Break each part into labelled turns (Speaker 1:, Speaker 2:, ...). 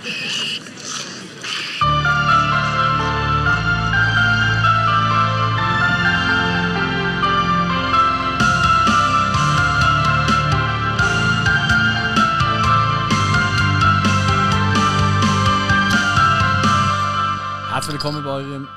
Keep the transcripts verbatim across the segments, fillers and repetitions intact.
Speaker 1: Herzlich willkommen bei eurem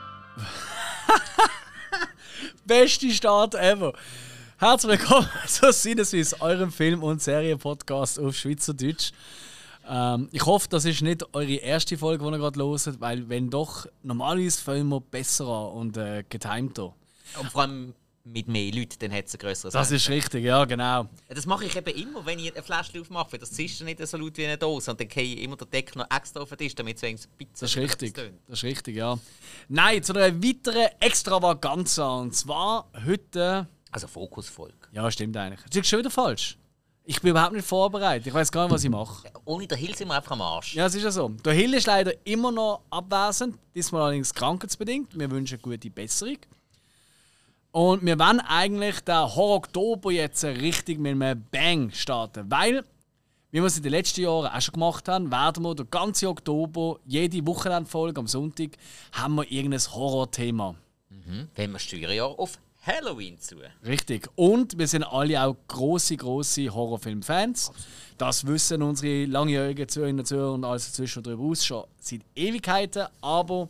Speaker 1: beste Start ever. Herzlich willkommen zu Sinneswiss, eurem Film- und Serienpodcast auf Schweizerdeutsch. Ähm, ich hoffe, das ist nicht eure erste Folge, die ihr gerade hört, weil wenn doch, normalerweise fangen wir besser an und äh, getimter.
Speaker 2: Und vor allem mit mehr Leuten, dann hat es ein grösseres
Speaker 1: Das ist richtig, ja, genau.
Speaker 2: Das mache ich eben immer, wenn ich ein Fläschchen aufmache, weil das zischt nicht so laut wie eine Dose. Und dann gehe ich immer den Deckel noch extra auf den Tisch, damit es wenigstens ein bisschen
Speaker 1: Das ist richtig, das ist richtig, ja. Nein, zu einer weiteren Extravaganza. Und zwar heute...
Speaker 2: Also Fokusfolge.
Speaker 1: Ja, stimmt eigentlich. Das ist schon wieder falsch. Ich bin überhaupt nicht vorbereitet. Ich weiß gar nicht, was ich mache.
Speaker 2: Ohne den Hill sind wir einfach am Arsch.
Speaker 1: Ja, es ist ja so. Der Hill ist leider immer noch abwesend. Diesmal allerdings krankheitsbedingt. Wir wünschen gute Besserung. Und wir wollen eigentlich den Horror-Oktober jetzt richtig mit einem Bang starten. Weil, wie wir es in den letzten Jahren auch schon gemacht haben, werden wir den ganzen Oktober, jede Wochenendfolge am Sonntag, haben wir irgendein Horror-Thema.
Speaker 2: Mhm. Wenn wir steuern ja auf Halloween zu.
Speaker 1: Richtig. Und wir sind alle auch grosse, grosse Horrorfilm-Fans. Das wissen unsere langjährigen Zuhörer und Zuhörer und alles dazwischen darüber aus schon seit Ewigkeiten. Aber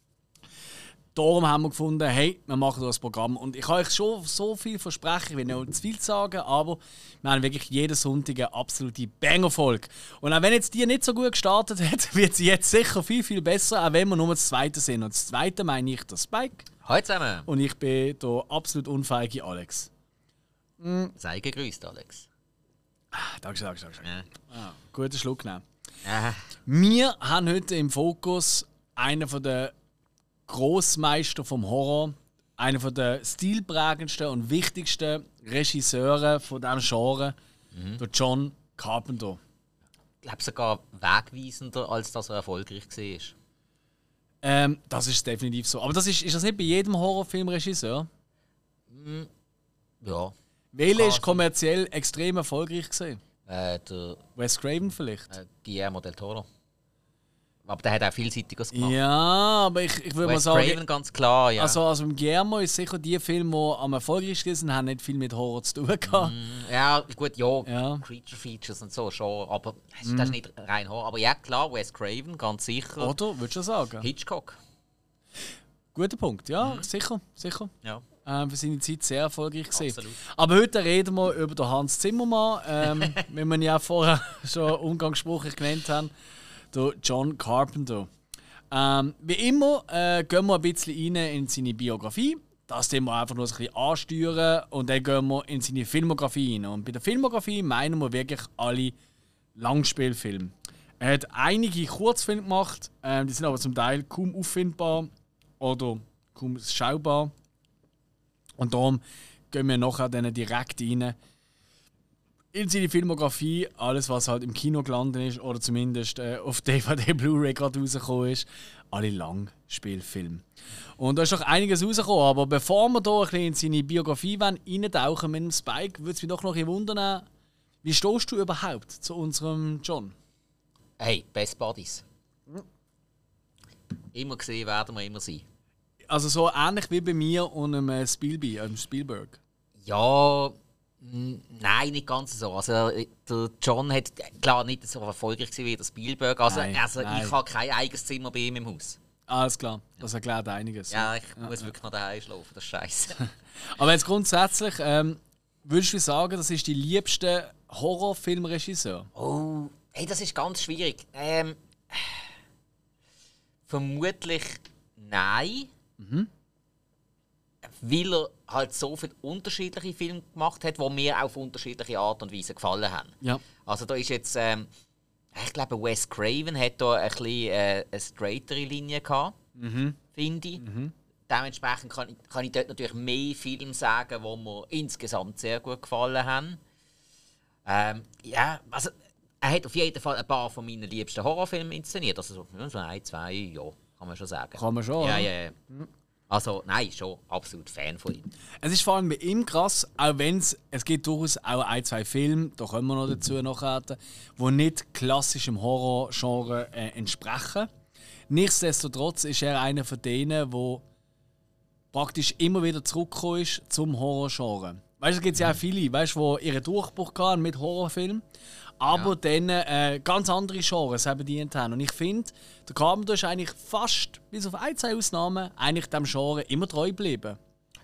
Speaker 1: darum haben wir gefunden, hey, wir machen das Programm. Und ich kann euch schon so viel versprechen, ich will nicht zu viel sagen, aber wir haben wirklich jeden Sonntag eine absolute Banger-Folge. Und auch wenn jetzt die nicht so gut gestartet hat, wird sie jetzt sicher viel, viel besser, auch wenn wir nur das Zweite sind. Und das Zweite meine ich der Spike.
Speaker 2: Hallo zusammen.
Speaker 1: Und ich bin der absolut unfeige Alex.
Speaker 2: Mhm. Sei gegrüßt, Alex.
Speaker 1: Ah, danke, danke, danke.
Speaker 2: Ja.
Speaker 1: Ah, guter Schluck nehmen.
Speaker 2: Ja.
Speaker 1: Wir haben heute im Fokus einen der Grossmeister vom Horror, einer der stilprägendsten und wichtigsten Regisseure von diesem Genre, mhm. der John Carpenter.
Speaker 2: Ich glaube sogar wegweisender, als dass er erfolgreich war.
Speaker 1: Ähm, das ist definitiv so. Aber das ist, ist das nicht bei jedem Horrorfilmregisseur?
Speaker 2: Mm, ja.
Speaker 1: Welcher ist kommerziell extrem erfolgreich gewesen?
Speaker 2: Äh, der
Speaker 1: Wes Craven vielleicht?
Speaker 2: Äh, Guillermo del Toro. Aber der hat auch vielseitiges gemacht.
Speaker 1: Ja, aber ich, ich würde mal
Speaker 2: Wes
Speaker 1: sagen...
Speaker 2: Craven ganz klar, ja.
Speaker 1: Also, also im Guillermo ist sicher die Filme, die am erfolgreichsten sind, haben nicht viel mit Horror zu tun gehabt.
Speaker 2: Mm, ja, gut, ja,
Speaker 1: ja.
Speaker 2: Creature Features und so schon, aber das
Speaker 1: mm.
Speaker 2: ist nicht rein Horror. Aber ja, klar, Wes Craven, ganz sicher.
Speaker 1: Oder, würdest du sagen?
Speaker 2: Hitchcock.
Speaker 1: Guter Punkt, ja,
Speaker 2: Mhm.
Speaker 1: sicher, sicher.
Speaker 2: Ja.
Speaker 1: Ähm, für seine Zeit sehr erfolgreich gewesen.
Speaker 2: Absolut.
Speaker 1: Aber heute reden wir über den Hans Zimmermann, ähm, wie wir ihn ja vorher schon umgangssprachlich genannt haben, der John Carpenter. Ähm, wie immer äh, gehen wir ein bisschen rein in seine Biografie. Das tun wir einfach nur ein bisschen ansteuern und dann gehen wir in seine Filmografie rein. Und bei der Filmografie meinen wir wirklich alle Langspielfilme. Er hat einige Kurzfilme gemacht, äh, die sind aber zum Teil kaum auffindbar oder kaum schaubar. Und darum gehen wir nachher dann direkt rein in seine Filmografie, alles was halt im Kino gelandet ist oder zumindest äh, auf D V D, Blu-ray gerade rausgekommen ist, alle Langspielfilme. Und da ist doch einiges rausgekommen, aber bevor wir da ein bisschen in seine Biografie eintauchen mit dem Spike, würde es mich doch noch ein wundern, wie stehst du überhaupt zu unserem John?
Speaker 2: Hey, Best Buddies. Immer gesehen werden wir immer sein.
Speaker 1: Also so ähnlich wie bei mir und einem Spielberg. Einem Spielberg.
Speaker 2: Ja, m- nein, nicht ganz so. Also der John hat klar nicht so erfolgreich gewesen wie der Spielberg. Also,
Speaker 1: Nein,
Speaker 2: also
Speaker 1: nein.
Speaker 2: ich habe kein eigenes Zimmer bei ihm im Haus.
Speaker 1: Alles klar, das erklärt einiges.
Speaker 2: Ja, ich
Speaker 1: Ja,
Speaker 2: muss
Speaker 1: ja.
Speaker 2: wirklich noch daheim schlafen, das ist scheiße.
Speaker 1: Aber jetzt grundsätzlich, ähm, würdest du sagen, das ist die liebste Horrorfilmregisseur?
Speaker 2: Oh, hey, das ist ganz schwierig. Ähm, vermutlich nein.
Speaker 1: Mhm.
Speaker 2: Weil er halt so viele unterschiedliche Filme gemacht hat, die mir auf unterschiedliche Art und Weise gefallen haben.
Speaker 1: Ja.
Speaker 2: Also da ist jetzt, ähm, ich glaube, Wes Craven hat da ein bisschen äh, eine straightere Linie gehabt,
Speaker 1: Mhm.
Speaker 2: finde ich.
Speaker 1: Mhm.
Speaker 2: Dementsprechend kann ich, kann ich dort natürlich mehr Filme sagen, die mir insgesamt sehr gut gefallen haben. Ähm, ja, also er hat auf jeden Fall ein paar von meinen liebsten Horrorfilmen inszeniert. Also so, ja, so ein, zwei, ja, kann man schon sagen.
Speaker 1: Kann man schon,
Speaker 2: Ja,
Speaker 1: oder?
Speaker 2: ja, ja. Also nein, schon absolut Fan von ihm.
Speaker 1: Es ist vor allem bei ihm krass, auch wenn es, es gibt durchaus auch ein, zwei Filme, da können wir noch dazu nachreden, die nicht klassischem Horror-Genre äh, entsprechen. Nichtsdestotrotz ist er einer von denen, der praktisch immer wieder zurückgekommen ist zum Horror-Genre. Weißt du, es gibt ja auch viele, weißt, die ihren Durchbruch hatten mit Horrorfilmen, aber ja. dann äh, ganz andere Genres haben bedient haben. Und ich finde, der Carpenter ist eigentlich fast, bis auf ein, zwei Ausnahmen, eigentlich dem Genre immer treu geblieben.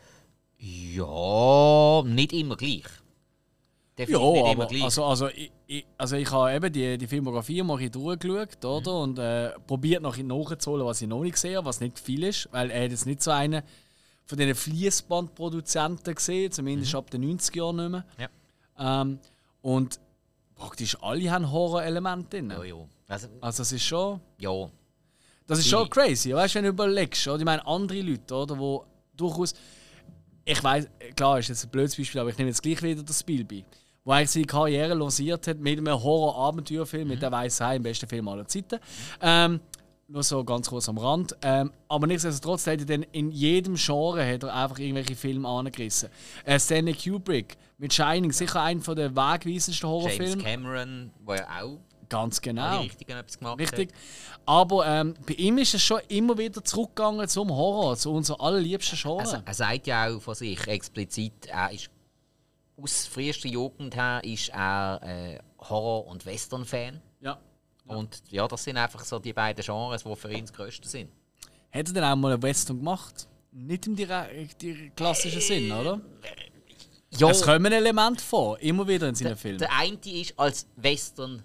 Speaker 2: Ja, nicht immer gleich. Definitiv
Speaker 1: ja,
Speaker 2: nicht
Speaker 1: aber
Speaker 2: immer gleich.
Speaker 1: Also, also, ich, ich, also ich habe eben die, die Filmografie mal durchgeschaut, oder? Mhm. Und äh, probiert noch nachzuholen, was ich noch nicht gesehen habe, was nicht viel ist, weil er jetzt nicht so einen von diesen Fließbandproduzenten gesehen, zumindest mhm. ab den neunziger Jahren nicht mehr. Ja. Ähm, und praktisch alle haben Horror-Elemente drin.
Speaker 2: Ja, ja. Also,
Speaker 1: also das ist schon...
Speaker 2: Ja.
Speaker 1: Das ist schon crazy, weißt du, wenn du überlegst. Oder? Ich meine, andere Leute, oder, wo durchaus... Ich weiss, klar ist jetzt ein blödes Beispiel, aber ich nehme jetzt gleich wieder das Spielbein. Wo eigentlich seine Karriere lanciert hat mit einem Horror-Abenteuerfilm, mhm. mit der Weißen Hai, im besten Film aller Zeiten. Ähm, nur so ganz kurz am Rand. Ähm, aber nichtsdestotrotz hat er dann in jedem Genre hat er einfach irgendwelche Filme angerissen. Äh, Stanley Kubrick mit Shining, sicher einer der wegweisendsten Horrorfilme.
Speaker 2: James Cameron, der ja auch
Speaker 1: ganz genau.
Speaker 2: Richtig etwas gemacht
Speaker 1: Richtig.
Speaker 2: hat.
Speaker 1: Aber ähm, bei ihm ist es schon immer wieder zurückgegangen zum Horror, zu unserem allerliebsten Genre.
Speaker 2: Also, er sagt ja auch von sich explizit, er ist aus frühester Jugend her ist er äh, Horror- und Western-Fan.
Speaker 1: Ja. Ja.
Speaker 2: Und ja, das sind einfach so die beiden Genres, die für ihn das Größte sind.
Speaker 1: Hat er denn auch mal einen Western gemacht? Nicht im direkt klassischen äh, Sinn, oder? Ja. Es kommen Elemente vor, immer wieder in seinen Filmen.
Speaker 2: Der eine ist als Western.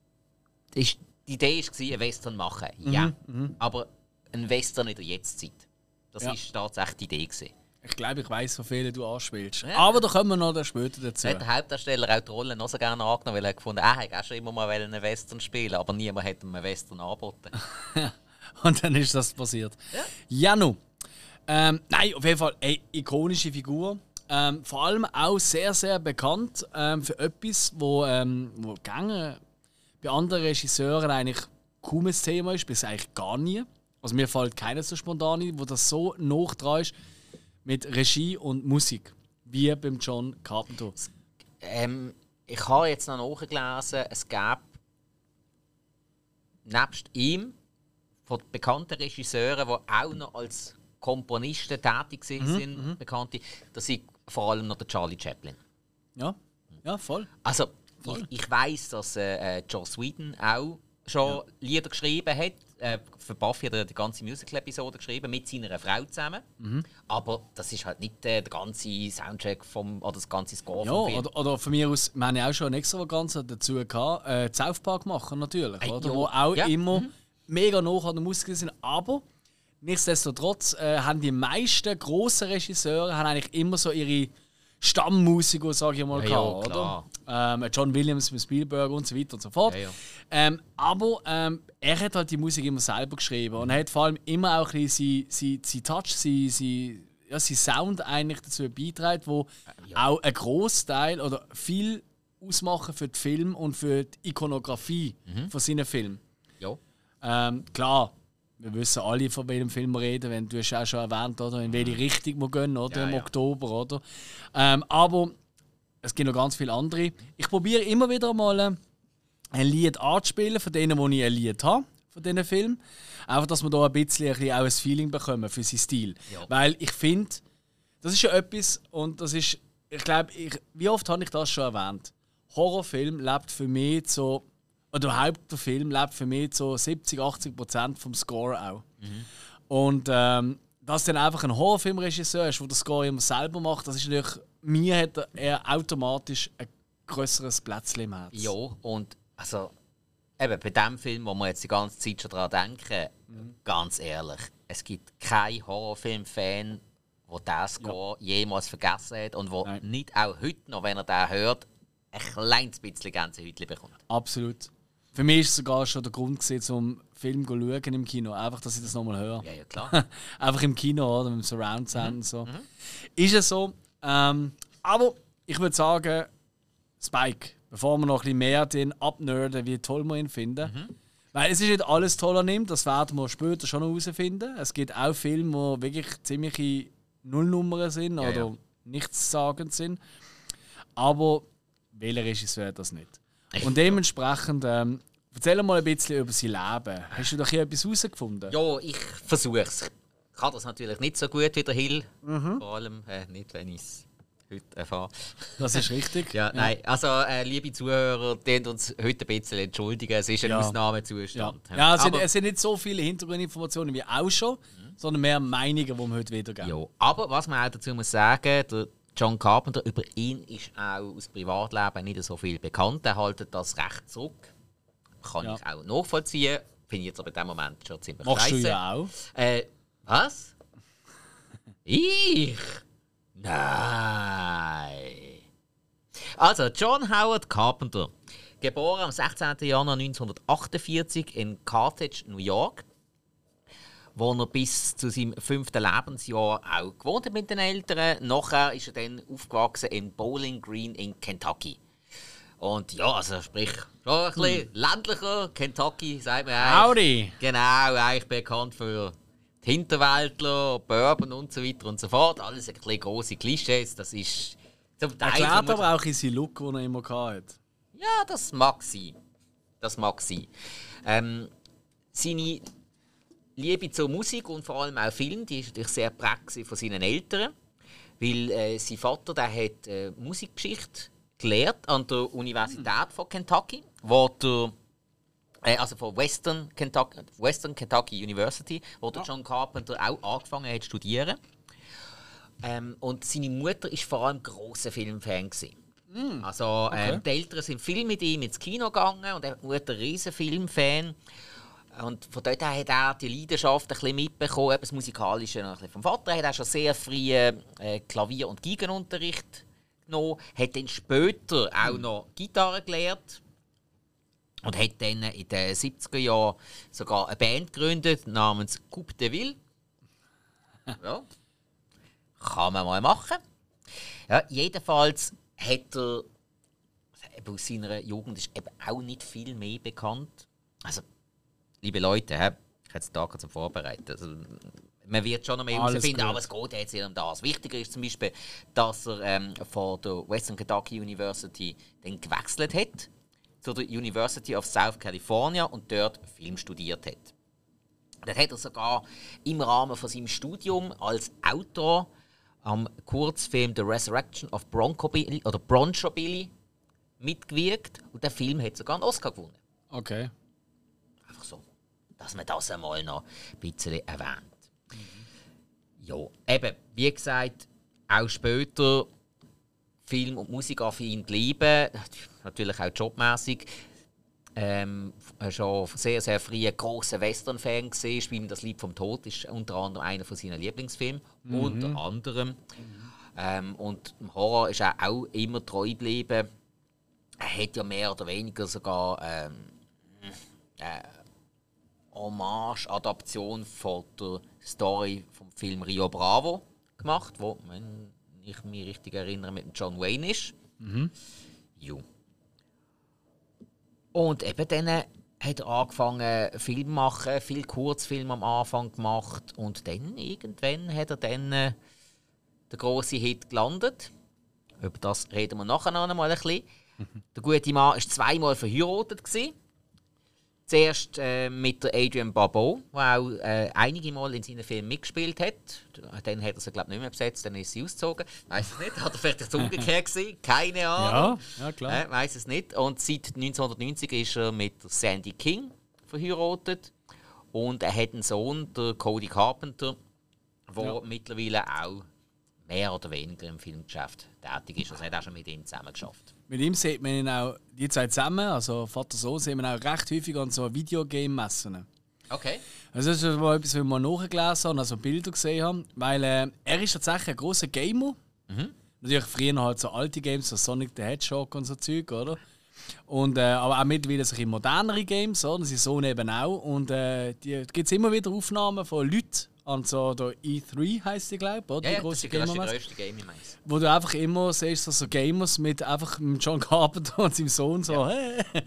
Speaker 2: Ist, die Idee war, einen Western zu machen. Ja. Mhm, aber ein Western in der Jetztzeit. Das war ja. tatsächlich die Idee gewesen.
Speaker 1: Ich glaube, ich weiss, wie viele du anspielst. Ja. Aber da kommen wir noch später dazu.
Speaker 2: Hat der Hauptdarsteller auch die Rolle noch so gerne angenommen, weil er gefunden hat, er hätte auch schon immer mal einen Western spielen, aber niemand hat ihm einen Western angeboten.
Speaker 1: Und dann ist das passiert. Ja. Janu. Ähm, nein, auf jeden Fall eine ikonische Figur. Ähm, vor allem auch sehr, sehr bekannt ähm, für etwas, wo, ähm, wo gänge bei anderen Regisseuren eigentlich kaum ein Thema ist, bis eigentlich gar nie. Also mir fällt keiner so spontan ein, wo das so nah dran ist mit Regie und Musik, wie beim John Carpenter.
Speaker 2: Ähm, ich habe jetzt noch nachgelesen, es gab nebst ihm von bekannten Regisseuren, die auch noch als Komponisten tätig sind, mhm, sind bekannte, das sind vor allem noch der Charlie Chaplin.
Speaker 1: Ja, ja, voll.
Speaker 2: Also voll. ich, ich weiss, dass äh, Joss Whedon auch schon ja. Lieder geschrieben hat. Äh, für Buffy hat er die ganze Musical-Episode geschrieben mit seiner Frau zusammen. Mhm. Aber das ist halt nicht äh, der ganze Soundtrack vom, oder das ganze Score
Speaker 1: ja, vom Film. Oder, oder von mir aus, wir haben ja auch schon eine Extravaganza dazu gehabt, äh, South Park machen natürlich, äh, oder? Wo auch ja. immer mhm. mega nah an der Musik sind. Aber nichtsdestotrotz äh, haben die meisten grossen Regisseure haben eigentlich immer so ihre Stammmusiker, sage ich mal,
Speaker 2: ja,
Speaker 1: gehabt,
Speaker 2: ja,
Speaker 1: oder? Ähm, John Williams mit Spielberg und so weiter und so fort. Ja, ja. Ähm, aber ähm, er hat halt die Musik immer selber geschrieben und er hat vor allem immer auch ein bisschen sein, sein Touch, sein, sein, ja, sein Sound eigentlich dazu beitragen, wo ja. auch ein Großteil oder viel ausmachen für den Film und für die Ikonografie mhm. von seinen Filmen.
Speaker 2: Ja.
Speaker 1: Ähm, klar. Wir wissen alle, von welchem Film wir reden, wenn du hast auch schon erwähnt, oder, in welche Richtung wir gehen, oder, ja, im ja. Oktober. Oder? Ähm, aber es gibt noch ganz viele andere. Ich probiere immer wieder mal ein Lied anzuspielen, von denen, wo ich ein Lied habe, von diesen Filmen. Einfach, dass wir da ein bisschen, ein bisschen auch ein Feeling bekommen für seinen Stil. Ja. Weil ich finde, das ist ja etwas, und das ist, ich glaube, ich, wie oft habe ich das schon erwähnt? Horrorfilm lebt für mich so, oder überhaupt der Film lebt für mich so siebzig, achtzig Prozent vom Score auch. Mhm. Und ähm, dass dann einfach ein Horrorfilmregisseur ist, der den Score immer selber macht, das ist natürlich, mir hat er automatisch ein grösseres Plätzchen im Herz.
Speaker 2: Ja, und also eben bei dem Film, wo wir jetzt die ganze Zeit schon daran denken, mhm. ganz ehrlich, es gibt keinen Horrorfilm-Fan, der diesen Score ja. jemals vergessen hat und der nicht auch heute noch, wenn er den hört, ein kleines bisschen Gänsehaut bekommt.
Speaker 1: Absolut. Für mich war es sogar schon der Grund gewesen, zum Film zu schauen im Kino. Einfach, dass ich das nochmal höre.
Speaker 2: Ja, ja, klar.
Speaker 1: Einfach im Kino, oder? Mit dem Surround Sound
Speaker 2: mhm.
Speaker 1: und so.
Speaker 2: Mhm.
Speaker 1: Ist es so. Ähm, aber ich würde sagen, Spike, bevor wir noch ein bisschen mehr den abnerden, wie toll wir ihn finden, mhm. Weil es ist nicht alles toll an ihm, das werden wir später schon noch herausfinden. Es gibt auch Filme, die wirklich ziemliche Nullnummern sind
Speaker 2: Ja,
Speaker 1: oder
Speaker 2: ja.
Speaker 1: nichtssagend sind. Aber welcher Regisseur das nicht? Und dementsprechend, ähm, erzähl mal ein bisschen über sein Leben. Hast du doch hier etwas herausgefunden?
Speaker 2: Ja, ich versuche es. Ich kann das natürlich nicht so gut wie der Hill. Mhm. Vor allem äh, nicht, wenn ich es heute erfahre.
Speaker 1: Das ist richtig.
Speaker 2: Ja, nein, also äh, liebe Zuhörer, die uns heute ein bisschen entschuldigen. Es ist ein
Speaker 1: Ja.
Speaker 2: Ausnahmezustand.
Speaker 1: Ja, ja es, sind,
Speaker 2: aber,
Speaker 1: es sind nicht so viele Hintergrundinformationen wie auch schon, mhm. sondern mehr Meinungen, die wir heute wiedergeben.
Speaker 2: ja, aber was man auch dazu muss sagen, der John Carpenter, über ihn ist auch aus Privatleben nicht so viel bekannt. Er hält das recht zurück. Kann
Speaker 1: Ja.
Speaker 2: ich auch nachvollziehen. Finde ich jetzt aber in dem Moment schon ziemlich
Speaker 1: Machst
Speaker 2: scheisse.
Speaker 1: du ja auch.
Speaker 2: Äh, was? Ich? Nein. Also, John Howard Carpenter. Geboren am sechzehnten Januar neunzehnhundertachtundvierzig in Carthage, New York. Wo er bis zu seinem fünften Lebensjahr auch gewohnt hat mit den Eltern. Nachher ist er dann aufgewachsen in Bowling Green in Kentucky. Und ja, also sprich, schon ein bisschen hm. ländlicher Kentucky, sagt man eigentlich.
Speaker 1: Howdy!
Speaker 2: Genau, eigentlich bekannt für die Hinterwäldler, Bourbon und so weiter und so fort. Alles ein bisschen grosse Klischees, das ist zum Teil...
Speaker 1: Erklärt aber auch in seinen Look, den er immer hatte.
Speaker 2: Ja, das mag sein. Das mag sein. Ähm, seine Liebe zur Musik und vor allem auch Film, die ist natürlich sehr prägt von seinen Eltern. Weil äh, sein Vater der hat äh, Musikgeschichte gelehrt an der Universität von Kentucky, wo der, äh, also von Western Kentucky, Western Kentucky University, wo der John Carpenter auch angefangen hat zu studieren. Ähm, und seine Mutter war vor allem grosser Filmfan gewesen. Mm. Also äh, okay. Die Eltern sind viel mit ihm ins Kino gegangen und die Mutter ein riesen Filmfan. Und von dort her hat er die Leidenschaft ein bisschen mitbekommen, das Musikalische ein bisschen vom Vater. Er hat auch schon sehr früh äh, Klavier- und Geigenunterricht genommen, hat dann später auch noch Gitarre gelernt und hat dann in den siebziger Jahren sogar eine Band gegründet namens Coupe de Ville. Ja. Kann man mal machen. Ja, jedenfalls hat er eben aus seiner Jugend ist eben auch nicht viel mehr bekannt. Also, liebe Leute, ich habe jetzt da zum Vorbereiten. Also, man wird schon noch mehr herausfinden, aber es geht jetzt nicht um das. Wichtiger ist zum Beispiel, dass er ähm, von der Western Kentucky University dann gewechselt hat zu der University of South California und dort Film studiert hat. Dort hat er sogar im Rahmen von seinem Studium als Autor am Kurzfilm The Resurrection of Bronco Billy oder Broncho Billy mitgewirkt und der Film hat sogar einen Oscar gewonnen.
Speaker 1: Okay.
Speaker 2: Einfach so, dass man das einmal noch ein bisschen erwähnt. Ja, eben, wie gesagt, auch später Film- und Musikaffin bleiben, natürlich auch jobmäßig. Ähm, schon sehr, sehr früh ein grosser Western-Fan gesehen. Spielen Das Lied vom Tod ist unter anderem einer von seinen Lieblingsfilmen. Mhm. Unter anderem. Mhm. Ähm, und im Horror ist er auch immer treu geblieben. Er hat ja mehr oder weniger sogar ähm, äh, Hommage-Adaption von der Story vom Film Rio Bravo gemacht, wo, wenn ich mich richtig erinnere, mit John Wayne ist. Mhm. Jo. Und eben dann hat er angefangen, Film zu machen, viele Kurzfilme am Anfang gemacht und dann irgendwann hat er dann äh, den grossen Hit gelandet. Über das reden wir nachher noch einmal ein bisschen. Mhm. Der gute Mann war zweimal verheiratet gewesen. Zuerst äh, mit der Adrienne Barbeau, die auch äh, einige Mal in seinen Filmen mitgespielt hat. Dann hat er sie, glaube ich, nicht mehr besetzt, dann ist sie ausgezogen. Weiß es nicht, hat er vielleicht umgekehrt gewesen? Keine Ahnung. Ja, ja klar. Äh, Weiß es nicht. Und seit neunzehnhundertneunzig ist er mit Sandy King verheiratet. Und er hat einen Sohn, der Cody Carpenter, der ja. mittlerweile auch mehr oder weniger im Filmgeschäft tätig ist. Also er hat auch schon mit ihm zusammen geschafft.
Speaker 1: Mit ihm sieht man ihn auch, die zwei zusammen, also Vater Sohn, sehen wir auch recht häufig an so Videogame-Messen.
Speaker 2: Okay.
Speaker 1: Also das ist mal etwas, was wir nachgelesen haben, also Bilder gesehen haben, weil äh, er ist tatsächlich ein grosser Gamer. Mhm. Natürlich früher halt so alte Games, so Sonic the Hedgehog und so Zeug, oder? Und, äh, aber auch mittlerweile so ein modernere Games, oder? Sein Sohn eben auch. Und äh, die gibt es immer wieder Aufnahmen von Leuten an so der E drei heisst die, glaube ich, oder?
Speaker 2: Ja,
Speaker 1: die
Speaker 2: ja, das ist die grösste Gaming-Messe.
Speaker 1: Wo du einfach immer siehst, so, so Gamers mit einfach mit John Carpenter und seinem Sohn so,
Speaker 2: ja.
Speaker 1: hey.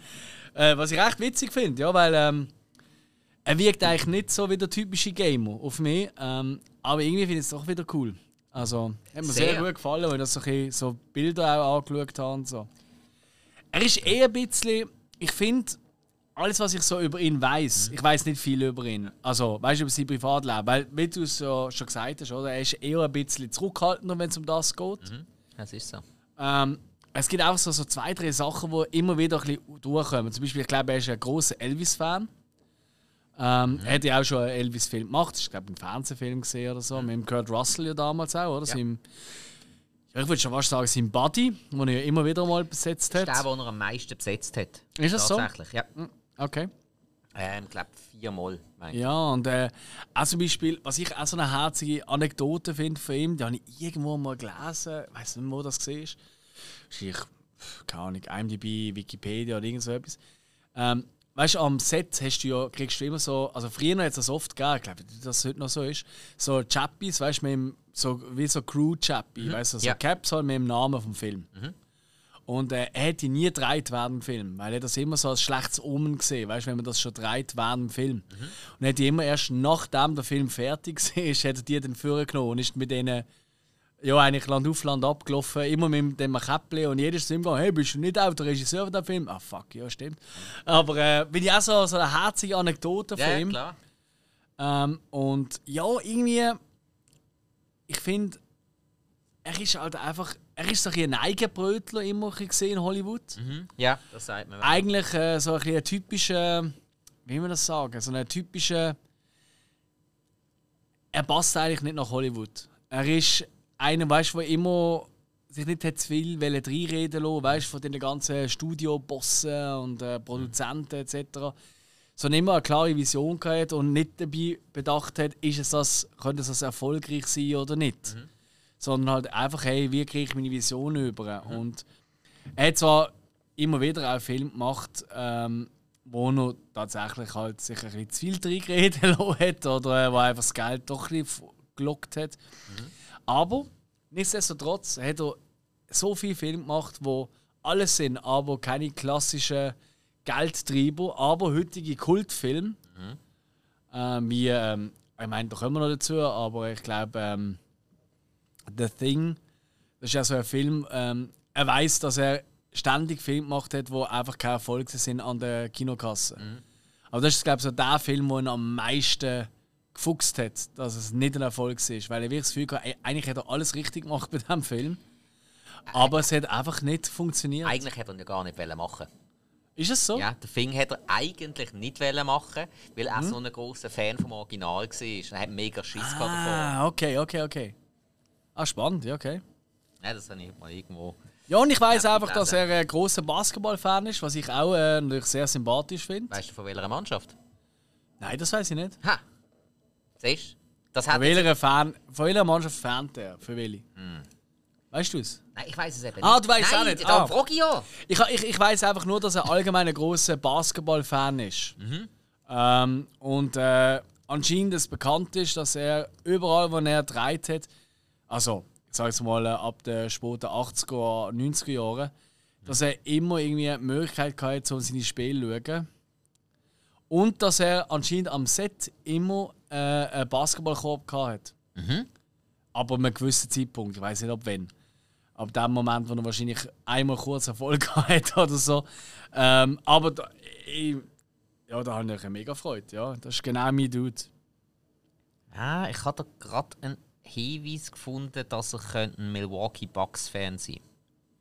Speaker 1: Äh, was ich recht witzig finde, ja, weil ähm, er wirkt eigentlich nicht so wie der typische Gamer auf mich, ähm, aber irgendwie finde ich es doch wieder cool. Also, hat mir sehr, sehr gut gefallen, weil ich das so, ein so Bilder auch angeschaut habe und so. Er ist eher ein bisschen, ich finde, alles, was ich so über ihn weiss, mhm. ich weiss nicht viel über ihn. Also, weißt du, über sein Privatleben. Weil, wie du es ja schon gesagt hast, oder? Er ist eher ein bisschen zurückhaltender, wenn es um das geht.
Speaker 2: Mhm. Das ist so.
Speaker 1: Ähm, es gibt auch so, so zwei, drei Sachen, die immer wieder ein bisschen durchkommen. Zum Beispiel, ich glaube, er ist ein grosser Elvis-Fan. Ähm, mhm. Er hat ja auch schon einen Elvis-Film gemacht. Das ist, glaube ich, ein Fernsehfilm gesehen oder so. Mhm. Mit dem Kurt Russell ja damals auch, oder? Ja. Seinem, ich würde schon fast sagen, sein Buddy, den er ja immer wieder mal besetzt hat.
Speaker 2: Das ist der, den er am meisten besetzt hat.
Speaker 1: Ist das so?
Speaker 2: Tatsächlich, ja.
Speaker 1: Okay.
Speaker 2: Ähm, ich glaube, viermal.
Speaker 1: Ja, und äh, auch zum Beispiel, was ich auch so eine herzige Anekdote finde von ihm, die habe ich irgendwo mal gelesen, ich weiß nicht mehr, wo das war. Wahrscheinlich, keine Ahnung, IMDb, Wikipedia oder irgend so etwas. Ähm, weißt du, am Set hast du ja, kriegst du immer so, also früher hat es das oft gegeben, ich glaube, dass es heute noch so ist, so Chappies, weißt du, mit dem, so, wie so Crew-Chappie, mhm. weißt du, so ja. Caps halt mit dem Namen vom Film. Mhm. Und äh, er hätte nie gedreht während dem Film, weil er das immer so als schlechtes Omen gesehen, weißt du, wenn man das schon dreht während dem Film. Mhm. Und er hätte immer erst nachdem der Film fertig war, hätte er die dann vorgenommen und ist mit denen ja, eigentlich Land auf Land abgelaufen, immer mit dem Käppli und jedes Film gegangen, hey, bist du nicht auch der Regisseur von dem Film? Ah, fuck, ja, stimmt. Aber äh, bin ich auch so, so eine herzige Anekdote von
Speaker 2: ja,
Speaker 1: ihm.
Speaker 2: Ja, klar.
Speaker 1: Ähm, und ja, irgendwie, ich finde, er ist halt einfach, er ist so ein Eigenbrötler immer gesehen in Hollywood.
Speaker 2: Mhm. Ja, das sagt man.
Speaker 1: Eigentlich äh, so ein, ein typischer, wie will man das sagen, so ein typischer, er passt eigentlich nicht nach Hollywood. Er ist einer, weißt du, der immer sich nicht zu viel reinreden lassen, weißt du, von den ganzen Studiobossen und äh, Produzenten et cetera. Sondern immer eine klare Vision gehabt und nicht dabei bedacht hat, ist es das, könnte es erfolgreich sein oder nicht. Mhm. Sondern halt einfach, hey, wie kriege ich meine Vision über? Mhm. Und er hat zwar immer wieder auch Filme gemacht, ähm, wo er tatsächlich halt sich ein bisschen zu viel reingeredet hat oder äh, wo einfach das Geld doch ein bisschen gelockt hat. Mhm. Aber nichtsdestotrotz hat er so viele Filme gemacht, die alles sind, aber keine klassischen Geldtreiber, aber heutige Kultfilme. Mhm. Ähm, wie, ähm, ich meine, da kommen wir noch dazu, aber ich glaube, ähm, The Thing, das ist ja so ein Film, ähm, er weiß, dass er ständig Filme gemacht hat, die einfach kein Erfolg sind an der Kinokasse. Mhm. Aber das ist, glaube ich, so der Film, der ihn am meisten gefuchst hat, dass es nicht ein Erfolg ist. Weil er wirklich das Gefühl hatte, eigentlich hat er alles richtig gemacht bei diesem Film. Aber es hat einfach nicht funktioniert.
Speaker 2: Eigentlich hätte er ihn ja gar nicht machen.
Speaker 1: Ist es so?
Speaker 2: Ja, den Film hätte er eigentlich nicht machen, weil er hm? so ein grosser Fan vom Original war. Er hat mega Schiss
Speaker 1: ah,
Speaker 2: davor.
Speaker 1: Ah, okay, okay, okay. Ah, spannend, ja, okay.
Speaker 2: Ja, das habe ich mal irgendwo...
Speaker 1: Ja, und ich weiss einfach, gelesen. Dass er ein grosser Basketball-Fan ist, was ich auch äh, natürlich sehr sympathisch finde.
Speaker 2: Weißt du, von welcher Mannschaft?
Speaker 1: Nein, das weiss ich nicht.
Speaker 2: Ha! Siehst du?
Speaker 1: Von welcher, Fan, von welcher Mannschaft fährt er? Für welche? Mm. Weißt du es?
Speaker 2: Nein, ich weiss es eben nicht.
Speaker 1: Ah, du weißt auch nicht?
Speaker 2: Ah.
Speaker 1: Frage ich ja. Ich, ich, ich weiss einfach nur, dass er allgemein ein grosser Basketball-Fan ist. Mhm. Ähm, und äh, anscheinend ist bekannt ist, dass er überall, wo er gedreht hat, also ich sage jetzt mal ab den späten achtziger, neunziger Jahren, mhm. dass er immer irgendwie die Möglichkeit hatte, um seine Spiele zu schauen. Und dass er anscheinend am Set immer äh, einen Basketballkorb hatte. Mhm. Aber an einem gewissen Zeitpunkt, ich weiß nicht ab wann. Ab dem Moment, wo er wahrscheinlich einmal kurz Erfolg hatte oder so. Ähm, aber da, ich, ja, da habe ich mega Freude. Ja. Das ist genau mein Dude.
Speaker 2: Ah, ich habe da gerade einen Hinweis gefunden, dass er ein Milwaukee Bucks-Fan sein könnte.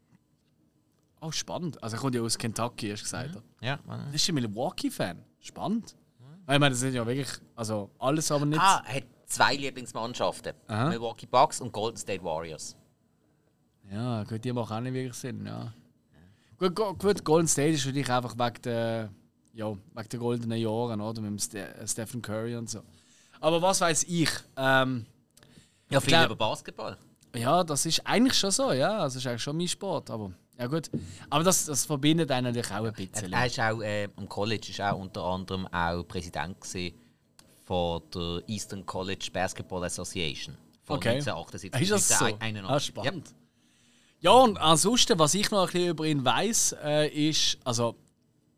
Speaker 1: Oh, spannend. Also er kommt ja aus Kentucky, hast du gesagt.
Speaker 2: Mhm. Ja.
Speaker 1: Das ist ein Milwaukee-Fan. Spannend. Mhm. Ich meine, das sind ja wirklich also alles aber nicht...
Speaker 2: Ah, er hat zwei Lieblingsmannschaften. Aha. Milwaukee Bucks und Golden State Warriors.
Speaker 1: Ja, gut, die machen auch nicht wirklich Sinn, ja. Gut, gut, Golden State ist für dich einfach wegen der, ja, wegen der goldenen Jahren, oder? Mit dem Ste- Stephen Curry und so. Aber was weiß ich? Ähm,
Speaker 2: ja, viel glaub, über Basketball.
Speaker 1: Ja, das ist eigentlich schon so, ja. Das ist eigentlich schon mein Sport, aber... Ja gut, aber das, das verbindet einen natürlich auch ein bisschen.
Speaker 2: Er ist auch äh, am College ist auch unter anderem auch Präsident von der Eastern College Basketball Association von
Speaker 1: okay.
Speaker 2: neunzehnhundertachtundsiebzig
Speaker 1: bis
Speaker 2: neunzehnhunderteinundneunzig.
Speaker 1: Ah, spannend. Ja. Ja, und ansonsten, was ich noch ein bisschen über ihn weiss, äh, ist, also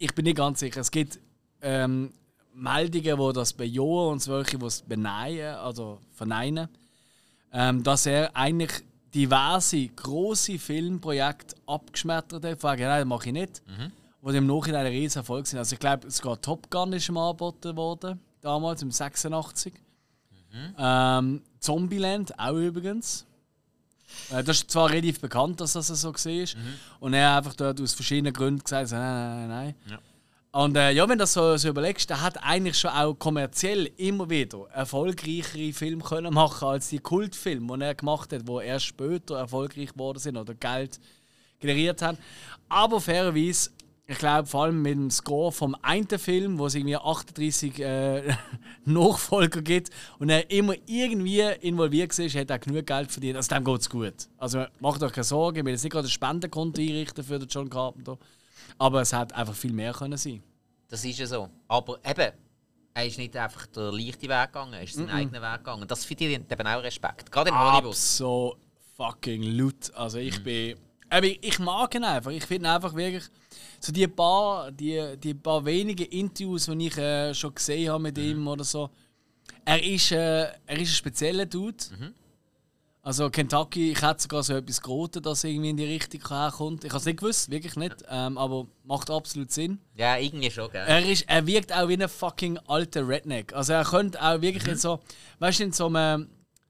Speaker 1: ich bin nicht ganz sicher. Es gibt ähm, Meldungen, die das bejahen und solche, die es beneiden, also verneinen, ähm, dass er eigentlich diverse grosse Filmprojekte abgeschmettert hat. Frage, nein, das mache ich nicht. Mhm. Die im Nachhinein ein riesen Erfolg sind. Also ich glaube, sogar Top Gun ist ihm angeboten worden, damals, im sechsundachtzig. Mhm. Ähm, Zombieland auch übrigens. Äh, das ist zwar relativ bekannt, dass das so war. Mhm. Und er hat einfach dort aus verschiedenen Gründen gesagt, nein, nein, nein. Ja. Und äh, ja, wenn du das so, so überlegst, der hat eigentlich schon auch kommerziell immer wieder erfolgreichere Filme können machen als die Kultfilme, die er gemacht hat, die erst später erfolgreich geworden sind oder Geld generiert haben. Aber fairerweise, ich glaube, vor allem mit dem Score vom einen Film, wo es irgendwie achtunddreißig äh, Nachfolger gibt und er immer irgendwie involviert war, hat er genug Geld verdient. Also dem geht es gut. Also macht euch keine Sorgen, ich will jetzt nicht gerade ein Spendenkonto einrichten für den John Carpenter. Aber es hätte einfach viel mehr können sein.
Speaker 2: Das ist ja so. Aber eben, er ist nicht einfach der leichte Weg gegangen, er ist seinen mm -mm. eigenen Weg gegangen. Das finde ich eben auch Respekt. Gerade in Hollywood.
Speaker 1: So fucking laut. Also ich mm. bin... Ich, ich mag ihn einfach. Ich finde einfach wirklich... So die paar, die, die paar wenigen Interviews, die ich äh, schon gesehen habe mit mm. ihm oder so. Er ist, äh, er ist ein spezieller Dude. Mm -hmm. Also Kentucky, ich hätte sogar so etwas geraten, dass er irgendwie in die Richtung herkommt. Ich habe es nicht gewusst, wirklich nicht, ähm, aber macht absolut Sinn.
Speaker 2: Ja, irgendwie schon, gell?
Speaker 1: Er, ist, er wirkt auch wie ein fucking alter Redneck. Also er könnte auch wirklich mhm. in so, weißt du, in so einem,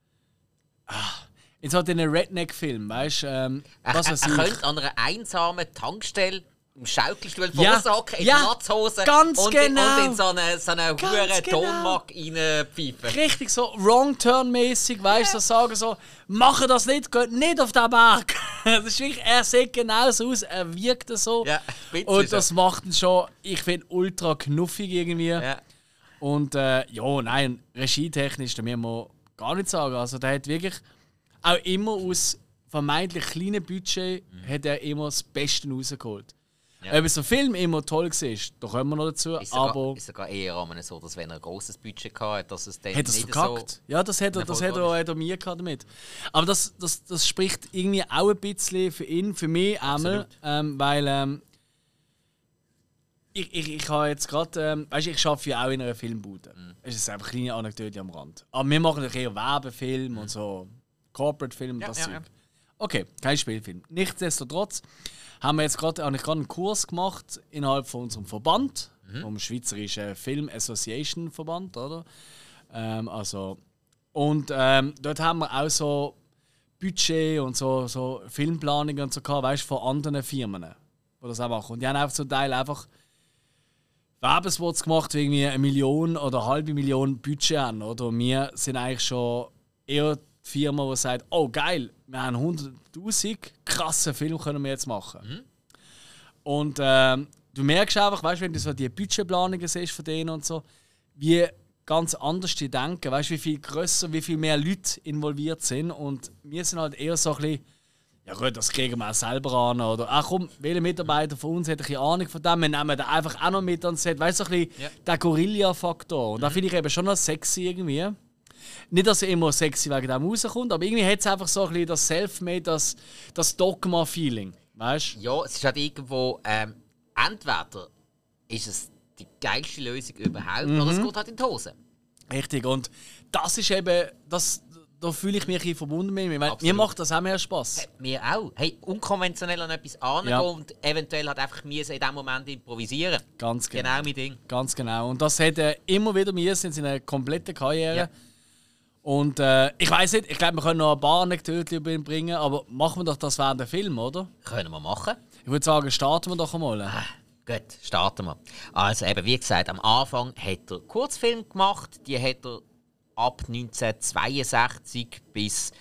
Speaker 1: in so einem Redneck-Film, weißt du, ähm, was
Speaker 2: er,
Speaker 1: er,
Speaker 2: er könnte an einer einsamen Tankstelle im Schaukelstuhl
Speaker 1: ja,
Speaker 2: vorsacken, in
Speaker 1: ja,
Speaker 2: Platzhosen
Speaker 1: ganz
Speaker 2: und,
Speaker 1: genau.
Speaker 2: und in so eine, so eine hure
Speaker 1: genau.
Speaker 2: Tonmack reinpfeifen.
Speaker 1: Richtig so Wrong-Turn-mäßig, weißt du, yeah. so sagen so, machen das nicht, geht nicht auf den Berg. Das ist wirklich, er sieht genauso aus, er wirkt so.
Speaker 2: Ja,
Speaker 1: und das macht ihn schon, ich finde, ultra knuffig irgendwie. Ja. Und äh, ja, nein, regietechnisch, da müssen wir gar nicht sagen. Also der hat wirklich auch immer aus vermeintlich kleinem Budget mhm. hat er immer das Beste rausgeholt. Ja. Ob es so Film immer toll war, da kommen wir noch dazu.
Speaker 2: Ist sogar,
Speaker 1: aber
Speaker 2: ist sogar eher so, dass wenn er ein grosses Budget hatte, dass es dann
Speaker 1: hat nicht verkackt. So... Ja, das hat er, das hat er, hat er mir damit. Aber das, das, das spricht irgendwie auch ein bisschen für ihn, für mich einmal, ähm, weil ähm, ich, ich, ich habe jetzt gerade, ähm, weißt du, ich arbeite ja auch in einer Filmbude. Mhm. Es ist einfach eine kleine Anekdote am Rand. Aber wir machen natürlich eher Werbefilm mhm. und so Corporate-Film und
Speaker 2: ja,
Speaker 1: das
Speaker 2: ja,
Speaker 1: Zeug.
Speaker 2: Ja.
Speaker 1: Okay, kein Spielfilm. Nichtsdestotrotz haben wir jetzt gerade einen Kurs gemacht innerhalb von unserem Verband, mhm. vom Schweizerischen Film Association Verband, oder? Ähm, also, und ähm, dort haben wir auch so Budget und so, so Filmplanungen und so gehabt, weißt, von anderen Firmen, die das auch machen. Und die haben einfach zum Teil einfach Werbespots gemacht, die irgendwie eine Million oder eine halbe Million Budget haben, oder? Und wir sind eigentlich schon eher die Firma, die sagt, oh geil, wir haben hunderttausend krasse Filme können wir jetzt machen. Mhm. Und ähm, du merkst einfach, weißt, wenn du so die Budgetplanungen siehst von denen und so, wie ganz anders die denken, weißt, wie viel grösser, wie viel mehr Leute involviert sind. Und wir sind halt eher so ein bisschen, ja gut, das kriegen wir auch selber an. Oder ach komm, welcher Mitarbeiter von uns hat ein bisschen Ahnung von dem, wir nehmen den einfach auch noch mit ans Set. Weißt du, so ein bisschen ja. der Guerilla-Faktor. Und mhm. da finde ich eben schon noch sexy irgendwie. Nicht, dass er immer sexy wegen dem rauskommt, aber irgendwie hat es einfach so ein bisschen das Selfmade, das, das Dogma-Feeling. Weißt?
Speaker 2: Ja, es ist halt irgendwo, ähm, entweder ist es die geilste Lösung überhaupt, mhm. oder es geht halt in die Hose.
Speaker 1: Richtig, und das ist eben, das, da fühle ich mich ein bisschen verbunden mit mir, weil mir macht das auch mehr Spass.
Speaker 2: Hey, mir auch. Hey, unkonventionell an etwas angehen ja. und eventuell halt einfach müssen in diesem Moment improvisieren.
Speaker 1: Ganz genau.
Speaker 2: Genau mein Ding.
Speaker 1: Ganz genau. Und das hat er immer wieder müssen in seiner kompletten Karriere. Ja. Und äh, ich weiß nicht, ich glaube, wir können noch ein paar Anekdoten über ihn bringen, aber machen wir doch das während dem Film, oder?
Speaker 2: Können wir machen.
Speaker 1: Ich würde sagen, starten wir doch einmal.
Speaker 2: Ah, gut, starten wir. Also eben, wie gesagt, am Anfang hat er Kurzfilme gemacht, die hat er ab neunzehnhundertzweiundsechzig bis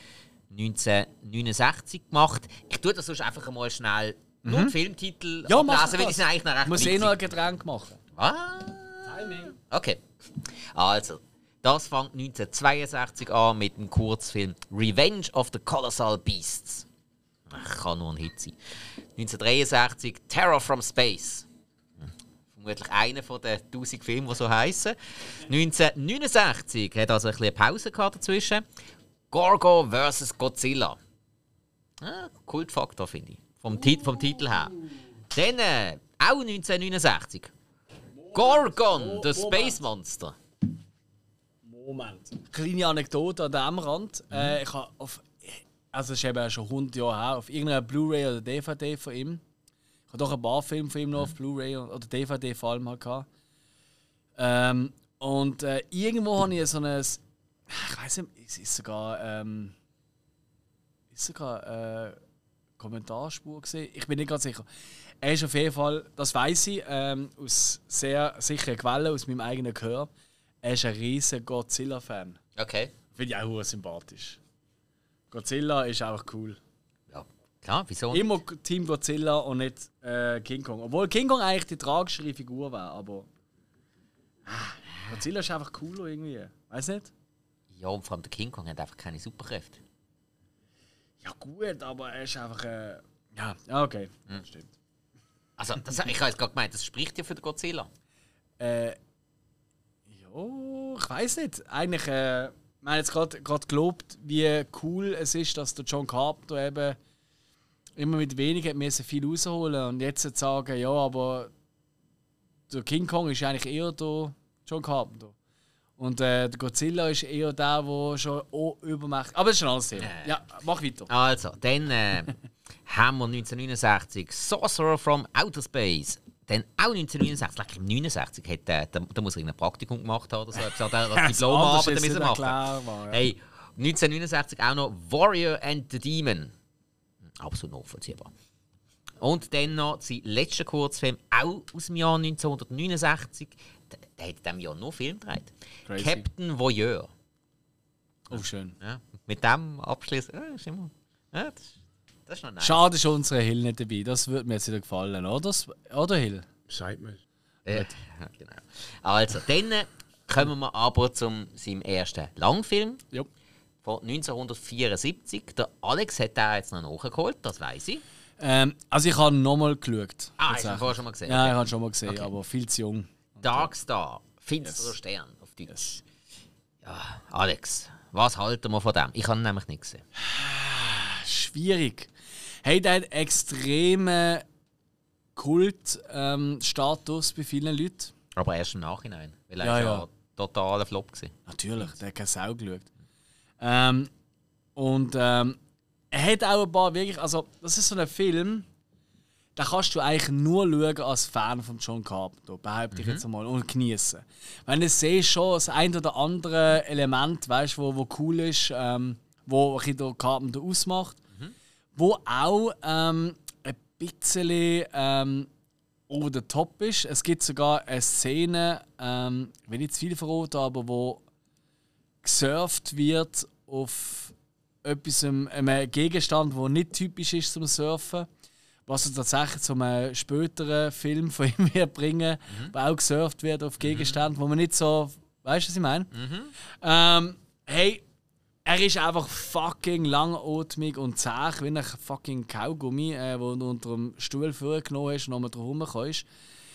Speaker 2: neunzehnhundertneunundsechzig gemacht. Ich tue das sonst einfach mal schnell mhm. nur den Filmtitel
Speaker 1: ja,
Speaker 2: ablesen, weil ich es eigentlich noch recht
Speaker 1: Ich muss eh noch ein Getränk machen.
Speaker 2: Was? Timing. Okay, also... Das fängt neunzehnhundertzweiundsechzig an mit dem Kurzfilm Revenge of the Colossal Beasts. Ach, kann nur ein Hit sein. neunzehnhundertdreiundsechzig Terror from Space. Vermutlich einer von den tausend Filmen, die so heissen. neunzehnhundertneunundsechzig hat also ein bisschen Pause gehabt dazwischen. Gorgo versus Godzilla. Ah, Kultfaktor, finde ich. Vom, Tit vom Titel her. Dann, äh, auch neunzehnhundertneunundsechzig. Gorgon, the Space Monster.
Speaker 1: Moment. Kleine Anekdote an diesem Rand. Mhm. Äh, ich habe auf, also es ist eben schon hundert Jahre her, auf irgendeiner Blu-ray oder D V D von ihm. Ich habe doch ein paar Filme von ihm noch mhm. auf Blu-ray oder D V D vor allem gehabt. Ähm, und äh, irgendwo habe ich so ein, ich weiß nicht, es ist sogar, ähm, ist sogar eine äh, Kommentarspur gesehen. Ich bin nicht ganz sicher. Er ist auf jeden Fall, das weiß ich, ähm, aus sehr sicheren Quellen, aus meinem eigenen Gehör. Er ist ein riesiger Godzilla-Fan.
Speaker 2: Okay.
Speaker 1: Finde ich auch sehr sympathisch. Godzilla ist einfach cool.
Speaker 2: Ja, klar, wieso?
Speaker 1: Immer Team Godzilla und nicht äh, King Kong. Obwohl King Kong eigentlich die tragischere Figur wäre, aber. Ah, Godzilla ist einfach cooler irgendwie. Weißt du nicht?
Speaker 2: Ja, und vor allem der King Kong hat einfach keine Superkräfte.
Speaker 1: Ja, gut, aber er ist einfach. Äh, ja, ja, okay.
Speaker 2: Hm.
Speaker 1: Stimmt.
Speaker 2: Also, das, ich habe jetzt gerade gemeint, das spricht ja für den Godzilla.
Speaker 1: Äh. Oh, ich weiß nicht. Eigentlich, äh, wir haben jetzt gerade gelobt, wie cool es ist, dass der John Carpenter eben immer mit wenig hat müssen viel rausholen und jetzt zu sagen, ja, aber der King Kong ist eigentlich eher der John Carpenter. Und äh, der Godzilla ist eher der, der schon oh, übermächtig. Aber das ist ein anderes Thema. Äh. Ja, mach weiter.
Speaker 2: Also, dann äh, haben wir neunzehnhundertneunundsechzig Sorcerer from Outer Space. Dann auch neunzehnhundertneunundsechzig, like neunundsechzig, hat, äh, da, da muss er ein Praktikum gemacht haben oder so. Er hat das Diplomarbeit müssen machen. Klar, war, ja. Hey, neunzehnhundertneunundsechzig auch noch Warrior and the Demon. Absolut nachvollziehbar. Und dann noch sein letzter Kurzfilm, auch aus dem Jahr neunzehnhundertneunundsechzig. Der, der hat in diesem Jahr noch Film gedreht. Crazy. Captain Voyeur.
Speaker 1: Oh, schön.
Speaker 2: Ja, mit dem Abschluss. Ja, ist immer, ja, das, das ist noch nice.
Speaker 1: Schade ist unsere Hill nicht dabei. Das würde mir jetzt wieder gefallen, oder? Oder Hill?
Speaker 3: Sagt mir.
Speaker 2: Ja, genau. Also, dann kommen wir aber zu seinem ersten Langfilm.
Speaker 1: Ja.
Speaker 2: Von neunzehnhundertvierundsiebzig. Der Alex hat den jetzt noch nachgeholt, das weiß ich.
Speaker 1: Ähm, also ich habe nochmal geschaut.
Speaker 2: Ah, hast du vorher schon mal gesehen?
Speaker 1: Ja,
Speaker 2: okay.
Speaker 1: ich habe schon mal gesehen, okay. Aber viel zu jung.
Speaker 2: Dark Star, finsterer yes. Stern auf Deutsch.
Speaker 1: Yes.
Speaker 2: Ja, Alex, was halten wir von dem? Ich habe ihn nämlich nicht gesehen.
Speaker 1: Schwierig. Hey, der hat extremen Kultstatus ähm, bei vielen Leuten.
Speaker 2: Aber erst im Nachhinein, weil er
Speaker 1: ja,
Speaker 2: ja,
Speaker 1: ja.
Speaker 2: ein totaler Flop war.
Speaker 1: Natürlich, der hat keine Sau geschaut. Ähm, und ähm, er hat auch ein paar wirklich, also das ist so ein Film, den kannst du eigentlich nur schauen als Fan von John Carpenter, behaupte mhm. ich jetzt einmal, und genießen. Wenn du siehst schon das ein oder andere Element, weißt, wo, wo cool ist, ähm, wo ein bisschen Carpenter ausmacht, mhm. wo auch ähm, ein bisschen ähm, over the top ist. Es gibt sogar eine Szene, ähm, ich will nicht zu viel verraten, aber wo gesurft wird auf etwas, einem Gegenstand, der nicht typisch ist zum Surfen. Was er tatsächlich zu einem späteren Film von ihm wird bringen, mhm. wo auch gesurft wird auf Gegenstände, mhm. wo man nicht so. Weißt du, was ich meine?
Speaker 2: Mhm.
Speaker 1: Ähm, hey, er ist einfach fucking langatmig und zäh, wie ein fucking Kaugummi, äh, wo du unter dem Stuhl vorgenommen hast und nochmal drum kommst.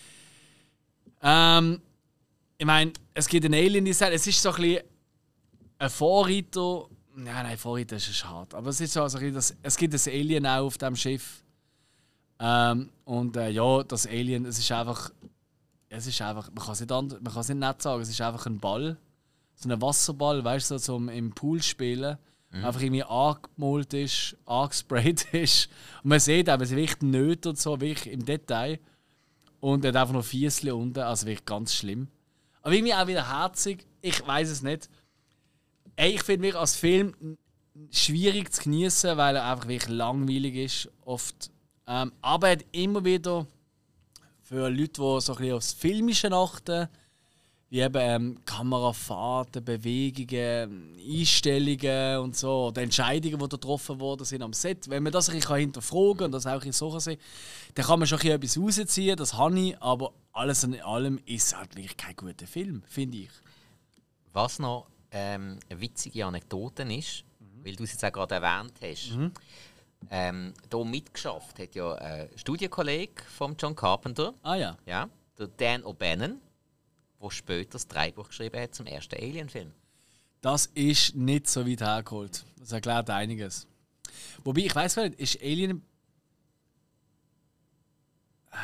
Speaker 1: Ähm, ich meine, es gibt ein Alien-Design, es ist so ein bisschen ein Vorreiter. Nein, nein, Vorreiter ist schade. Aber es ist so, also, das, es gibt ein Alien auch auf diesem Schiff. Ähm, und äh, ja, das Alien, es ist einfach. Es ist einfach. Man kann es nicht, and- man kann es nicht nett sagen, es ist einfach ein Ball. So ein Wasserball, weißt du, so zum im Pool spielen. Mhm. Einfach irgendwie angemalt ist, angesprayt ist. Und man sieht eben, es ist wirklich nicht und so, wirklich im Detail. Und er hat einfach noch Fiesli unten, also wirklich ganz schlimm. Aber irgendwie auch wieder herzig, ich weiß es nicht. Ey, ich finde mich als Film schwierig zu genießen, weil er einfach wirklich langweilig ist, oft. Ähm, aber er hat immer wieder für Leute, die so ein bisschen aufs Filmische achten, wie eben ähm, Kamerafahrten, Bewegungen, Einstellungen und so, oder Entscheidungen, die da getroffen worden sind am Set. Wenn man das ein bisschen hinterfragen kann und das auch in so sehen, dann kann man schon ein bisschen etwas rausziehen, das habe ich, aber alles in allem ist es halt wirklich kein guter Film, finde ich.
Speaker 2: Was noch ähm, eine witzige Anekdote ist, mhm. weil du es jetzt auch gerade erwähnt hast, mhm. ähm, hier mitgeschafft hat ja ein Studienkollege von John Carpenter,
Speaker 1: ah, ja.
Speaker 2: Ja, der Dan O'Bannon, der später das Drehbuch geschrieben hat zum ersten Alien-Film.
Speaker 1: Das ist nicht so weit hergeholt. Das erklärt einiges. Wobei, ich weiß gar nicht, ist Alien.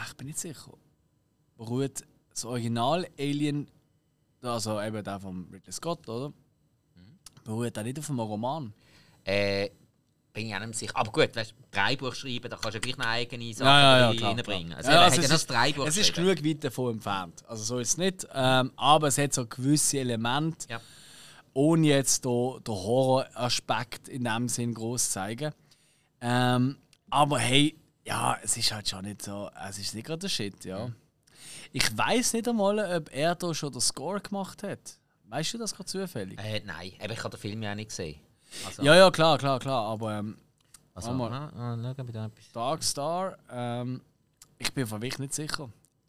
Speaker 1: ich bin nicht sicher. Beruht das Original Alien, also eben der von Ridley Scott, oder? Mhm. Beruht der nicht auf einem Roman?
Speaker 2: Äh, bin ich auch nicht sicher. Aber gut, weißt, Dreibuch schreiben, da kannst du gleich eine eigene Sache
Speaker 1: ja, ja, ja,
Speaker 2: reinbringen. Also,
Speaker 1: ja,
Speaker 2: er
Speaker 1: also
Speaker 2: hat ja
Speaker 1: es,
Speaker 2: noch
Speaker 1: ist,
Speaker 2: das Dreibuch
Speaker 1: es ist genug weit davon entfernt. Also so ist es nicht. Ähm, aber es hat so gewisse Elemente,
Speaker 2: ja.
Speaker 1: ohne jetzt den, den Horroraspekt in dem Sinn groß zu zeigen. Ähm, aber hey, ja, es ist halt schon nicht so. Es ist nicht gerade der Shit, ja. Mhm. Ich weiß nicht einmal, ob er da schon den Score gemacht hat. Weißt du das gerade zufällig?
Speaker 2: Äh, nein, aber ich habe den Film ja auch nicht gesehen. Also,
Speaker 1: ja, ja, klar, klar, klar. Aber ähm,
Speaker 2: also, mal, ah, ah, schau, da etwas.
Speaker 1: Dark Star, ähm, ich bin von wirklich nicht sicher.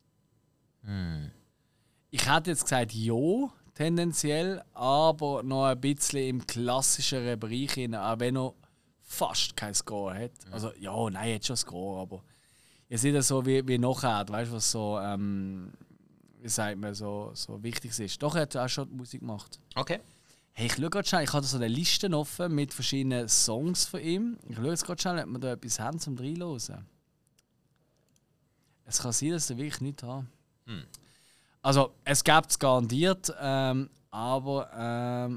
Speaker 2: Hm.
Speaker 1: Ich hätte jetzt gesagt, ja, tendenziell, aber noch ein bisschen im klassischeren Bereich hinein, auch wenn er fast keinen Score hat. Mhm. Also, ja, nein, er hat schon Score, aber ihr seht das so wie, wie nachher, weißt du, was so, ähm, wie sagt man, so, so wichtig ist. Doch, er hat auch schon Musik gemacht.
Speaker 2: Okay.
Speaker 1: Hey, ich schaue gerade schnell, ich habe so eine Liste offen mit verschiedenen Songs von ihm. Ich schaue jetzt gerade schnell, ob wir da etwas haben zum Reinhören. Es kann sein, dass wir wirklich nichts haben. Hm. Also, es gibt es garantiert, ähm, aber ähm,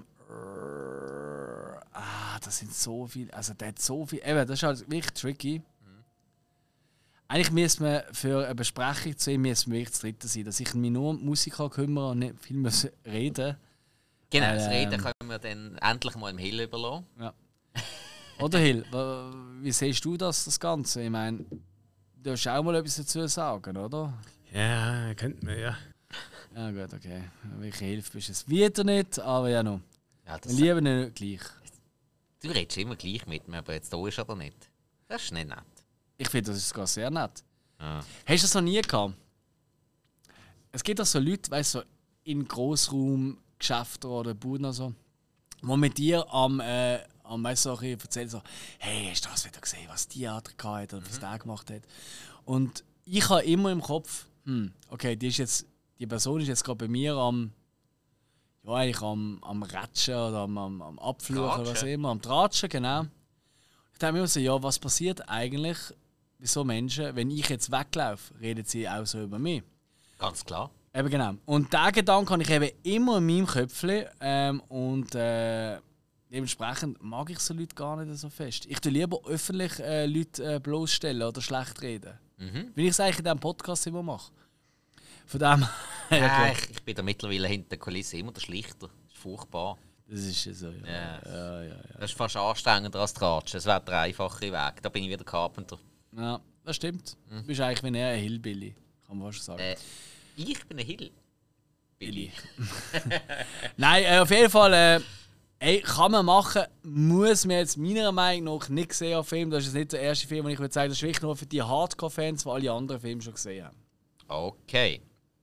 Speaker 1: äh, ah, das sind so viele, also der hat so viel, eben, das ist halt wirklich tricky. Mhm. Eigentlich müssen wir für eine Besprechung zu ihm müssen wir wirklich das Dritte sein, dass ich mich nur um die Musik kümmere und nicht viel muss reden.
Speaker 2: Genau, äh, das Reden können wir dann endlich mal im Hill überlassen.
Speaker 1: Ja. Oder Hill, wie siehst du das, das Ganze? Ich meine, du hast auch mal etwas dazu sagen, oder?
Speaker 3: Ja, könnte man, ja.
Speaker 1: Ja gut, okay. Welche Hilfe bist du es wieder nicht, aber ja noch.
Speaker 2: Ja,
Speaker 1: wir lieben ihn nicht gleich.
Speaker 2: Du redest immer gleich mit mir, aber jetzt da ist er nicht. Das ist nicht nett.
Speaker 1: Ich finde, das ist sogar sehr nett.
Speaker 2: Ja.
Speaker 1: Hast du das noch nie gehabt? Es gibt auch so Leute, weißt du, so in Grossraumgeschäften oder Buden oder so, die mit dir am, äh, am weißt du, erzählen so, hey, hast du das wieder gesehen, was die Theater hat oder was mhm. der gemacht hat? Und ich habe immer im Kopf, hm, okay, die, ist jetzt, die Person ist jetzt gerade bei mir am, ja, eigentlich am, am Ratschen oder am, am, am Abfluchen, was immer, am Tratschen, genau. Ich denke mir immer so, ja, was passiert eigentlich bei so Menschen, wenn ich jetzt weglaufe, reden sie auch so über mich.
Speaker 2: Ganz klar.
Speaker 1: Eben genau. Und diesen Gedanken habe ich eben immer in meinem Köpfchen ähm, und äh, dementsprechend mag ich so Leute gar nicht so fest. Ich tue lieber öffentlich äh, Leute äh, bloßstellen oder schlecht reden. Mhm. Wie ich es eigentlich in diesem Podcast immer mache. Von dem.
Speaker 2: ja, ja, ich, ich bin da mittlerweile hinter der Kulisse immer der Schlichter. Das ist furchtbar.
Speaker 1: Das ist ja so, ja.
Speaker 2: Ja.
Speaker 1: Ja, ja, ja.
Speaker 2: Das ist fast anstrengender als Tratschen. Das wäre der einfachere Weg. Da bin ich wieder Carpenter.
Speaker 1: Ja, das stimmt. Mhm. Du bist eigentlich wie eher ein Hillbilly, kann man fast sagen.
Speaker 2: Äh, ich bin ein Hill. Billy.
Speaker 1: Nein, äh, auf jeden Fall. Äh, Ey, kann man machen, muss man jetzt meiner Meinung nach nicht sehen auf Film. Das ist jetzt nicht der erste Film, den ich würde sagen, das ist wirklich nur für die Hardcore-Fans, die alle anderen Filme schon gesehen haben.
Speaker 2: Okay.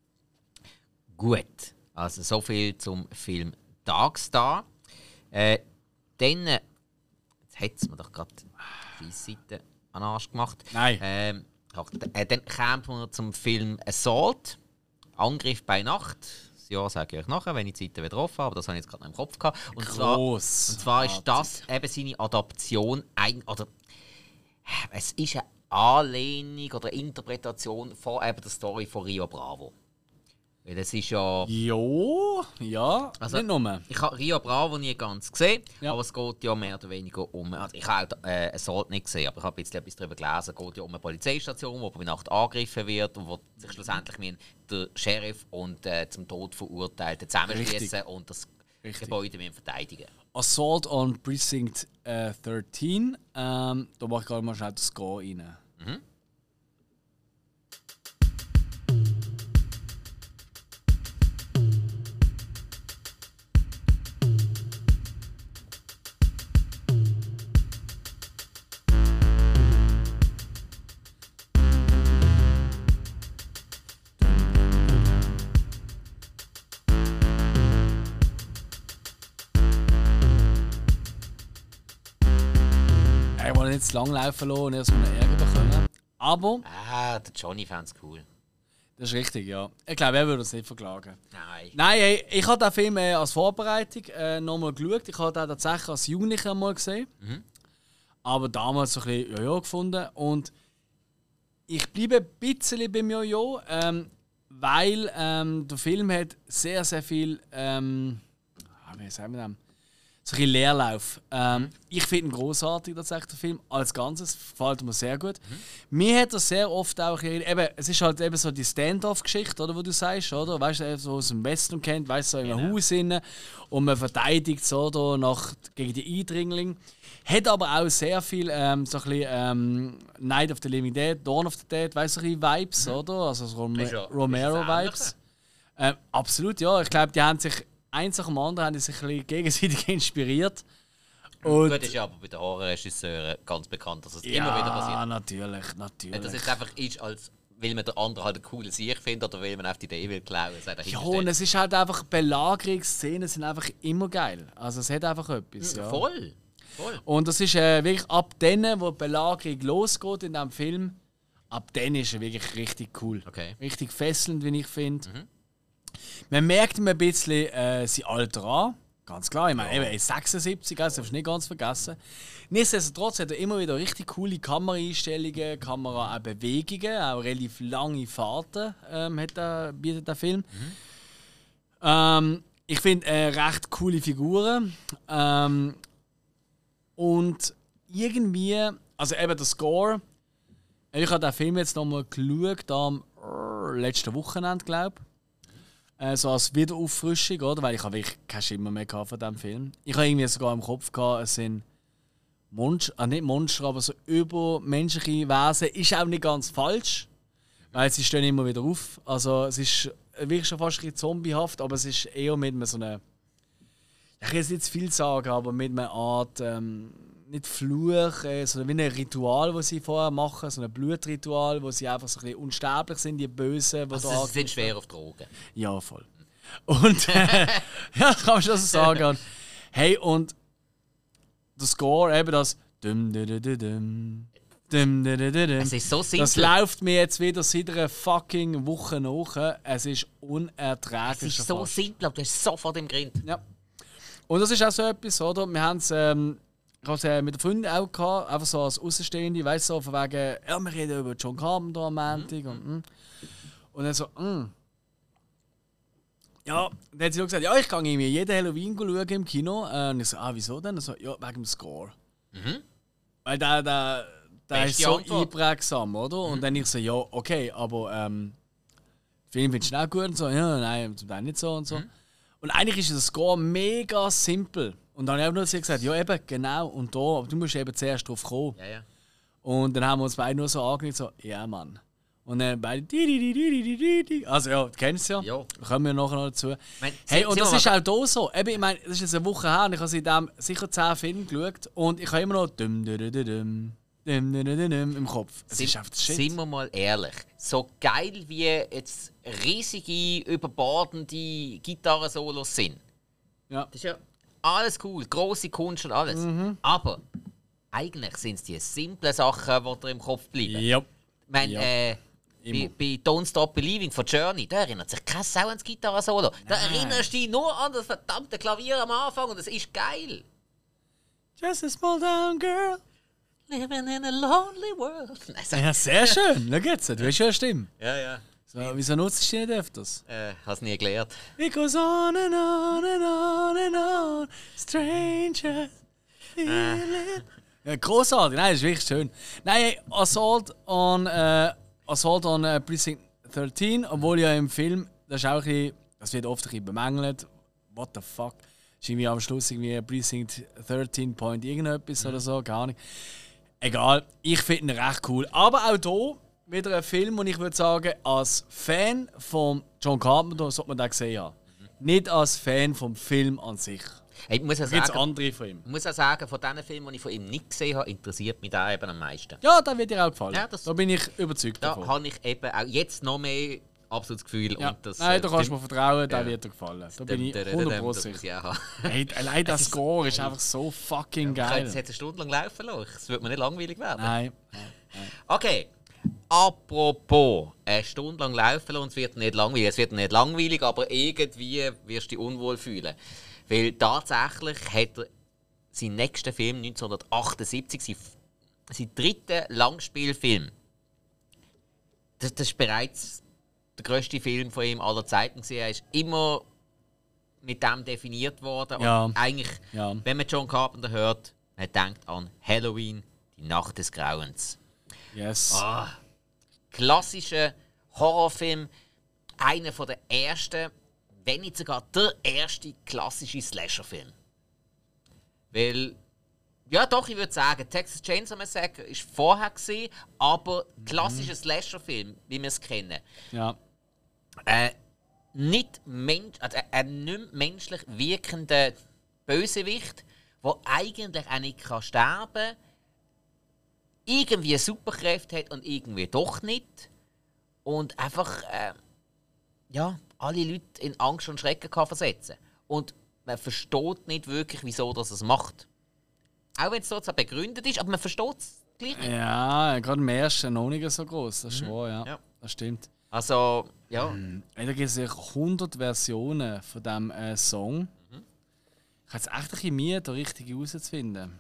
Speaker 2: Gut. Also so viel zum Film Dark Star. Äh, dann, jetzt hat es mir doch gerade die Seite an den Arsch gemacht.
Speaker 1: Nein.
Speaker 2: Ähm, äh, dann kommen wir zum Film Assault. Angriff bei Nacht. Das Jahr sage ich euch nachher, wenn ich die Seite wieder offen habe, aber das habe ich jetzt gerade noch im Kopf gehabt. Und zwar, und zwar ist das eben seine Adaption, ein, oder es ist eine Anlehnung oder Interpretation von eben der Story von Rio Bravo. Weil das ist ja...
Speaker 1: Jo, ja,
Speaker 2: also,
Speaker 1: nicht nur.
Speaker 2: Ich habe Rio Bravo nie ganz gesehen,
Speaker 1: ja.
Speaker 2: aber es geht ja mehr oder weniger um... Also ich habe auch äh, Assault nicht gesehen, aber ich habe ein bisschen etwas darüber gelesen. Es geht ja um eine Polizeistation, die bei Nacht angegriffen wird und wo sich schlussendlich mit der Sheriff und äh, zum Tod verurteilten zusammenschließen und das Richtig. Gebäude mit verteidigen.
Speaker 1: Assault on Precinct äh, dreizehn. Ähm, da mache ich gerade mal schnell das Score rein.
Speaker 2: Mhm.
Speaker 1: Nicht zu lang laufen lassen und erstmal einen Ärger bekommen. Aber...
Speaker 2: Ah, der Johnny fand es cool.
Speaker 1: Das ist richtig, ja. Ich glaube, er würde es nicht verklagen.
Speaker 2: Nein.
Speaker 1: Nein, hey, ich habe den Film äh, als Vorbereitung äh, nochmal geschaut. Ich habe den tatsächlich als Jugendlicher mal gesehen.
Speaker 2: Mhm.
Speaker 1: Aber damals so ein bisschen ja, ja gefunden. Und ich bleibe ein bisschen beim Jojo, ähm, weil ähm, der Film hat sehr, sehr viel, ähm, wie sagen wir das? So ein bisschen Leerlauf. Ähm, ich finde ihn großartig, tatsächlich, der Film. Als Ganzes gefällt mir sehr gut. Mhm. Mir hat er sehr oft auch, eben, es ist halt eben so die Stand-off-Geschichte, oder, wo du sagst, oder? Weißt du, so aus dem Western kennt, weißt du, so in einem genau. Haus innen und man verteidigt so da nach, gegen die Eindringlinge. Hat aber auch sehr viel ähm, so ein bisschen ähm, Night of the Living Dead, Dawn of the Dead, weißt du, so ein bisschen Vibes, mhm. oder? Also so Rom- ja, Romero-Vibes. Ähm, absolut, ja. Ich glaube, die haben sich eins nach dem anderen haben sich ein bisschen gegenseitig inspiriert.
Speaker 2: Und das ist ja aber bei den Horrorregisseuren ganz bekannt, dass es
Speaker 1: ja,
Speaker 2: immer wieder passiert.
Speaker 1: Ja, natürlich, natürlich.
Speaker 2: Wenn das jetzt einfach ist, als weil man der andere halt eine coole Sicht findet oder weil man auf die Idee will klauen.
Speaker 1: Ja, und es ist halt einfach, Belagerungsszenen sind einfach immer geil. Also es hat einfach etwas, ja.
Speaker 2: Voll, voll.
Speaker 1: Und das ist äh, wirklich ab dann, wo die Belagerung losgeht in diesem Film, ab dann ist er wirklich richtig cool.
Speaker 2: Okay.
Speaker 1: Richtig fesselnd, wie ich finde. Mhm. Man merkt ihm ein bisschen äh, sein Alter an. Ganz klar, ich meine, ja. er ist sechsundsiebzig, also das darfst du nicht ganz vergessen. Nichtsdestotrotz hat er immer wieder richtig coole Kameraeinstellungen, Kamerabewegungen, auch relativ lange Fahrten ähm, hat er, bietet der Film. Mhm. Ähm, ich finde äh, recht coole Figuren. Ähm, und irgendwie, also eben der Score, ich habe den Film jetzt nochmal geschaut, am äh, letzten Wochenende, glaube ich. Äh, so als Wiederauffrischung, oder? Weil ich habe wirklich keinen Schimmer mehr von diesem Film. Ich habe irgendwie sogar im Kopf gehabt, es sind Monster, ah, nicht Monster, aber so übermenschliche Wesen. Ist auch nicht ganz falsch, weil sie stehen immer wieder auf. Also es ist wirklich schon fast ein bisschen zombiehaft, aber es ist eher mit so einer, ich kann jetzt nicht zu viel sagen, aber mit einer Art, ähm, nicht Fluch, äh, sondern wie ein Ritual, das sie vorher machen, so ein Blutritual, wo sie einfach so ein bisschen unsterblich sind, die Bösen.
Speaker 2: Also sie sind schwer auf Drogen.
Speaker 1: Ja, voll. Und äh, ja, kann man schon so sagen. Hey, und der Score, eben das dum, dum, dum, dum, dum, dum, dum,
Speaker 2: es ist so simpel.
Speaker 1: Das läuft mir jetzt wieder seit einer fucking Woche nach. Es ist unerträglich.
Speaker 2: Es ist so
Speaker 1: fast.
Speaker 2: simpel, aber du hast sofort im Grind.
Speaker 1: Ja. Und das ist auch so etwas, oder? Wir haben es ähm, ich hatte es mit der Freundin auch gehabt, einfach so als Außenstehende, weißt du, so von wegen, ja, wir reden über John Carpenter am Montag mhm. und, mm. und dann so, mm. ja, dann hat sie auch gesagt, ja, ich kann irgendwie jeden Halloween schauen im Kino. Und ich so, ah, wieso denn? Und so, ja, wegen dem Score. Mhm. Weil der, der, der ist so Antwort. einprägsam, oder? Mhm. Und dann ich so, ja, okay, aber ähm, Film findest du auch gut und so, ja, nein, zum Teil nicht so und so. Mhm. Und eigentlich ist der Score mega simpel. Und dann habe ich auch nur gesagt, ja eben, genau, und da, aber du musst eben zuerst drauf kommen.
Speaker 2: Ja, ja.
Speaker 1: Und dann haben wir uns beide nur so angelegt, so, ja Mann. Und dann beide, di, di, di, di, di, di, di. Also ja, du kennst es ja,
Speaker 2: jo.
Speaker 1: Kommen wir nachher noch dazu.
Speaker 2: Mein,
Speaker 1: hey, und das ist auch hier so. Eben, ich meine, das ist jetzt eine Woche her und ich habe seitdem sicher zehn Filme geschaut und ich habe immer noch dum, dum, dum, dum, dum, dum, dum, dum, im Kopf. Das
Speaker 2: sind,
Speaker 1: ist einfach Shit.
Speaker 2: Sind wir mal ehrlich, so geil wie jetzt riesige, überbordende Gitarren-Solos sind.
Speaker 1: Ja.
Speaker 2: Das ist ja alles cool, grosse Kunst und alles. Mhm. Aber eigentlich sind es die simplen Sachen, die dir im Kopf bleiben.
Speaker 1: Ja.
Speaker 2: Ich meine,
Speaker 1: ja.
Speaker 2: äh, bei, bei Don't Stop Believing von Journey, da erinnert sich kein Sau ans Gitarre-Solo. Da erinnerst du dich nur an das verdammte Klavier am Anfang und das ist geil.
Speaker 1: Just a small town girl.
Speaker 2: Living in a lonely world.
Speaker 1: Ja, sehr schön. Schau jetzt, du hast ja eine Stimme.
Speaker 2: Ja, ja.
Speaker 1: So, wieso nutzt du die nicht öfters?
Speaker 2: Äh, hast nie gelernt.
Speaker 1: It goes on and on and on and on, stranger.
Speaker 2: Äh.
Speaker 1: Ja, großartig, nein, das ist wirklich schön. Nein, Assault on, äh, Assault on äh, Precinct dreizehn, obwohl ja im Film, das ist auch ein bisschen, das wird oft ein bisschen bemängelt. What the fuck? Ist irgendwie am Schluss irgendwie Precinct dreizehn Point irgendetwas mhm. oder so, gar nicht. Egal, ich finde ihn recht cool. Aber auch hier wieder ein Film, und ich würde sagen, als Fan von John Carpenter sollte man den gesehen haben. Mhm. Nicht als Fan vom Film an sich.
Speaker 2: Hey, ich muss ja
Speaker 1: da gibt es
Speaker 2: sagen,
Speaker 1: andere von ihm.
Speaker 2: Ich muss auch sagen, von den Filmen, die ich von ihm nicht gesehen habe, interessiert mich der eben am meisten.
Speaker 1: Ja, der wird dir auch gefallen.
Speaker 2: Ja, das,
Speaker 1: da bin ich überzeugt
Speaker 2: da
Speaker 1: davon.
Speaker 2: Da habe ich eben auch jetzt noch mehr absolutes Gefühl.
Speaker 1: Ja.
Speaker 2: Und das,
Speaker 1: Nein,
Speaker 2: äh,
Speaker 1: da kannst du mir vertrauen, der
Speaker 2: ja.
Speaker 1: wird dir gefallen. Da bin ich hundert Prozent sicher.
Speaker 2: Ja.
Speaker 1: Hey, allein das Score ist einfach so fucking
Speaker 2: ja,
Speaker 1: geil.
Speaker 2: Es hätte eine Stunde lang laufen lassen. Es wird mir nicht langweilig werden.
Speaker 1: Nein. Nein. Nein.
Speaker 2: Okay. Apropos, eine Stunde lang laufen lassen, es wird nicht langweilig. Es wird nicht langweilig, aber irgendwie wirst du dich unwohl fühlen. Weil tatsächlich hat er seinen nächsten Film neunzehnhundertachtundsiebzig, seinen, seinen dritten Langspielfilm, das, das ist bereits der grösste Film von ihm aller Zeiten gewesen. Er ist immer mit dem definiert worden.
Speaker 1: Ja.
Speaker 2: Und eigentlich,
Speaker 1: Ja.
Speaker 2: wenn man John Carpenter hört, man denkt an Halloween, die Nacht des Grauens.
Speaker 1: Yes.
Speaker 2: Ah, klassischer Horrorfilm, einer der ersten, wenn nicht sogar der erste klassische Slasher-Film. Weil, ja doch, ich würde sagen, Texas Chainsaw Massacre war vorher gewesen, aber klassischer Slasher-Film, wie wir es kennen.
Speaker 1: Ja.
Speaker 2: Äh, nicht, mensch, also ein nicht menschlich wirkender Bösewicht, der eigentlich auch nicht kann sterben kann, irgendwie Superkräfte hat und irgendwie doch nicht. Und einfach äh, ja, alle Leute in Angst und Schrecken kann versetzen. Und man versteht nicht wirklich, wieso das es macht. Auch wenn es so zwar begründet ist, aber man versteht es gleich nicht.
Speaker 1: Ja, gerade im ersten noch nicht so groß. Das ist
Speaker 2: Mhm.
Speaker 1: wahr, ja.
Speaker 2: Ja.
Speaker 1: Das stimmt.
Speaker 2: Also, ja.
Speaker 1: Mhm. Da gibt es ja hundert Versionen von diesem äh, Song.
Speaker 2: Mhm.
Speaker 1: Ich habe es echt ein bisschen Mühe, da richtig herauszufinden.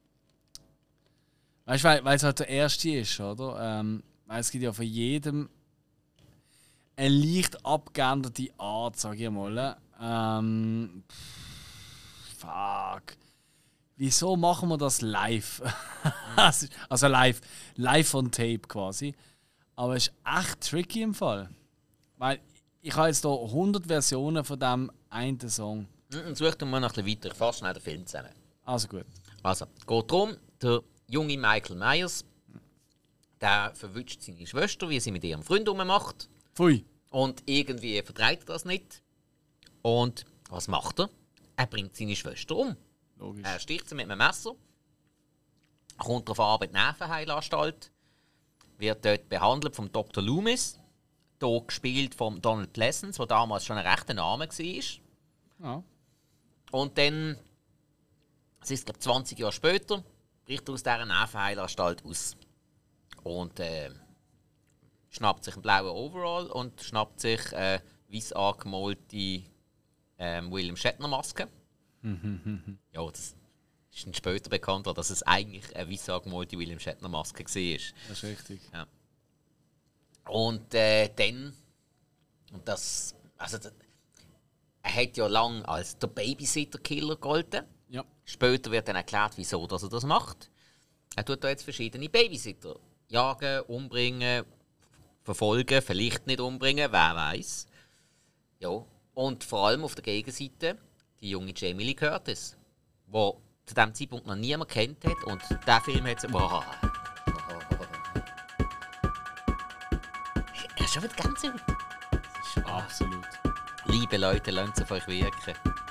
Speaker 1: Weißt du, weil, weil es halt der erste ist, oder? Ähm, weil es gibt ja von jedem eine leicht abgeänderte Art, sage ich mal. Ähm, pff, fuck. Wieso machen wir das live? Also live. Live on Tape quasi. Aber es ist echt tricky im Fall. Weil ich habe jetzt hier hundert Versionen von diesem einen Song.
Speaker 2: Und such mal noch ein bisschen weiter. Ich fasse schnell den Film zusammen.
Speaker 1: Also gut.
Speaker 2: Also, es geht darum, der junge Michael Myers, der verwünscht seine Schwester, wie sie mit ihrem Freund rummacht.
Speaker 1: Pfui.
Speaker 2: Und irgendwie vertreibt er das nicht. Und was macht er? Er bringt seine Schwester um.
Speaker 1: Logisch.
Speaker 2: Er sticht sie mit einem Messer, kommt auf Arbeit in die Nervenheilanstalt, wird dort behandelt vom Doktor Loomis, hier gespielt von Donald Pleasence, der damals schon ein rechter Name war.
Speaker 1: Ja.
Speaker 2: Und dann, es ist glaube zwanzig Jahre später, bricht er aus dieser Nervenheilanstalt aus. Und äh, schnappt sich einen blauen Overall und schnappt sich eine weiss angemalte äh, William Shatner-Maske. Ja, das ist dann später bekannt, dass es eigentlich eine weiss angemalte William Shatner-Maske war.
Speaker 1: Das ist richtig.
Speaker 2: Ja. Und äh, dann, und das, also das, er hat ja lange als der Babysitter-Killer gegolten.
Speaker 1: Ja.
Speaker 2: Später wird dann erklärt, wieso dass er das macht. Er tut da jetzt verschiedene Babysitter jagen, umbringen, verfolgen, vielleicht nicht umbringen, wer weiß. Ja. Und vor allem auf der Gegenseite die junge Jamie Lee Curtis, die zu diesem Zeitpunkt noch niemand kennt hat. Und der Film hat sie. Wow. Er ist schon wieder ganz gut. Das ist
Speaker 1: Absolut.
Speaker 2: Liebe Leute, lasst es auf euch wirken.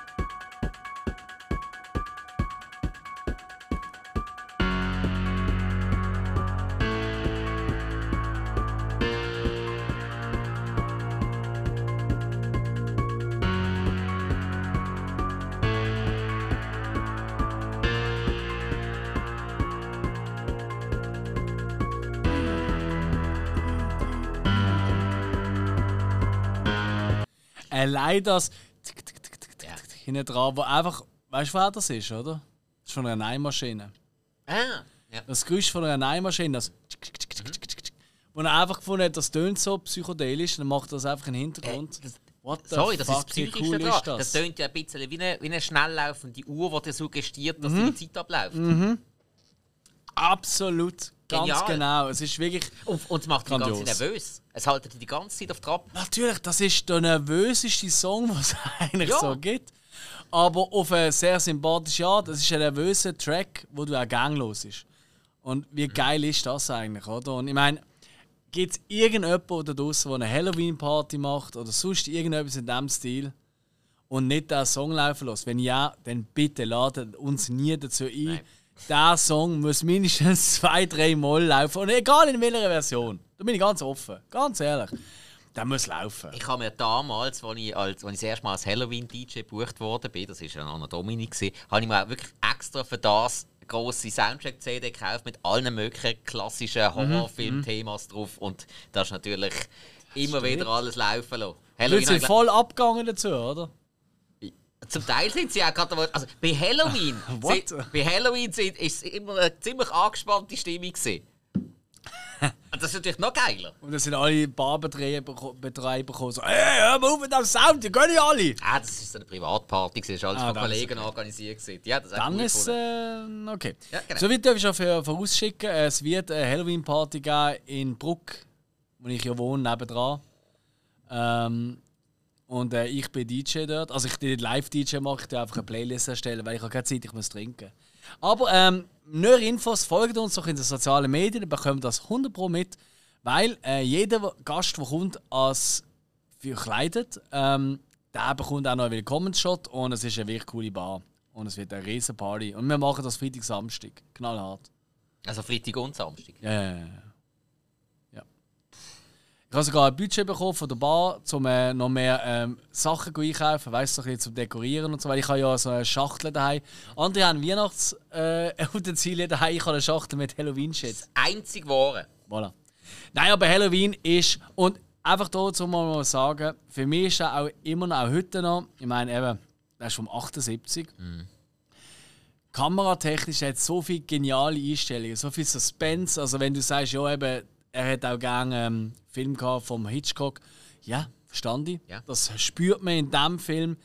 Speaker 1: Allein das tick, tick, tick, tick,
Speaker 2: Ja.
Speaker 1: tick, hinten dran, wo einfach, weißt du, wer das ist, oder? Das ist von einer Nähmaschine.
Speaker 2: Ah, ja.
Speaker 1: Das Geräusch von einer Nähmaschine, das tick, tick, tick, tick, tick, tick, wo er einfach gefunden hat, das tönt so psychedelisch, dann macht er das einfach in den Hintergrund.
Speaker 2: Äh, das-
Speaker 1: What the
Speaker 2: Sorry, das ist das
Speaker 1: fuck, wie
Speaker 2: Psychische
Speaker 1: cool
Speaker 2: dran.
Speaker 1: ist das?
Speaker 2: Das tönt ja ein bisschen wie eine, wie eine schnell laufende Uhr, die dir suggestiert, dass
Speaker 1: Mhm.
Speaker 2: die Zeit abläuft.
Speaker 1: Absolut, ganz
Speaker 2: Genial.
Speaker 1: genau. Es ist wirklich...
Speaker 2: Und, und es macht dich die ganze
Speaker 1: Grandios.
Speaker 2: Zeit nervös. Es haltet dich die ganze Zeit auf Trab.
Speaker 1: Natürlich, das ist der nervöseste Song, den es eigentlich
Speaker 2: Ja.
Speaker 1: so gibt. Aber auf eine sehr sympathische Art. Das ist ein nervöser Track, wo du auch ganglos ist. Und wie geil ist das eigentlich, oder? Und ich meine, gibt es irgendjemanden da draußen, der eine Halloween-Party macht oder sonst irgendetwas in diesem Stil und nicht diesen Song laufen lässt? Wenn ja, dann bitte ladet uns nie dazu ein.
Speaker 2: Nein.
Speaker 1: Der Song muss mindestens zwei, drei Mal laufen. Und egal in welcher Version. Da bin ich ganz offen. Ganz ehrlich. Der muss laufen.
Speaker 2: Ich habe mir damals, als ich, als, als ich das erste Mal als Halloween-D J gebucht worden bin, das war ja Anna Dominik, habe ich mir auch wirklich extra für das eine grosse Soundtrack-C D gekauft mit allen möglichen klassischen Horrorfilm-Themas drauf. Und das ist natürlich immer
Speaker 1: Stimmt.
Speaker 2: wieder alles laufen lassen.
Speaker 1: Die
Speaker 2: Halloween
Speaker 1: Leute sind
Speaker 2: habe
Speaker 1: voll abgegangen dazu, oder?
Speaker 2: ich- Zum Teil sind sie auch gerade. Also bei Halloween,
Speaker 1: What?
Speaker 2: sind, bei Halloween sind, ist es immer eine ziemlich angespannte Stimmung gewesen. Und das ist natürlich noch geiler.
Speaker 1: Und dann sind alle Barbetreiber gekommen, so, hey, hör mal auf mit dem Sound, die gehen ja alle.
Speaker 2: Ah, das war so eine Privatparty, das war alles
Speaker 1: Ah,
Speaker 2: von
Speaker 1: das
Speaker 2: Kollegen organisiert. Ja, das
Speaker 1: Dann
Speaker 2: cool
Speaker 1: ist äh, okay.
Speaker 2: Ja, genau.
Speaker 1: So weit darf ich schon für, vorausschicken, es wird eine Halloween-Party geben in Bruck, wo ich ja wohne, nebendran. Ähm, und äh, ich bin D J dort. Also ich nicht Live-D J mache, ich einfach eine Playlist erstellen, weil ich habe keine Zeit, ich muss trinken. Aber ähm, nähere Infos, folgt uns doch in den sozialen Medien, dann bekommt das hundert Pro mit, weil äh, jeder Gast, der kommt, als verkleidet, ähm, der bekommt auch noch einen Willkommensshot und es ist eine wirklich coole Bar. Und es wird eine riesen Party. Und wir machen das Freitag, Samstag. Knallhart.
Speaker 2: Also Freitag und Samstag?
Speaker 1: Ja, ja, ja. ja. Ich habe sogar ein Budget bekommen von der Bar, um äh, noch mehr ähm, Sachen einkaufen, weißt du, so ein bisschen zum Dekorieren und so. Weil ich habe ja so eine Schachtel daheim. Andere haben Weihnachts-Utensilien äh, daheim. Ich habe eine Schachtel mit Halloween-Shit.
Speaker 2: Das einzig Wahre.
Speaker 1: Voilà. Nein, aber Halloween ist... Und einfach dazu mal sagen, für mich ist das auch immer noch, auch heute noch, ich meine eben, das ist vom achtundsiebzig.
Speaker 2: Mhm.
Speaker 1: Kameratechnisch hat es so viele geniale Einstellungen, so viel Suspense. Also wenn du sagst, ja eben, er hat auch gerne einen ähm, Film gehabt vom Hitchcock. Ja, verstand ich.
Speaker 2: Ja.
Speaker 1: Das spürt man in diesem Film.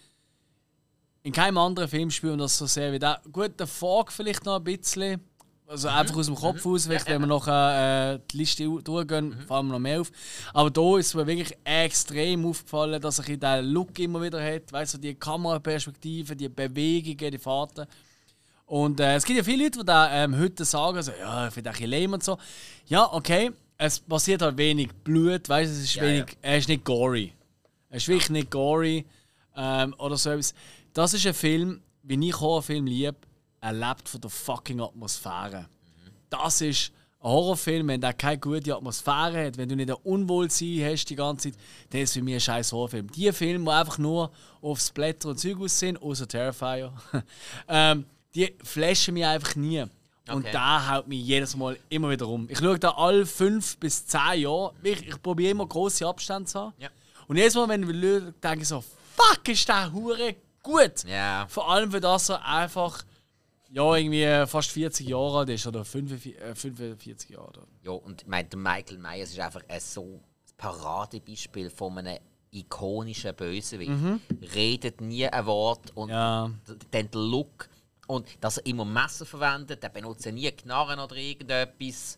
Speaker 1: In keinem anderen Film spürt man das so sehr wie da. Gut, der Fog vielleicht noch ein bisschen. Also mhm. einfach aus dem Kopf mhm. aus, ja, wenn ja. wir nachher äh, die Liste durchgehen, mhm. fallen wir noch mehr auf. Aber da ist mir wirklich extrem aufgefallen, dass er diesen Look immer wieder hat. Weißt du, die Kameraperspektive, die Bewegungen, die Fahrten. Und äh, es gibt ja viele Leute, die da, ähm, heute sagen, also, ja, ich finde ein bisschen lame und so. Ja, okay, es passiert halt wenig Blut, weißt du, es ist ja, wenig, ja. er ist nicht gory. Er ist wirklich nicht gory ähm, oder so etwas. Das ist ein Film, wie ich Horrorfilm liebe, er lebt von der fucking Atmosphäre. Mhm. Das ist ein Horrorfilm, wenn der keine gute Atmosphäre hat, wenn du nicht ein Unwohlsein hast die ganze Zeit, dann ist es für mich ein scheiß Horrorfilm. Die Filme, die einfach nur aufs Blätter und Zeug aus sind, außer Terrifier, ähm, die flashen mich einfach nie. Und okay. da haut mich jedes Mal immer wieder um. Ich schaue da alle fünf bis zehn Jahre. Ich, ich probiere immer grosse Abstände zu haben. Ja. Und jedes Mal, wenn ich schaue, denke ich so, fuck, ist der Hure gut.
Speaker 2: Ja.
Speaker 1: Vor allem, weil das so einfach ja, irgendwie fast vierzig Jahre alt ist oder fünfundvierzig Jahre.
Speaker 2: Ja, und ich meine, der Michael Myers ist einfach ein so ein Paradebeispiel von einem ikonischen Bösewicht. Mhm. Redet nie ein Wort und ja. dann der Look. Und dass er immer Messer verwendet, der benutzt nie Knarren oder irgendetwas.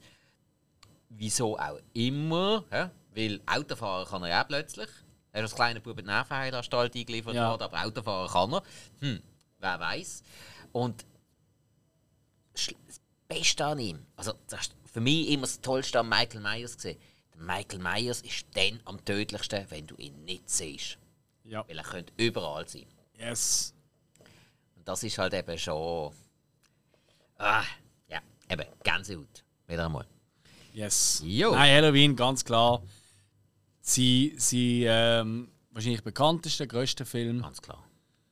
Speaker 2: Wieso auch immer? Hä? Weil Autofahren kann er ja auch plötzlich. Er ist als kleiner Bub in die Nervenheilanstalt eingeliefert ja. worden, aber Autofahren kann er. Hm, wer weiß. Und das Beste an ihm, also das ist für mich immer das Tollste an Michael Myers gesehen. Michael Myers ist dann am tödlichsten, wenn du ihn nicht siehst. Ja. Weil er könnte überall sein.
Speaker 1: Yes.
Speaker 2: Und das ist halt eben schon. Ah, ja, eben, Gänsehaut. Wieder einmal.
Speaker 1: Yes.
Speaker 2: Jo.
Speaker 1: Nein, Halloween, ganz klar. Sie, sie ähm, wahrscheinlich bekannteste, grösste Film.
Speaker 2: Ganz klar.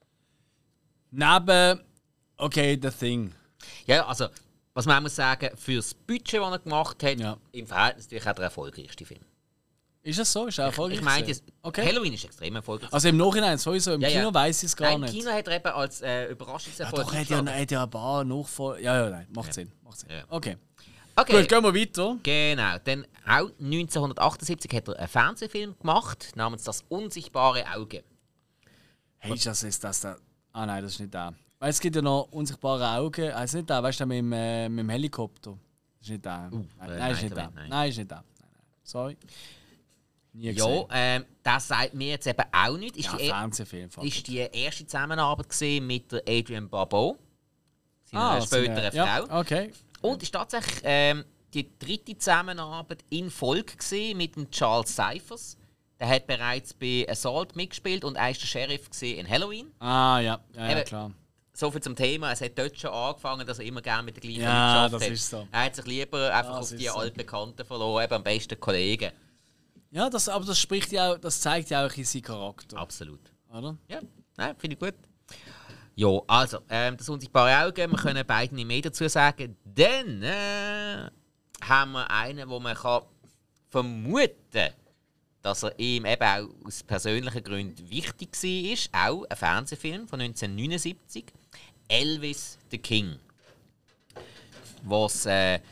Speaker 1: Neben, okay, The Thing.
Speaker 2: Ja, also, was man muss sagen, für das Budget, das er gemacht hat, ja. im Verhältnis natürlich auch der erfolgreichste Film.
Speaker 1: Ist das so? Ist er erfolgreich?
Speaker 2: Ich, ich meine, okay. Halloween ist extrem erfolgreich.
Speaker 1: Also im Nachhinein sowieso, im
Speaker 2: ja,
Speaker 1: Kino
Speaker 2: ja.
Speaker 1: weiß ich es gar
Speaker 2: nein,
Speaker 1: nicht.
Speaker 2: Im Kino hat er eben als äh, Überraschungserfolg.
Speaker 1: Ja, doch, hat ja, hat ja ein paar Nachfolger. Ja, ja, nein, macht ja. Sinn. Macht Sinn. Ja. Okay.
Speaker 2: okay.
Speaker 1: Gut, gehen wir weiter.
Speaker 2: Genau, dann auch neunzehnhundertachtundsiebzig hat er einen Fernsehfilm gemacht, namens Das unsichtbare Auge.
Speaker 1: Hey, ist das, ist das da? Ah nein, das ist nicht der. Weil es gibt ja noch unsichtbare Augen. Ah, ist nicht der, weißt du, mit dem, äh, mit dem Helikopter. Das ist nicht der. Uh, nein, äh, nein, ist nicht der. Nein. nein, ist nicht der. Nein, nein. Sorry. Nie
Speaker 2: ja, ähm, das sagt mir jetzt eben auch nicht. Ist
Speaker 1: ja,
Speaker 2: die
Speaker 1: Fernsehfilm.
Speaker 2: Ist die erste Zusammenarbeit gesehen mit der Adrienne Barbeau, seiner ah, späteren Frau.
Speaker 1: Ja, okay.
Speaker 2: Und ist tatsächlich ähm, die dritte Zusammenarbeit in Folge gesehen mit dem Charles Cyphers. Der hat bereits bei Assault mitgespielt und er war der Sheriff in Halloween.
Speaker 1: Ah ja, ja, ja klar.
Speaker 2: So viel zum Thema. Es hat dort schon angefangen, dass er immer gerne mit den gleichen
Speaker 1: ja,
Speaker 2: Leuten geschafft hat.
Speaker 1: Ist so.
Speaker 2: Er hat sich lieber einfach
Speaker 1: das
Speaker 2: auf die
Speaker 1: so.
Speaker 2: Altbekannten verloren, eben am besten Kollegen.
Speaker 1: Ja, das, aber das spricht ja auch, das zeigt ja auch seinen Charakter.
Speaker 2: Absolut.
Speaker 1: Oder?
Speaker 2: Ja, ja finde ich gut. Ja, also, ähm, das unsichtbare Auge, wir können beiden nicht mehr dazu sagen. Dann äh, haben wir einen, wo man kann vermuten kann, dass er ihm eben auch aus persönlichen Gründen wichtig war. Auch ein Fernsehfilm von neunzehnhundertneunundsiebzig. Elvis the King. Was äh,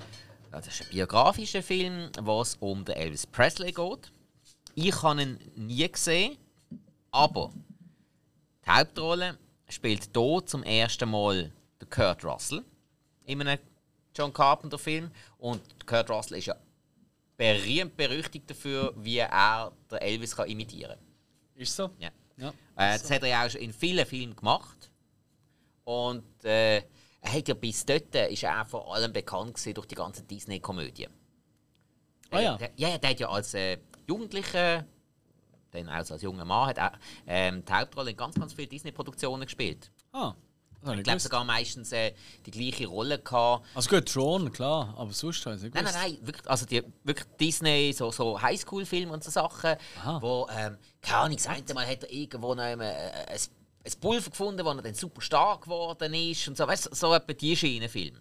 Speaker 2: Das ist ein biografischer Film, wo es um den Elvis Presley geht. Ich habe ihn nie gesehen, aber die Hauptrolle spielt hier zum ersten Mal der Kurt Russell in einem John Carpenter-Film. Und Kurt Russell ist ja berühmt berüchtigt dafür, wie er den Elvis kann imitieren kann.
Speaker 1: Ist so?
Speaker 2: Ja.
Speaker 1: Ja.
Speaker 2: Äh, das hat er ja auch schon in vielen Filmen gemacht. Und äh, er hat ja bis dort ist er auch vor allem bekannt gewesen durch die ganzen Disney-Komödien.
Speaker 1: Ah ja.
Speaker 2: Äh, ja, der hat ja als äh, Jugendlicher, dann auch als junger Mann, hat er ähm, die Hauptrolle in ganz, ganz vielen Disney-Produktionen gespielt.
Speaker 1: Ah, das
Speaker 2: Ich glaube sogar meistens äh, die gleiche Rolle gehabt.
Speaker 1: Also gut, Tron, klar, aber sonst habe ich nicht
Speaker 2: Nein, nein, nein, wirklich, also die wirklich Disney, so, so Highschool-Filme und so Sachen,
Speaker 1: Aha.
Speaker 2: wo, ähm, keine Ahnung, das eine Mal hat er irgendwo noch einmal, äh, ein, ein Pulver gefunden, wo er dann super stark geworden ist und so, weißt du, so etwa die Schienenfilme.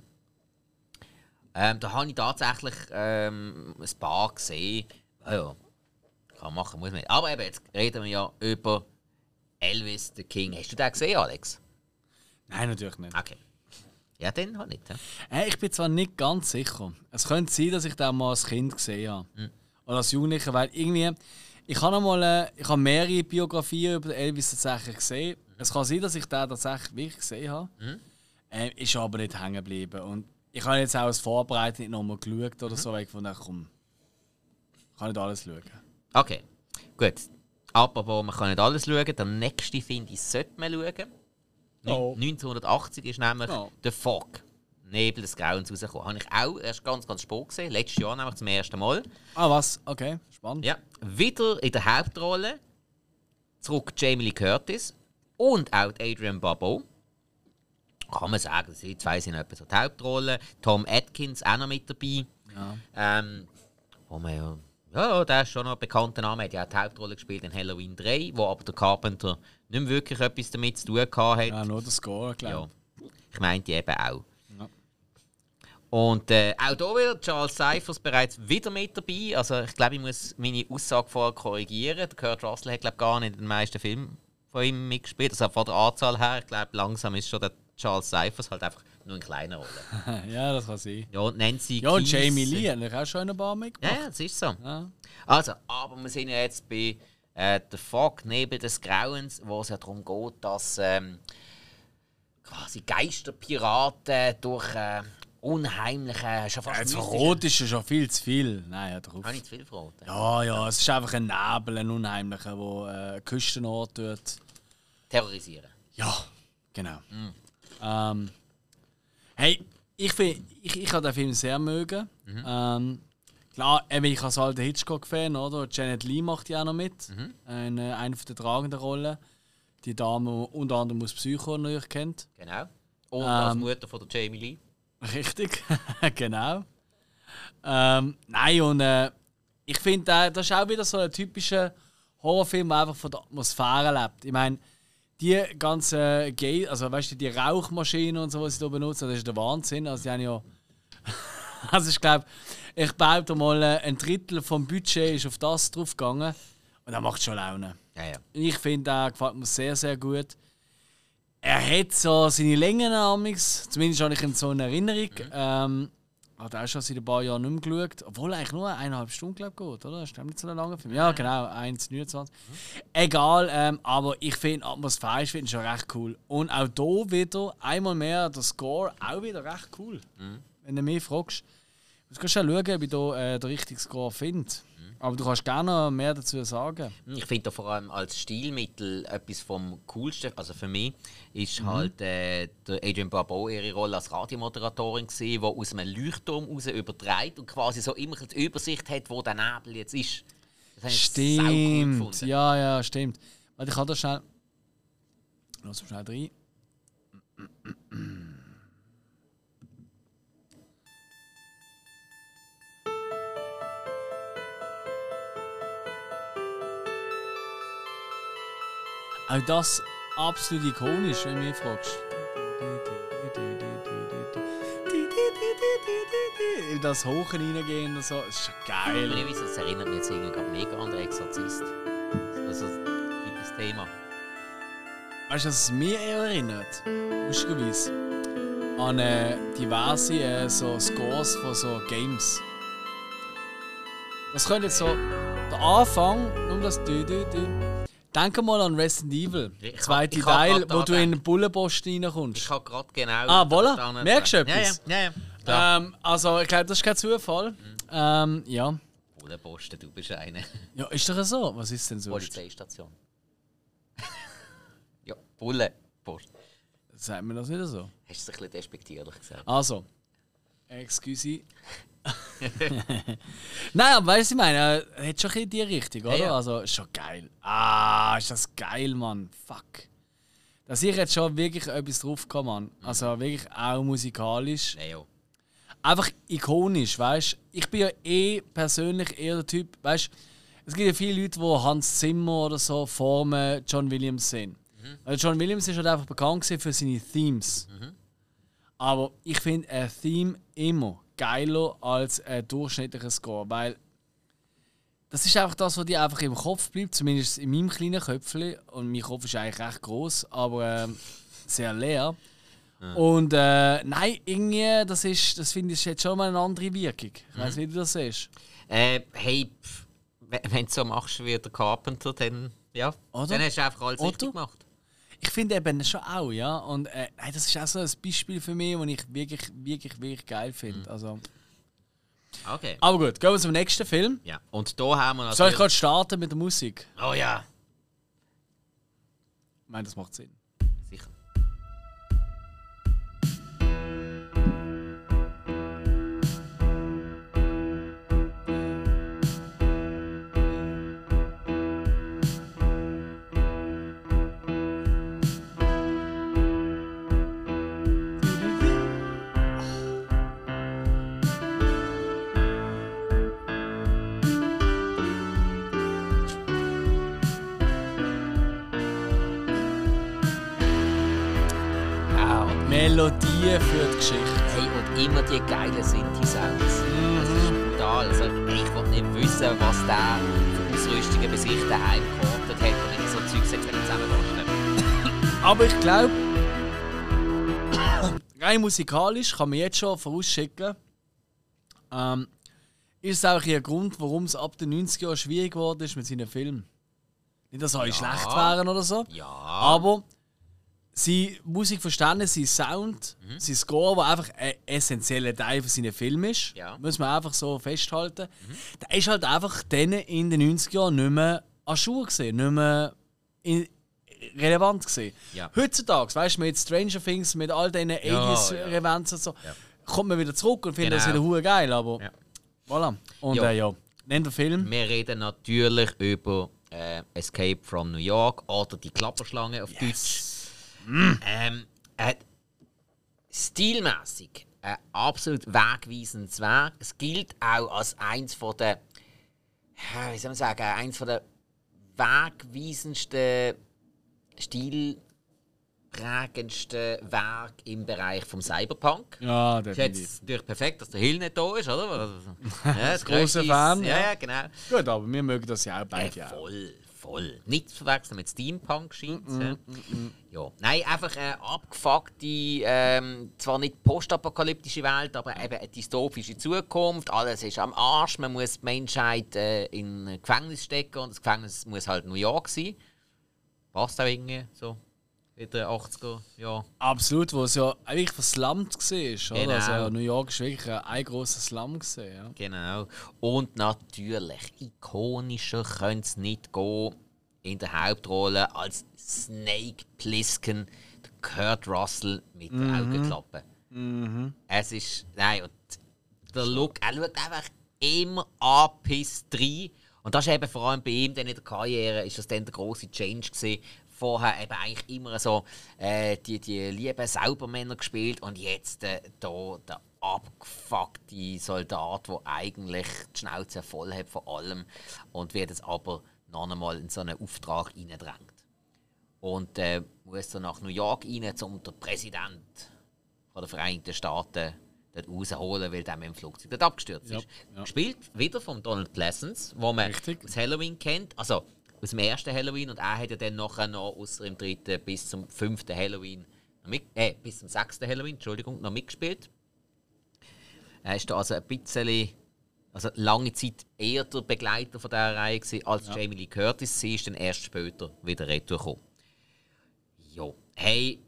Speaker 2: Ähm, da habe ich tatsächlich ähm, ein paar gesehen. Ja, ja, kann machen, muss man nicht. Aber eben, jetzt reden wir ja über Elvis the King. Hast du den gesehen, Alex?
Speaker 1: Nein, natürlich nicht.
Speaker 2: Okay. Ja, den halt nicht. Ja.
Speaker 1: Hey, ich bin zwar nicht ganz sicher. Es könnte sein, dass ich den mal als Kind gesehen habe.
Speaker 2: Mhm.
Speaker 1: Oder als Jugendlicher, weil irgendwie... Ich habe mal, äh, ich habe mehrere Biografien über Elvis tatsächlich gesehen. Mhm. Es kann sein, dass ich den tatsächlich wirklich gesehen habe. Mhm. Äh, ist aber nicht hängen geblieben. Und ich habe jetzt auch als Vorbereitung nicht nochmal geschaut oder mhm. so, weil ich fand, komm, ich kann nicht alles schauen.
Speaker 2: Okay, gut. Apropos, man kann nicht alles schauen. Der nächste, finde ich, sollte man schauen.
Speaker 1: Oh.
Speaker 2: neunzehnhundertachtzig ist nämlich
Speaker 1: oh.
Speaker 2: «The Fog», «Nebel des Grauens» rausgekommen. Habe ich auch erst ganz, ganz spät gesehen. Letztes Jahr nämlich zum ersten Mal.
Speaker 1: Ah, was? Okay, spannend.
Speaker 2: Ja, wieder in der Hauptrolle zurück Jamie Lee Curtis und auch Adrienne Barbeau. Kann man sagen, die zwei sind etwa so die Hauptrolle. Tom Atkins auch noch mit dabei.
Speaker 1: Ja.
Speaker 2: Ähm, wo man ja, ja, der ist schon noch ein bekannter Name. Er hat ja auch die Hauptrolle gespielt in Halloween drei, wo aber der Carpenter nicht mehr wirklich etwas damit zu tun hatte.
Speaker 1: Ja, nur der Score, glaube
Speaker 2: ich. Ja, ich meinte eben auch.
Speaker 1: Ja.
Speaker 2: Und äh, auch hier wieder Charles Cyphers bereits wieder mit dabei. Also ich glaube, ich muss meine Aussage vorher korrigieren. Der Kurt Russell hat glaube gar nicht in den meisten Filmen von ihm mitgespielt. Also von der Anzahl her, ich glaube, langsam ist schon der Charles Cyphers halt einfach nur in kleiner Rolle.
Speaker 1: Ja, das kann sein.
Speaker 2: Ja, und Nancy
Speaker 1: Ja, und
Speaker 2: Keys,
Speaker 1: Jamie Lee hat auch schon ein paar mitgemacht.
Speaker 2: Ja, das ist so.
Speaker 1: Ja.
Speaker 2: Also, aber wir sind ja jetzt bei äh, «The Fog», «Nebel des Grauens», wo es ja darum geht, dass ähm, quasi Geisterpiraten durch äh, unheimliche... Schon fast
Speaker 1: Ja, jetzt
Speaker 2: mystische-
Speaker 1: rot ist ja schon viel zu viel. Nein, ja, drauf.
Speaker 2: Habe ich zu viel verraten?
Speaker 1: Ja, ja, es ist einfach ein Nebel, ein unheimlicher, der äh, Küstenort tut.
Speaker 2: Terrorisieren.
Speaker 1: Ja, genau.
Speaker 2: Mm.
Speaker 1: Ähm, hey, ich, find, ich, ich habe den Film sehr mögen.
Speaker 2: Mhm.
Speaker 1: Ähm, klar, eben, ich als alter Hitchcock-Fan, oder? Janet Leigh macht ja auch noch mit.
Speaker 2: Mhm.
Speaker 1: Eine, eine der tragenden Rollen. Die Dame, die unter anderem aus Psycho natürlich kennt.
Speaker 2: Genau. Und als
Speaker 1: Ähm,
Speaker 2: Mutter von der Jamie Lee.
Speaker 1: Richtig, genau. Ähm, nein, und äh, ich finde, äh, das ist auch wieder so ein typischer Horrorfilm, der einfach von der Atmosphäre lebt. Ich meine, die ganzen Gay, also weißt du, die Rauchmaschinen und so, was sie hier benutzen, das ist der Wahnsinn. Also die haben ja. Also ich glaube, ich behaupte mal, äh, ein Drittel vom Budget ist auf das draufgegangen. Und das macht schon Laune.
Speaker 2: Ja, ja.
Speaker 1: Ich finde, er gefällt mir sehr, sehr gut. Er hat so seine Längen amigs, zumindest habe ich ihn so in Erinnerung. Mhm. Ähm, hat auch schon seit ein paar Jahren nicht mehr geschaut. Obwohl er eigentlich nur eineinhalb Stunden glaub, geht, oder? Das ist nicht so ein langer Film. Ja, genau, eins neunundzwanzig. Mhm. Egal, ähm, aber ich finde atmosphärisch find ich schon recht cool. Und auch hier wieder, einmal mehr, der Score auch wieder recht cool. Mhm. Wenn du mich fragst. Du kannst schon schauen, ob ich hier äh, den richtigen Score finde. Aber du kannst gerne noch mehr dazu sagen.
Speaker 2: Ich finde vor allem als Stilmittel etwas vom Coolsten, also für mich, ist
Speaker 1: Mhm.
Speaker 2: halt äh, der Adrienne Barbeau ihre Rolle als Radiomoderatorin gewesen, die aus einem Leuchtturm raus überträgt und quasi so immer die Übersicht hat, wo der Nebel jetzt ist. Das habe ich saucool
Speaker 1: Stimmt,
Speaker 2: gefunden.
Speaker 1: ja, ja, stimmt. Warte, ich kann da schnell... Lass mich schnell rein. Auch das absolut ikonisch, wenn du mich fragst. In das Hoch reingehen und so, das ist schon geil.
Speaker 2: Ich weiß, das erinnert mich jetzt irgendwie gerade mega an den Exorzist. Also, das Thema.
Speaker 1: Weißt du, was es mich eher erinnert? Lustigerweise. an äh, diverse äh, so Scores von so Games. Das könnte jetzt so der Anfang, um das Dü Dü Dü. Denke mal an Resident Evil,
Speaker 2: Ich hab-
Speaker 1: zweite
Speaker 2: ich hab
Speaker 1: Teil,
Speaker 2: grad
Speaker 1: wo
Speaker 2: da
Speaker 1: du in den Bullenposten reinkommst.
Speaker 2: Ich habe gerade genau.
Speaker 1: Ah, voilà.
Speaker 2: verstanden.
Speaker 1: Merkst du
Speaker 2: Ja,
Speaker 1: etwas?
Speaker 2: ja, ja. ja.
Speaker 1: Ähm, also, ich glaube, das ist kein Zufall.
Speaker 2: Mhm.
Speaker 1: Ähm, ja.
Speaker 2: Bullenposten, du bist eine.
Speaker 1: Ja, ist doch so. Was ist denn so?
Speaker 2: Polizeistation. Ja, Bullenposten.
Speaker 1: Sagt man das nicht so?
Speaker 2: Hast du es ein bisschen despektierlich gesagt?
Speaker 1: Also, excuse. Nein, aber weißt du, ich meine, er hat schon ein bisschen in die Richtung, oder?
Speaker 2: Ja, ja.
Speaker 1: Also, ist schon geil. Ah, ist das geil, Mann. Fuck. Da sehe ich jetzt schon wirklich etwas drauf gehabt, Mann. Also wirklich auch musikalisch.
Speaker 2: Nein, ja.
Speaker 1: Einfach ikonisch, weißt du? Ich bin ja eh persönlich eher der Typ, weißt du, es gibt ja viele Leute, die Hans Zimmer oder so formen John Williams sehen. Mhm. Weil John Williams ist halt einfach bekannt gewesen für seine Themes. Mhm. Aber ich finde ein Theme immer geiler als ein durchschnittlicher Score, weil das ist einfach das, was dir einfach im Kopf bleibt, zumindest in meinem kleinen Köpfchen. Und mein Kopf ist eigentlich recht groß, aber ähm, sehr leer. Ja. Und äh, nein, irgendwie, das, ist, das finde ich jetzt schon mal eine andere Wirkung. Ich weiß nicht, wie du das siehst.
Speaker 2: Äh, hey, pff, wenn du so machst wie der Carpenter, dann, ja,
Speaker 1: Oder?
Speaker 2: dann hast du einfach alles
Speaker 1: Oder?
Speaker 2: richtig gemacht.
Speaker 1: Ich finde eben schon auch, ja. Und äh, nein, das ist auch so ein Beispiel für mich, das ich wirklich, wirklich, wirklich geil finde. Mhm. Also,
Speaker 2: okay.
Speaker 1: aber gut, gehen wir zum nächsten Film.
Speaker 2: Ja. Und da haben wir natürlich...
Speaker 1: Soll ich gerade starten mit der Musik?
Speaker 2: Oh ja.
Speaker 1: Ich meine, das macht Sinn.
Speaker 2: Sicher.
Speaker 1: Melodien für die Geschichte.
Speaker 2: Hey, und immer die geilen Synthi-Sounds. Mhm. Das ist brutal. Also, ich wollte nicht wissen, was der für Ausrüstungen bei sich daheim gehortet hat und ich so Zeugs jetzt zusammenbasteln.
Speaker 1: Aber ich glaube, rein musikalisch kann man jetzt schon vorausschicken, ähm, ist es auch ein Grund, warum es ab den neunziger Jahren schwierig geworden ist mit seinen Filmen. Nicht, dass alle
Speaker 2: Ja.
Speaker 1: schlecht wären oder so,
Speaker 2: Ja.
Speaker 1: aber sein Musikverständnis, sein Sound, mhm. sein Score, der einfach ein essentieller Teil von seinen Filmen ist,
Speaker 2: Ja.
Speaker 1: muss man einfach so festhalten. Mhm. Der ist halt einfach dann in den neunziger Jahren nicht mehr an Schuhe gesehen, nicht mehr in, relevant gesehen.
Speaker 2: Ja.
Speaker 1: Heutzutage, weißt du, mit Stranger Things, mit all diesen achtziger-Events
Speaker 2: ja.
Speaker 1: und so,
Speaker 2: Ja.
Speaker 1: kommt man wieder zurück und findet
Speaker 2: Genau.
Speaker 1: das wieder hure geil, aber
Speaker 2: Ja.
Speaker 1: voilà. Und
Speaker 2: Ja.
Speaker 1: äh, ja, nennt der Film.
Speaker 2: Wir reden natürlich über äh, Escape from New York oder die Klapperschlange auf Deutsch. Mm. Ähm, äh, stilmäßig ein absolut wegweisendes Werk. Es gilt auch als eins von der, äh, wie soll man sagen, eins von der wegweisendsten, stilprägendsten Werke im Bereich vom Cyberpunk.
Speaker 1: Ja,
Speaker 2: Es ist
Speaker 1: definitiv.
Speaker 2: jetzt natürlich perfekt, dass der Hill nicht da ist, oder? Ja, das
Speaker 1: Grosser
Speaker 2: grösste
Speaker 1: Fan,
Speaker 2: ist-
Speaker 1: ja.
Speaker 2: Ja, ja, genau.
Speaker 1: Gut, aber wir mögen das ja auch beide.
Speaker 2: Ja,
Speaker 1: auch.
Speaker 2: voll, voll. Nicht zu verwechseln mit Steampunk scheint
Speaker 1: Mm,
Speaker 2: ja. Ja. Nein, einfach eine abgefuckte, ähm, zwar nicht postapokalyptische Welt, aber eben eine dystopische Zukunft. Alles ist am Arsch, man muss die Menschheit äh, in ein Gefängnis stecken und das Gefängnis muss halt New York sein. Passt auch irgendwie so in den achtziger Jahren.
Speaker 1: Absolut, wo es ja wirklich verslummt war. Oder?
Speaker 2: Genau.
Speaker 1: Also New York war wirklich ein, ein grosser Slum. Gewesen, ja.
Speaker 2: Genau. Und natürlich, ikonischer könnte es nicht gehen in der Hauptrolle als Snake Plissken, der Kurt Russell mit der Augenklappe.
Speaker 1: Mhm.
Speaker 2: Es ist. Nein, und der Look, er schaut einfach immer angepisst rein. Und das ist eben vor allem bei ihm dann in der Karriere ist das dann der grosse Change gewesen. Vorher eben eigentlich immer so äh, die, die lieben Saubermänner gespielt und jetzt äh, da der abgefuckte Soldat, der eigentlich die Schnauze voll hat von allem und wird jetzt aber noch einmal in so einen Auftrag reindrängt. Und äh, muss dann nach New York rein, um den Präsident der Vereinigten Staaten dort rausholen, weil der mit dem Flugzeug dort abgestürzt
Speaker 1: Ja,
Speaker 2: ist.
Speaker 1: ja.
Speaker 2: Gespielt wieder von Donald Pleasence, wo man
Speaker 1: Richtig.
Speaker 2: aus Halloween kennt. Also aus dem ersten Halloween und er hat ja dann nachher noch außer im dritten bis zum fünften Halloween mit, äh, bis zum sechsten Halloween, Entschuldigung, noch mitgespielt. Er ist da also ein bisschen, also lange Zeit eher der Begleiter von dieser Reihe gewesen, als ja. Jamie Lee Curtis. Sie ist dann erst später wieder retourgekommen. Ja, hey,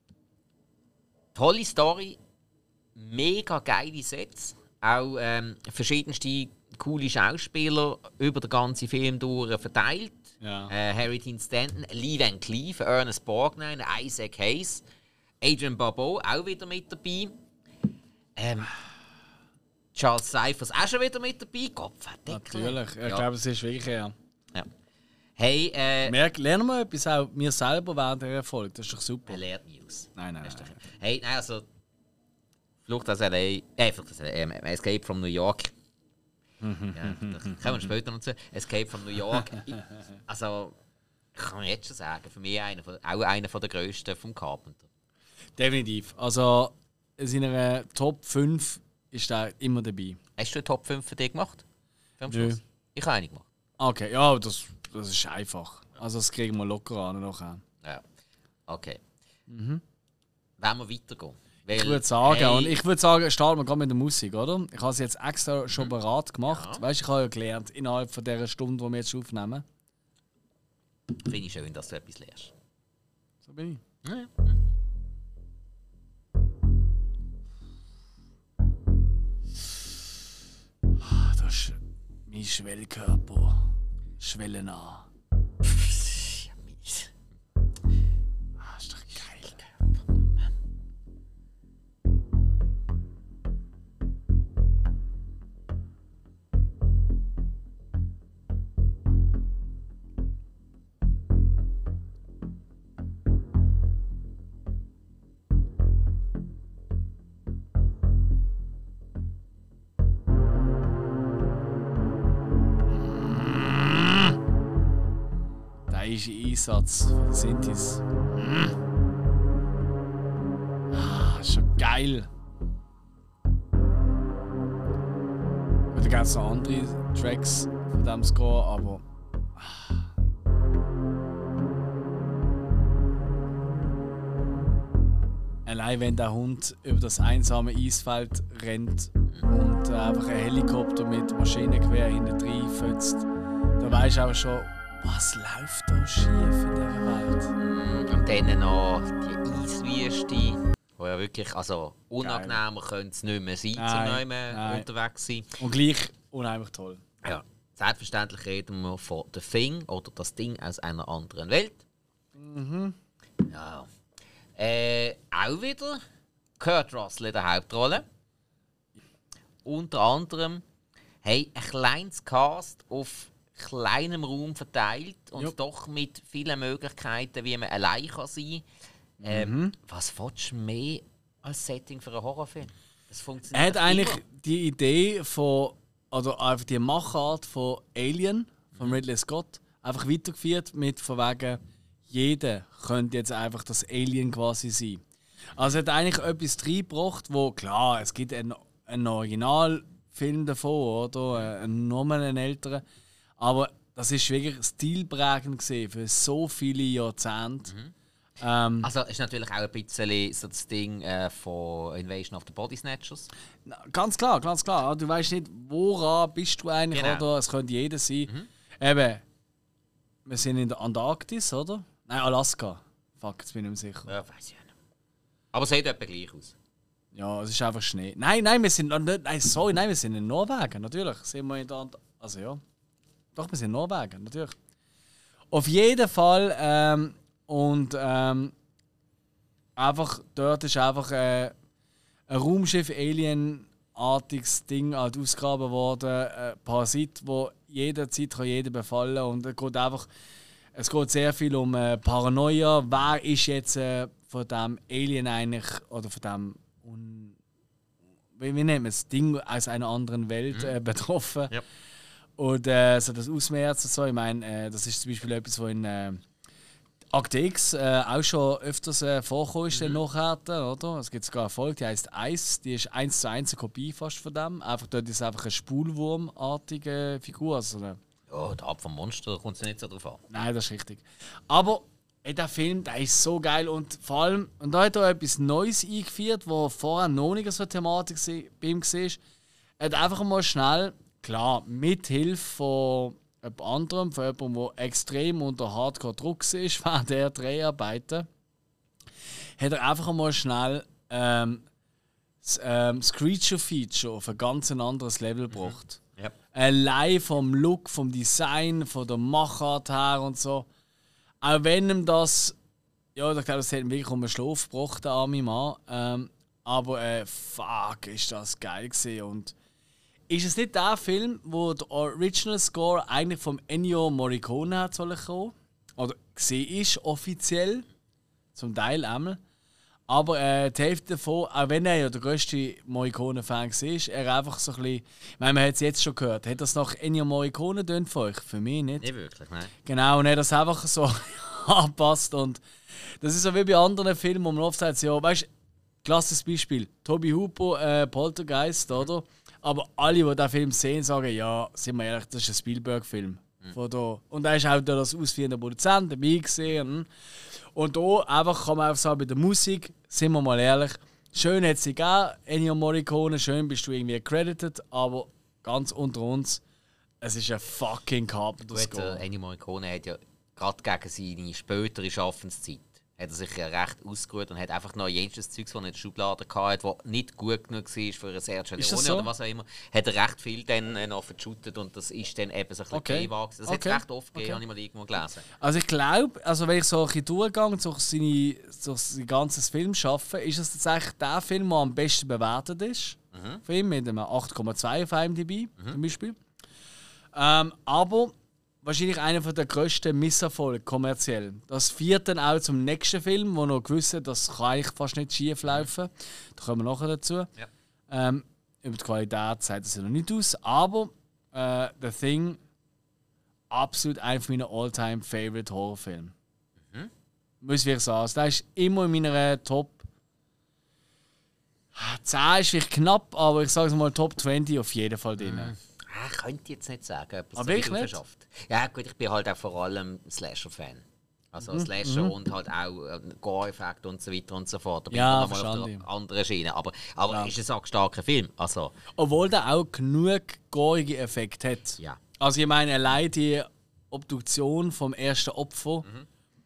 Speaker 2: tolle Story, mega geile Sets, auch ähm, verschiedenste coole Schauspieler über den ganzen Film durch verteilt. Ja. Äh, Harry Dean Stanton, Lee Van Cleef, Ernest Borgnine, Isaac Hayes, Adrian Barbeau auch wieder mit dabei. Ähm, Charles Cyphers auch schon wieder mit dabei. Gott verdammt.
Speaker 1: Natürlich, ich
Speaker 2: ja.
Speaker 1: glaube, es ist wirklich ja.
Speaker 2: ja. Hey, äh...
Speaker 1: Merk, lernen wir etwas auch wir selber während der Erfolg. Das ist doch super.
Speaker 2: Er lernt News.
Speaker 1: Nein, nein, nein.
Speaker 2: nein. Hey, nein, also... Flucht aus L A... Äh, Flucht aus L A... Ähm, Escape from New York. Ja, da kommen wir später noch zu. Escape from New York. Ich, also, ich kann jetzt schon sagen, für mich einer von, auch einer der grössten vom Carpenter.
Speaker 1: Definitiv. Also, in seiner Top fünf ist er immer dabei.
Speaker 2: Hast du eine Top fünf für dich gemacht? Für
Speaker 1: Nö.
Speaker 2: Ich habe eine gemacht.
Speaker 1: Okay, ja, das, das ist einfach. Also, das kriegen wir locker an nachher.
Speaker 2: Ja, okay.
Speaker 1: Mhm.
Speaker 2: Wollen wir weitergehen? Weil,
Speaker 1: ich würde sagen,
Speaker 2: hey,
Speaker 1: und ich würde sagen, starten wir gerade mit der Musik, oder? Ich habe es jetzt extra schon mhm. bereit gemacht. Ja. Weißt du, ich habe ja gelernt, innerhalb von dieser Stunde, die wir jetzt aufnehmen.
Speaker 2: Finde ich schön, dass du etwas lernst.
Speaker 1: So bin ich.
Speaker 2: Ja.
Speaker 1: Das ist mein Schwellkörper. Schwellen an.
Speaker 2: Ja, mies.
Speaker 1: Ah, ist doch geil. Einsatz von den Synthes. Ah, ist schon geil. Da gibt es noch andere Tracks von diesem Score, aber. Allein wenn der Hund über das einsame Eisfeld rennt und äh, einfach ein Helikopter mit Maschinengewehr hinten drin fetzt, da weisst du auch schon, was läuft da schief in dieser Welt?
Speaker 2: Und dann noch die Eiswüste, wo ja wirklich, also unangenehmer könnte es nicht mehr sein, zum neuen unterwegs sein.
Speaker 1: Und gleich unheimlich toll.
Speaker 2: Ja, selbstverständlich reden wir von The Thing oder das Ding aus einer anderen Welt.
Speaker 1: Mhm.
Speaker 2: Ja. Äh, auch wieder Kurt Russell in der Hauptrolle. Unter anderem hey, ein kleines Cast auf kleinem Raum verteilt und yep. doch mit vielen Möglichkeiten, wie man allein kann sein kann. Ähm, mhm. Was willst du mehr als Setting für einen Horrorfilm? Das funktioniert.
Speaker 1: Er hat eigentlich immer. Die Idee von, oder einfach die Machart von Alien, von mhm. Ridley Scott, einfach weitergeführt mit von wegen, jeder könnte jetzt einfach das Alien quasi sein. Also er hat eigentlich etwas reingebracht, wo, klar, es gibt einen, einen Originalfilm davon, oder? Einen nochmal einen älteren. Aber das ist wirklich stilprägend für so viele Jahrzehnte.
Speaker 2: Mhm.
Speaker 1: Ähm,
Speaker 2: also ist natürlich auch ein bisschen so das Ding äh, von Invasion of the Body Snatchers.
Speaker 1: Na, ganz klar, ganz klar. Du weißt nicht, woran bist du eigentlich, genau. Oder? Es könnte jeder sein. Mhm. Eben, wir sind in der Antarktis, oder? Nein, Alaska. Fuck, jetzt bin ich nicht sicher.
Speaker 2: Ja, weiß ich nicht. Aber es sieht etwa gleich aus.
Speaker 1: Ja, es ist einfach Schnee. Nein, nein, wir sind nicht. Nein, sorry, nein, wir sind in Norwegen, natürlich. Sind wir in der Ant- also ja. Doch, wir sind in Norwegen, natürlich. Auf jeden Fall. Ähm, und ähm, einfach, dort ist einfach äh, ein Raumschiff, Alien-artiges Ding halt ausgegraben worden. Ein Parasit, wo jederzeit kann jeden befallen kann. Und es geht einfach. Es geht sehr viel um äh, Paranoia. Wer ist jetzt äh, von dem Alien eigentlich, oder von dem Un wie, wie nennt man es, Ding aus einer anderen Welt äh, betroffen? Ja. Und äh, so das Ausmerzen und so. Ich meine, äh, das ist zum Beispiel etwas, was in äh, Akte X äh, auch schon öfters äh, vorgekommen ist, mhm. nachher, oder? Es gibt sogar eine Folge, die heisst Ice, die ist eins zu eins eine Kopie fast von dem. Einfach dort ist einfach eine Spulwurmartige Figur. Also eine
Speaker 2: ja, der Art vom Monster kommt es nicht so drauf an.
Speaker 1: Nein, das ist richtig. Aber Ey, der Film, der ist so geil und vor allem, und da hat er etwas Neues eingeführt, wo vorher noch nicht so eine Thematik bei ihm war. Er hat einfach mal schnell, klar, mit Hilfe von jemand anderem, von jemandem, der extrem unter Hardcore-Druck war, während der Dreharbeiten, hat er einfach mal schnell ähm, das, ähm, das Creature-Feature auf ein ganz anderes Level gebracht.
Speaker 2: Mhm. Ja.
Speaker 1: Allein vom Look, vom Design, von der Machart her und so. Auch wenn ihm das, ja, ich glaube, das hat ihm wirklich um einen Schlaf gebracht, der arme Mann. Ähm, aber äh, fuck, ist das geil gewesen. Und ist es nicht der Film, wo der Original Score eigentlich vom Ennio Morricone hat sollen kommen? Oder gesehen ist, offiziell. Zum Teil einmal. Aber äh, die Hälfte davon, auch wenn er ja der grösste Morricone-Fan war, er einfach so ein bisschen, ich meine, man hat es jetzt schon gehört, hat das nach Ennio Morricone tönt für euch? Für mich nicht.
Speaker 2: Nicht wirklich, nein.
Speaker 1: Genau, und er hat das einfach so angepasst. Und das ist so wie bei anderen Filmen, wo man oft sagt, ja, weißt du, klassisches Beispiel, Toby Hooper, äh, Poltergeist, oder? Aber alle, die diesen Film sehen, sagen, ja, sind wir ehrlich, das ist ein Spielberg-Film. Mhm. Und er ist auch da das ausführende Produzent dabei gesehen. Und hier einfach kann man einfach sagen, bei der Musik, sind wir mal ehrlich, schön hat es sich gegeben, Ennio Morricone, schön bist du irgendwie credited, aber ganz unter uns, es ist ein fucking Carpenter-Score.
Speaker 2: Ennio Morricone hat ja gerade gegen seine spätere Schaffenszeit hat er sich ja recht ausgeruht und hat einfach noch jenes Zeugs, das er in der Schublade hatte, das nicht gut genug war für einen Sergio Leone
Speaker 1: so?
Speaker 2: oder was auch immer, hat er recht viel dann noch verschüttet und das ist dann eben so ein bisschen
Speaker 1: Okay.
Speaker 2: gewachsen. Das
Speaker 1: Okay.
Speaker 2: hat es recht oft gegeben,
Speaker 1: Okay.
Speaker 2: habe ich mal irgendwo gelesen.
Speaker 1: Also ich glaube, also wenn ich so ein bisschen durchgehe durch, seine, durch sein ganzes Film arbeite, ist es tatsächlich der Film, der am besten bewertet ist.
Speaker 2: Mhm.
Speaker 1: Von ihm mit einem acht Komma zwei auf IMDb mhm. zum Beispiel. Ähm, aber wahrscheinlich einer der grössten Misserfolge kommerziell. Das führt dann auch zum nächsten Film, wo noch gewusst hat, das kann eigentlich fast nicht schief laufen. Da kommen wir nachher dazu.
Speaker 2: Ja.
Speaker 1: Ähm, über die Qualität sagt es ja noch nicht aus, aber äh, The Thing, absolut einer meiner all-time favorite Horrorfilme. Mhm. Muss ich wirklich sagen. Also, der ist immer in meiner Top zehn ist vielleicht knapp, aber ich sage es mal Top zwanzig auf jeden Fall drin.
Speaker 2: Mhm. Ich könnte jetzt nicht sagen, ob es
Speaker 1: aber
Speaker 2: so
Speaker 1: wirklich
Speaker 2: viel
Speaker 1: nicht?
Speaker 2: verschafft. Ja gut, ich bin halt auch vor allem Slasher-Fan. Also
Speaker 1: Mhm.
Speaker 2: Slasher
Speaker 1: Mhm.
Speaker 2: und halt auch äh, Gore-Effekt und so weiter und so fort. Da bin
Speaker 1: Ja,
Speaker 2: ich nochmal auf
Speaker 1: verstanden.
Speaker 2: der anderen Schiene. Aber, aber
Speaker 1: Ja.
Speaker 2: ist es auch ein starker Film. Also,
Speaker 1: Obwohl der auch genug gorige Effekte hat.
Speaker 2: ja.
Speaker 1: Also ich meine, allein die Obduktion vom ersten Opfer.
Speaker 2: Mhm.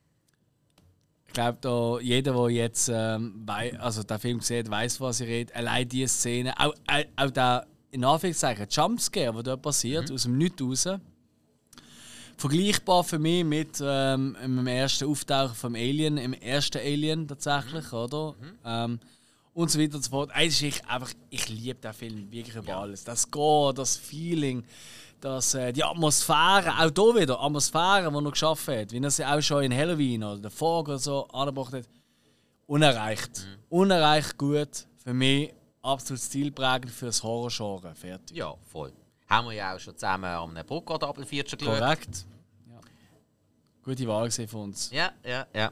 Speaker 1: Ich glaube, da jeder, der jetzt ähm, wei- also den Film sieht, weiß, was ich rede. Allein diese Szene, auch, auch, auch der in Anführungszeichen Jumpscare, der dort passiert, mhm. aus dem Nichts raus. Vergleichbar für mich mit ähm, dem ersten Auftauchen vom Alien, im ersten Alien tatsächlich, mhm. oder? Mhm. Ähm, und so weiter und so fort. Es ist ich, einfach, ich liebe den Film wirklich über
Speaker 2: Ja.
Speaker 1: alles. Das Gore, das Feeling, das, äh, die Atmosphäre, auch hier wieder, Atmosphäre, die er geschaffen hat, wie er sie auch schon in Halloween oder The Fog oder so angebracht hat. Unerreicht. Mhm. Unerreicht gut. Für mich absolut stilprägend für das Horror-Genre. Fertig.
Speaker 2: Ja, voll. Haben wir ja auch schon zusammen am Burgard-Apfelviertel geschaut.
Speaker 1: Korrekt. Ja. Gute Wahl gewesen von uns.
Speaker 2: Ja, ja, ja.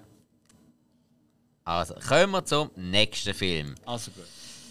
Speaker 2: Also, kommen wir zum nächsten Film.
Speaker 1: Also gut.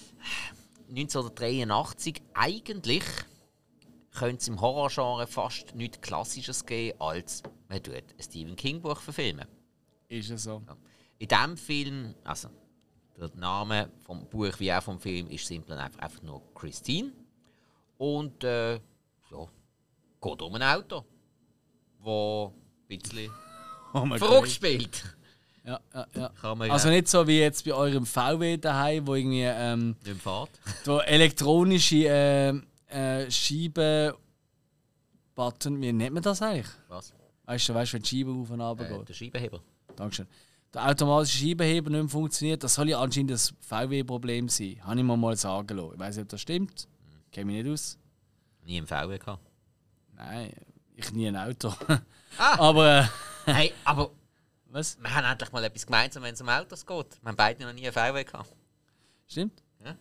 Speaker 2: neunzehnhundertdreiundachtzig. Eigentlich könnte es im Horrorgenre fast nichts Klassisches geben, als man tut ein Stephen King-Buch verfilmen.
Speaker 1: Ist es so.
Speaker 2: Ja. In diesem Film, also der Name vom Buch wie auch vom Film ist simpel einfach, einfach nur Christine. Und äh, ja, geht um ein Auto, das ein bisschen
Speaker 1: Oh mein
Speaker 2: verrückt
Speaker 1: Gott.
Speaker 2: spielt.
Speaker 1: Ja, ja, ja.
Speaker 2: Kann man
Speaker 1: Also
Speaker 2: ja
Speaker 1: nicht so wie jetzt bei eurem V W daheim, wo irgendwie ähm,
Speaker 2: nicht im Fahrt.
Speaker 1: da elektronische ähm, äh, Scheiben Button, wie nennt man das eigentlich?
Speaker 2: Was?
Speaker 1: Weißt du, weißt, wenn die Scheibe auf und runter
Speaker 2: Äh,
Speaker 1: geht?
Speaker 2: der Scheibenheber.
Speaker 1: Dankeschön. Der automatische Scheibenheber nicht mehr funktioniert, das soll ja anscheinend das V W-Problem sein. Habe ich mir mal sagen lassen. Ich weiß nicht, ob das stimmt. Kenne mich nicht aus.
Speaker 2: Nie im V W gehabt.
Speaker 1: Nein, ich nie ein Auto.
Speaker 2: Ah!
Speaker 1: Aber, äh,
Speaker 2: Hey, aber
Speaker 1: was?
Speaker 2: wir haben endlich mal etwas gemeinsam, wenn es um Autos geht. Wir haben beide noch nie einen V W gehabt.
Speaker 1: Stimmt?
Speaker 2: Ja.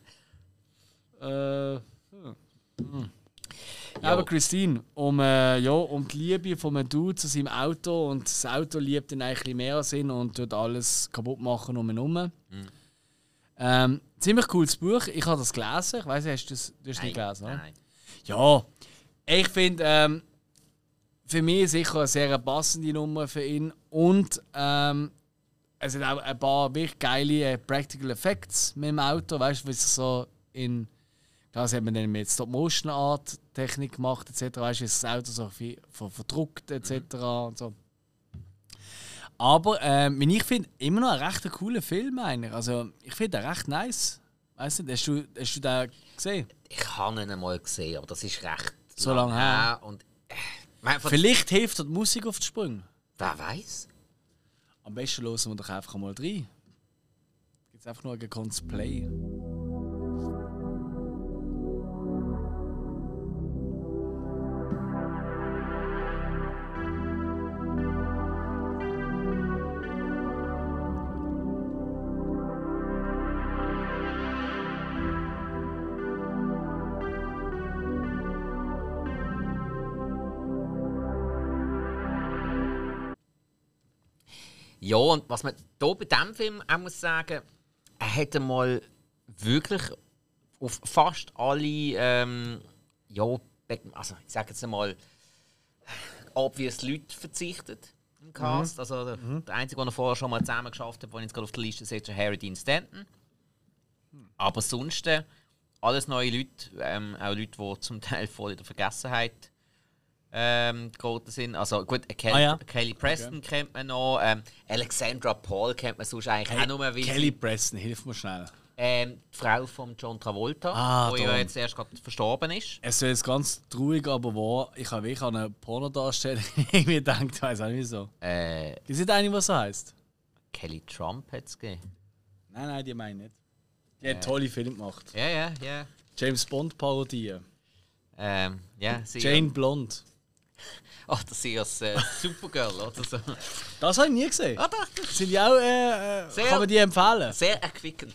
Speaker 1: Äh, hm. Hm.
Speaker 2: Ja.
Speaker 1: Aber Christine, um, äh, ja, um die Liebe von einem Dude zu seinem Auto und das Auto liebt ihn eigentlich mehr als ihn und tut alles kaputt machen um ihn herum. Mhm. Ähm, ziemlich cooles Buch. Ich habe das gelesen. Ich weiß nicht, hast du das, du hast
Speaker 2: Nein,
Speaker 1: nicht gelesen, oder?
Speaker 2: nein.
Speaker 1: Ja, ich finde, ähm, für mich sicher eine sehr passende Nummer für ihn. Und ähm, es hat auch ein paar wirklich geile äh, Practical Effects mit dem Auto. Weißt du, wie es so in. Das hat man dann mit Stop-Motion-Art-Technik gemacht, et cetera. Weißt du, wie das Auto so viel verdruckt, et cetera. Und so. Aber ähm, ich finde immer noch ein recht cooler Film eigentlich. Also, ich finde den recht nice. Weißt du, hast du, hast du den gesehen?
Speaker 2: Ich habe ihn einmal gesehen, aber das ist recht
Speaker 1: So lange her.
Speaker 2: Und, äh, mein,
Speaker 1: Vielleicht hilft dir die Musik auf die Sprünge.
Speaker 2: Wer weiß?
Speaker 1: Am besten hören wir doch einfach mal rein. Gibt es einfach nur ein gekonntes Play.
Speaker 2: Ja, und was man hier bei diesem Film auch muss sagen, er hätte mal wirklich auf fast alle, ähm, ja, also ich sage jetzt einmal, obvious Leute verzichtet im Cast. Mhm. Also der, mhm. der Einzige, den er vorher schon mal zusammen geschafft hat, den ich jetzt gerade auf der Liste sehe, ist Harry Dean Stanton. Aber sonst äh, alles neue Leute, ähm, auch Leute, die zum Teil voll in der Vergessenheit ähm, geraten sind. Also gut, Kelly, ah, ja. Kelly Preston okay. kennt man noch, ähm, Alexandra Paul kennt man sonst eigentlich hey, auch nur, weil
Speaker 1: Kelly Preston, hilf mir schnell.
Speaker 2: Ähm, die Frau von John Travolta,
Speaker 1: ah,
Speaker 2: die ja jetzt erst gerade verstorben ist.
Speaker 1: Es ist jetzt ganz traurig, aber wahr. Ich habe wirklich an eine Pornodarstellung irgendwie gedacht, ich weiß auch nicht wieso.
Speaker 2: Äh,
Speaker 1: die sind eine, was so heisst.
Speaker 2: Kelly Trump hat es gegeben.
Speaker 1: Nein, nein, die meine ich nicht. Die äh. hat tolle Filme gemacht.
Speaker 2: Ja, ja, ja.
Speaker 1: James Bond Parodie.
Speaker 2: Ähm, ja, sie
Speaker 1: Jane ja. Blond.
Speaker 2: Ach, das ist als äh, Supergirl oder so.
Speaker 1: Das habe ich nie gesehen.
Speaker 2: Ah, doch, das
Speaker 1: sind die auch, äh, äh, sehr, kann man die empfehlen?
Speaker 2: Sehr erquickend.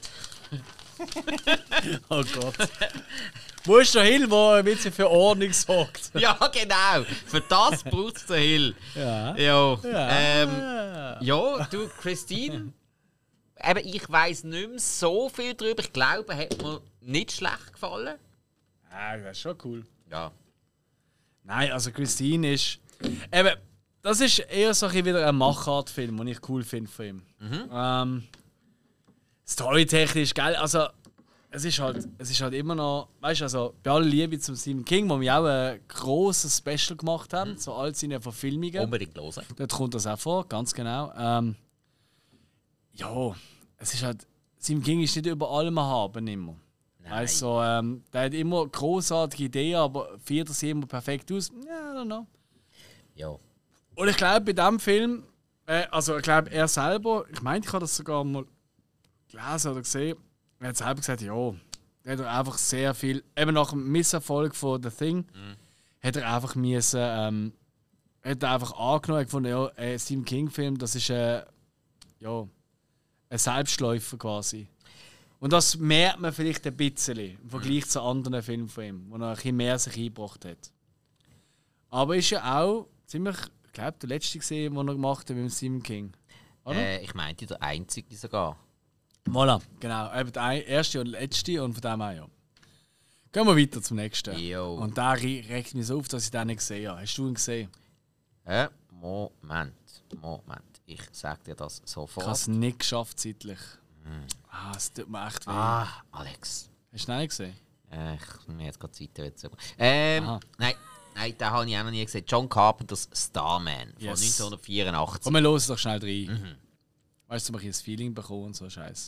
Speaker 1: Oh Gott. Wo ist der Hill, der ein bisschen für Ordnung sorgt?
Speaker 2: Ja, genau. Für das braucht es den Hill.
Speaker 1: Ja.
Speaker 2: Ja. Ja. Ähm, ja, du, Christine. Eben, ich weiss nicht mehr so viel darüber. Ich glaube, hat mir nicht schlecht gefallen.
Speaker 1: Ja, das ist schon cool.
Speaker 2: Ja.
Speaker 1: Nein, also Christine ist. Eben, das ist eher so ein wieder ein Machart-Film, den ich cool finde von ihm.
Speaker 2: Mhm.
Speaker 1: Ähm, Storytechnisch, geil. Also, es ist halt, es ist halt immer noch. Weißt du, also, bei aller Liebe zum Stephen King, wo wir auch ein grosses Special gemacht haben, mhm. so all seine Verfilmungen.
Speaker 2: Unbedingt hören.
Speaker 1: Dort kommt das auch vor, ganz genau. Ähm, ja, es ist halt. Stephen King ist nicht über allem haben immer. Also, ähm, der hat immer großartige Ideen, aber führt das immer perfekt aus? Ja, I don't know.
Speaker 2: Ja.
Speaker 1: Und ich glaube, bei diesem Film, äh, also ich glaube, er selber, ich meine, ich habe das sogar mal gelesen oder gesehen, er hat selber gesagt, ja, er hat einfach sehr viel, eben nach dem Misserfolg von The Thing, mhm. hat er einfach müssen, ähm, hat er einfach angenommen, gefunden, ja, ein Stephen King-Film, das ist äh, ja, ein Selbstläufer quasi. Und das merkt man vielleicht ein bisschen im Vergleich zu anderen Filmen von ihm, wo er ein bisschen mehr sich eingebracht hat. Aber ist ja auch ziemlich, ich glaube, der letzte gesehen, den er gemacht hat mit Stephen King. Oder?
Speaker 2: Äh, ich meinte der einzige sogar.
Speaker 1: Voilà, genau. Eben der erste und letzte und von dem auch, ja. Gehen wir weiter zum nächsten.
Speaker 2: Jo.
Speaker 1: Und da regt mich so auf, dass ich den nicht gesehen habe. Hast du ihn gesehen?
Speaker 2: Äh, Moment, Moment. Ich sag dir das sofort.
Speaker 1: Ich habe es nicht geschafft zeitlich. Hm. Ah, es tut mir echt weh.
Speaker 2: Ah, Alex.
Speaker 1: Hast du ihn nicht gesehen?
Speaker 2: Äh, ich mir jetzt gerade Zeit jetzt. Ähm, nein, nein, den habe ich auch noch nie gesehen. John Carpenters Starman von yes. neunzehnhundertvierundachtzig.
Speaker 1: Komm, wir hören doch schnell rein. Mhm. Weißt du, ob ich ein Feeling bekommen und so Scheiß.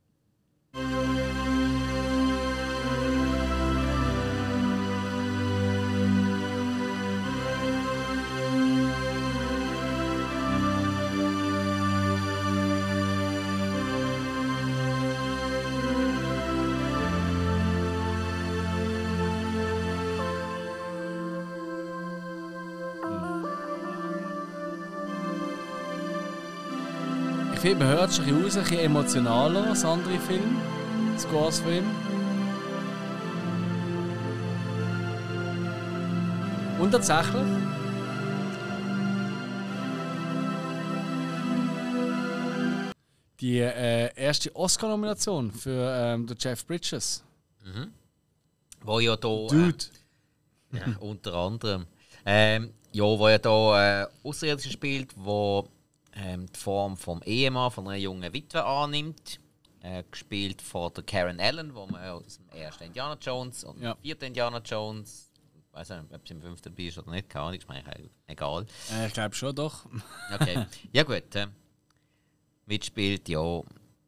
Speaker 1: Ich finde, man hört es ein bisschen raus, ein bisschen emotionaler als andere Filme, Scores von ihm. Und tatsächlich. Die äh, erste Oscar-Nomination für ähm, den Jeff Bridges.
Speaker 2: Mhm. Wo ja da.
Speaker 1: Dude.
Speaker 2: Äh, ja, unter anderem. Ähm, Ja, wo er hier äh, Außerirdische spielt, wo ähm, die Form vom Ehemann von einer jungen Witwe annimmt. Äh, gespielt von der Karen Allen, wo man aus dem ersten Indiana Jones und
Speaker 1: Ja.
Speaker 2: dem vierten Indiana Jones, ich weiß nicht, ob es im fünften dabei ist oder nicht, keine Ahnung, ist mir eigentlich egal.
Speaker 1: Äh, ich glaube schon, doch.
Speaker 2: Okay, ja gut. Äh, mitspielt, ja.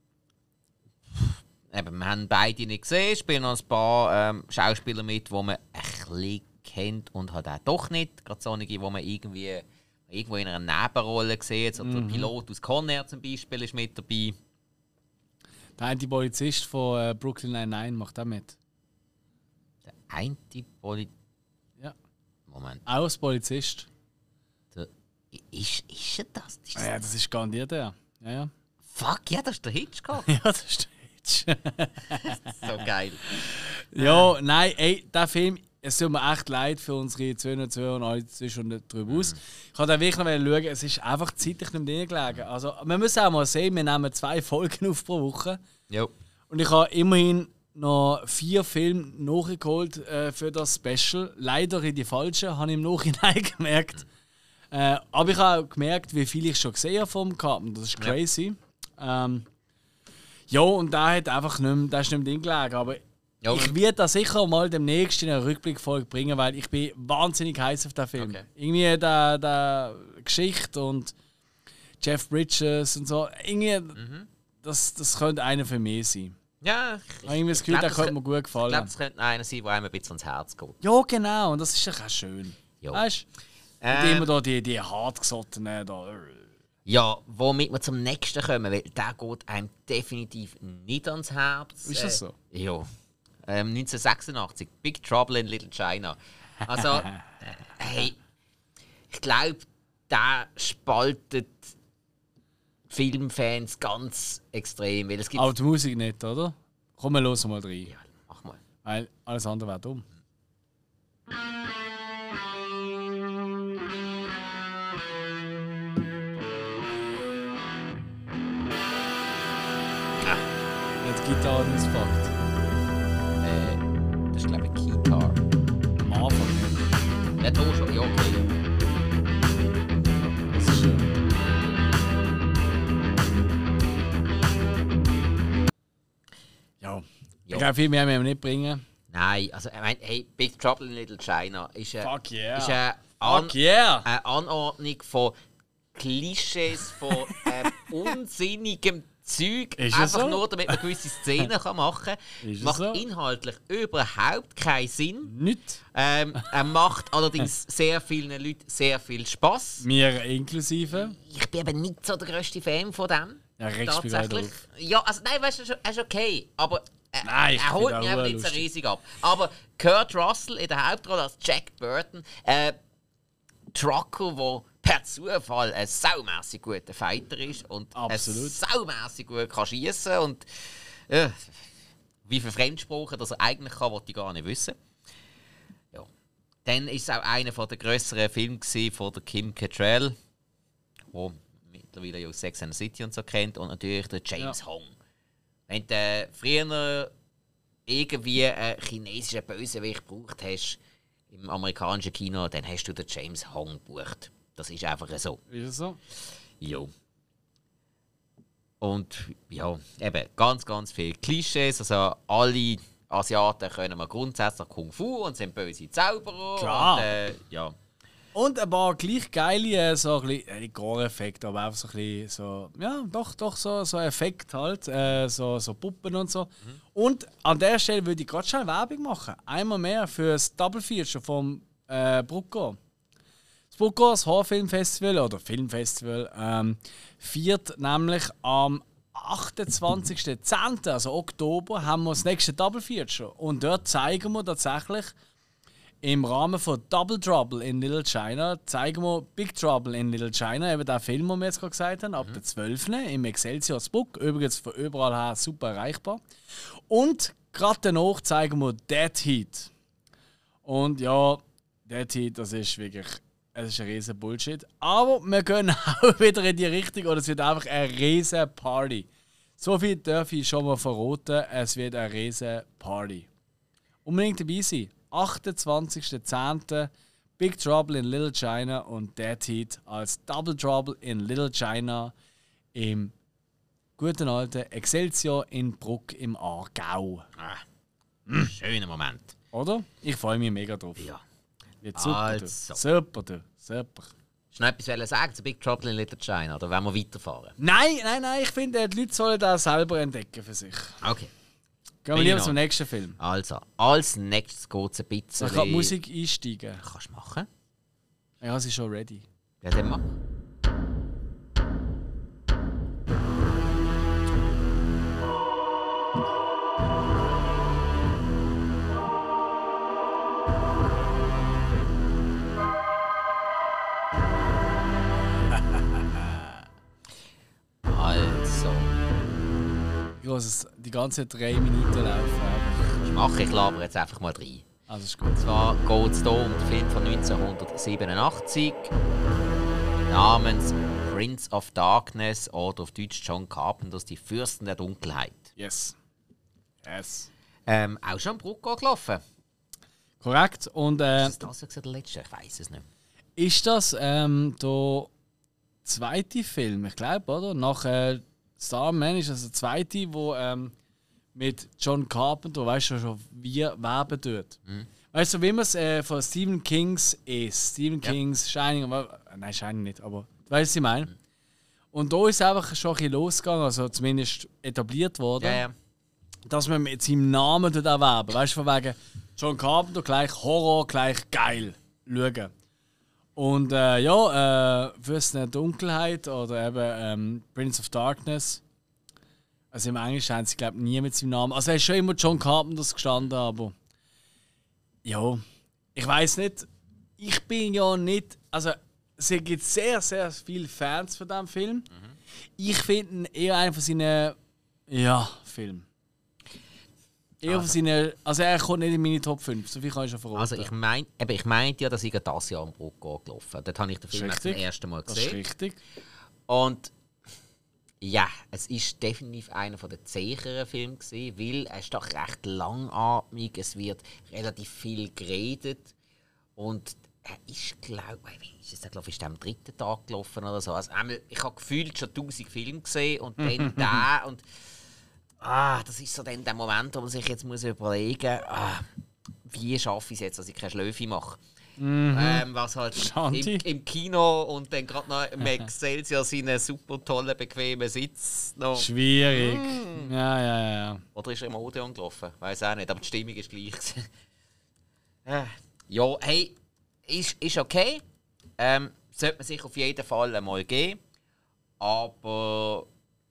Speaker 2: Eben, wir haben beide nicht gesehen, spielen noch ein paar ähm, Schauspieler mit, die man ein bisschen kennt und halt auch doch nicht. Gerade solche, die man irgendwie irgendwo in einer Nebenrolle sieht. So der Pilot aus Con Air zum Beispiel ist mit dabei.
Speaker 1: Der eine Polizist von äh, Brooklyn Nine-Nine macht auch mit.
Speaker 2: Der eine Polizist.
Speaker 1: Ja.
Speaker 2: Moment.
Speaker 1: Auch als Polizist.
Speaker 2: Der, ist, ist er das? Ist das
Speaker 1: Ah, ja, das ist garantiert der. Ja, ja.
Speaker 2: Fuck, ja, das ist der Hitchcock.
Speaker 1: Ja, das ist der Hitch.
Speaker 2: So geil.
Speaker 1: Ja, nein, ey, der Film, es tut mir echt leid für unsere Zuhörer und alle zwischen drüber aus. Ich wollte wirklich noch schauen, es ist einfach zeitlich nicht mehr gelegen. Also, wir müssen auch mal sehen, wir nehmen zwei Folgen auf pro Woche.
Speaker 2: Jo.
Speaker 1: Und ich habe immerhin noch vier Filme nachgeholt äh, für das Special. Leider in die falschen, habe ich im Nachhinein gemerkt. Äh, aber ich habe auch gemerkt, wie viel ich schon gesehen habe vom Carpenter. Das ist crazy. Ja, ähm, ja und der hat einfach nicht mehr, der ist nicht mehr drin gelegen. Aber
Speaker 2: Ja,
Speaker 1: ich werde da sicher mal demnächst in eine Rückblickfolge bringen, weil ich bin wahnsinnig heiß auf den Film.
Speaker 2: Okay.
Speaker 1: Irgendwie der, der Geschichte und Jeff Bridges und so. Irgendwie,
Speaker 2: Mhm.
Speaker 1: das, das könnte einer für mich sein.
Speaker 2: Ja, ich,
Speaker 1: Ich habe irgendwie das Gefühl,
Speaker 2: glaub,
Speaker 1: der
Speaker 2: das
Speaker 1: könnte mir
Speaker 2: kö-
Speaker 1: gut
Speaker 2: Ich
Speaker 1: gefallen.
Speaker 2: glaube, das könnte einer sein, der einem ein bisschen ans Herz geht.
Speaker 1: Ja, genau. Und das ist doch auch schön.
Speaker 2: Ja.
Speaker 1: Weißt du?
Speaker 2: Ähm,
Speaker 1: Immer da die, die hartgesottenen da.
Speaker 2: Ja, womit wir zum nächsten kommen, weil der geht einem definitiv nicht ans Herz.
Speaker 1: Ist das so?
Speaker 2: Äh, ja. Ähm, neunzehnhundertsechsundachtzig, Big Trouble in Little China. Also, hey, ich glaube, der spaltet Filmfans ganz extrem. Weil es gibt
Speaker 1: Aber die Musik nicht, oder? Komm, wir hören mal rein.
Speaker 2: Ja, mach mal.
Speaker 1: Weil alles andere wäre dumm.
Speaker 2: Ah.
Speaker 1: Ja, die Gitarre hat auspackt.
Speaker 2: Äh, das ist, glaube ich, Keytar.
Speaker 1: Am Anfang nicht.
Speaker 2: Nicht auch schon, ja, okay.
Speaker 1: Das ist schön. Ja.
Speaker 2: Ja.
Speaker 1: Ich glaube, viel mehr müssen wir nicht bringen.
Speaker 2: Nein, also, ich meine, hey, Big Trouble in Little China ist eine,
Speaker 1: Fuck yeah.
Speaker 2: ist eine, An
Speaker 1: Fuck yeah!
Speaker 2: eine Anordnung von Klischees, von äh, unsinnigem Zeug,
Speaker 1: Ist es
Speaker 2: einfach
Speaker 1: so?
Speaker 2: nur damit man gewisse Szenen kann machen kann.
Speaker 1: Ist es
Speaker 2: Macht
Speaker 1: so?
Speaker 2: inhaltlich überhaupt keinen Sinn.
Speaker 1: Nicht.
Speaker 2: Ähm, er macht allerdings sehr vielen Leuten sehr viel Spass.
Speaker 1: Wir inklusive.
Speaker 2: Ich bin eben nicht so der grösste Fan von dem.
Speaker 1: Ja, regst mich gerade
Speaker 2: Tatsächlich.
Speaker 1: auf.
Speaker 2: Ja, also nein, weißt du, er ist okay. Aber äh,
Speaker 1: Nein, ich
Speaker 2: er
Speaker 1: finde
Speaker 2: holt
Speaker 1: auch
Speaker 2: mich einfach nicht so
Speaker 1: lustig.
Speaker 2: riesig ab. Aber Kurt Russell in der Hauptrolle als Jack Burton, äh, Trucker, der per Zufall ein saumässig guter Fighter ist und
Speaker 1: Absolut.
Speaker 2: saumässig gut kann schiessen und äh, wie viel Fremdsprachen das er eigentlich kann, wollte ich gar nicht wissen. Ja. Dann war es auch einer der grösseren Filme gewesen von der Kim Cattrall, der mittlerweile ja aus Sex and the City und so kennt, und natürlich der James
Speaker 1: Ja.
Speaker 2: Hong. Wenn du früher irgendwie einen chinesischen Bösewicht gebraucht hast im amerikanischen Kino, dann hast du den James Hong gebucht. Das ist einfach so.
Speaker 1: Ist es so?
Speaker 2: Jo. Und ja, eben ganz, ganz viele Klischees. Also alle Asiaten können mal grundsätzlich Kung Fu und sind böse Zauberer.
Speaker 1: Klar.
Speaker 2: Und, äh, ja.
Speaker 1: Und ein paar gleich geile, äh, so ein bisschen, äh, nicht Gore-Effekte, aber einfach so ein bisschen, so, ja, doch, doch, so, so Effekt halt, äh, so, so Puppen und so.
Speaker 2: Mhm.
Speaker 1: Und an der Stelle würde ich gerade schnell Werbung machen. Einmal mehr für das Double Feature vom äh, Brucko. Das Brucko, das Horrorfilmfestival oder Filmfestival, ähm, feiert nämlich am achtundzwanzigsten zehnten, also Oktober, haben wir das nächste Double Feature. Und dort zeigen wir tatsächlich im Rahmen von Double Trouble in Little China zeigen wir Big Trouble in Little China, eben den Film, den wir jetzt gerade gesagt haben, ab der zwölften im Excelsior Book, übrigens von überall her super erreichbar. Und gerade danach zeigen wir Dead Heat. Und ja, Dead Heat, das ist wirklich, es ist ein riesen Bullshit. Aber wir gehen auch wieder in die Richtung und es wird einfach eine riesen Party. So viel darf ich schon mal verraten, es wird eine riesen Party. Unbedingt dabei sein. achtundzwanzigsten zehnten Big Trouble in Little China und Dead Heat als Double Trouble in Little China im guten alten Excelsior in Bruck im Aargau.
Speaker 2: Ah, mm. Schöner Moment.
Speaker 1: Oder? Ich freue mich mega drauf.
Speaker 2: Ja.
Speaker 1: Wird super,
Speaker 2: Also.
Speaker 1: du. Super, du. Super.
Speaker 2: Hast du noch etwas sagen zu Big Trouble in Little China? Oder wollen wir weiterfahren?
Speaker 1: Nein, nein, nein. Ich finde, die Leute sollen das selber entdecken für sich.
Speaker 2: Okay.
Speaker 1: Gehen wir lieber zum nächsten Film.
Speaker 2: Also, als nächstes geht es ein bisschen...
Speaker 1: Ich kann die Musik einsteigen.
Speaker 2: Kannst du machen.
Speaker 1: Ja, sie ist schon ready.
Speaker 2: Ja, dann mach. Also.
Speaker 1: Ich lasse es die ganze drei Minuten laufen.
Speaker 2: Ich mache, ich laber jetzt einfach mal rein.
Speaker 1: Also ist gut.
Speaker 2: Und zwar geht es hier um den Film von neunzehnhundertsiebenundachtzig namens Prince of Darkness oder auf Deutsch John Carpenters Die Fürsten der Dunkelheit.
Speaker 1: Yes. Yes.
Speaker 2: Ähm, auch schon am Bruck gelaufen.
Speaker 1: Korrekt. Und äh,
Speaker 2: Ist das das der letzte? Ich weiß es nicht.
Speaker 1: ist das ähm, der zweite Film, ich glaube, oder? Nach äh, Starman ist das der zweite, wo ähm, mit John Carpenter, weißt du schon, wie werben tut. Mhm. Weißt du, wie man es äh, von Stephen Kings ist? Stephen
Speaker 2: Ja.
Speaker 1: Kings Shining, äh, nein, Shining nicht, aber du weißt, was ich meine. Mhm. Und da ist einfach schon ein bisschen losgegangen, also zumindest etabliert worden,
Speaker 2: Ja, ja.
Speaker 1: dass man mit seinem Namen dort erwerben. Weißt du, von wegen John Carpenter gleich Horror, gleich geil. Schauen. Und äh, ja, äh, Fürsten der Dunkelheit oder eben ähm, Prince of Darkness. Also im Englischen haben sie, glaube ich, nie mit seinem Namen. Also er ist schon immer John Carpenters gestanden, aber. Ja, ich weiß nicht. Ich bin ja nicht. Also es gibt sehr, sehr viele Fans von diesem Film. Mhm. Ich finde ihn eher einer von seinen. Ja, Filmen. Eher
Speaker 2: Also.
Speaker 1: von seinen. Also er kommt nicht in meine Top fünf, so viel kann ich schon verraten.
Speaker 2: Also ich meine ich meinte ja, dass ich das Jahr am Bruck gelaufen. Dort habe ich den Film
Speaker 1: Das ist
Speaker 2: zum
Speaker 1: richtig.
Speaker 2: ersten Mal
Speaker 1: Das ist
Speaker 2: gesehen.
Speaker 1: richtig.
Speaker 2: Und ja, es ist definitiv einer der zäheren Filme gewesen, weil er ist doch recht langatmig, es wird relativ viel geredet und er ist, glaube ich, ist, glaub, ist der am dritten Tag gelaufen oder so. Also einmal, ich habe gefühlt schon tausend Filme gesehen und dann da und ah, das ist so dann der Moment, wo man sich jetzt muss überlegen muss, ah, wie schaffe ich es jetzt, dass ich keine Schläfe mache.
Speaker 1: Mhm.
Speaker 2: Ähm, was halt
Speaker 1: Shanti.
Speaker 2: im, im Kino und dann gerade noch im Excelsior seinen super tollen, bequemen Sitz noch.
Speaker 1: Schwierig.
Speaker 2: Mm.
Speaker 1: Ja, ja, ja, ja.
Speaker 2: Oder ist er im Odeon gelaufen? Weiß auch nicht, aber die Stimmung ist gleich. äh, ja, hey, ist, ist okay. Ähm, sollte man sich auf jeden Fall einmal geben. Aber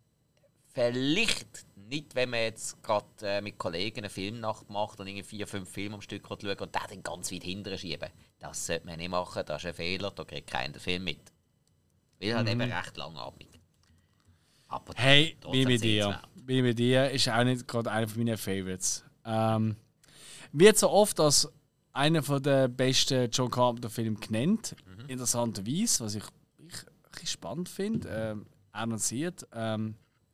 Speaker 2: vielleicht nicht, wenn man jetzt gerade äh, mit Kollegen eine Filmnacht macht und irgendwie vier, fünf Filme am Stück schaut und den dann ganz weit hinterher schieben. Das sollte man nicht machen, das ist ein Fehler, da kriegt keiner den Film mit. Weil halt eben recht langatmig. Aber
Speaker 1: Hey,
Speaker 2: trotzdem
Speaker 1: bin mit dir.
Speaker 2: sehenswert.
Speaker 1: Bin mit dir. Ist auch nicht gerade einer meiner Favorites. Ähm, wird so oft als einer der besten John Carpenter-Filme genannt. Mhm. Interessanterweise, was ich, ich, ich spannend finde. Ähm, annonciert. Ähm,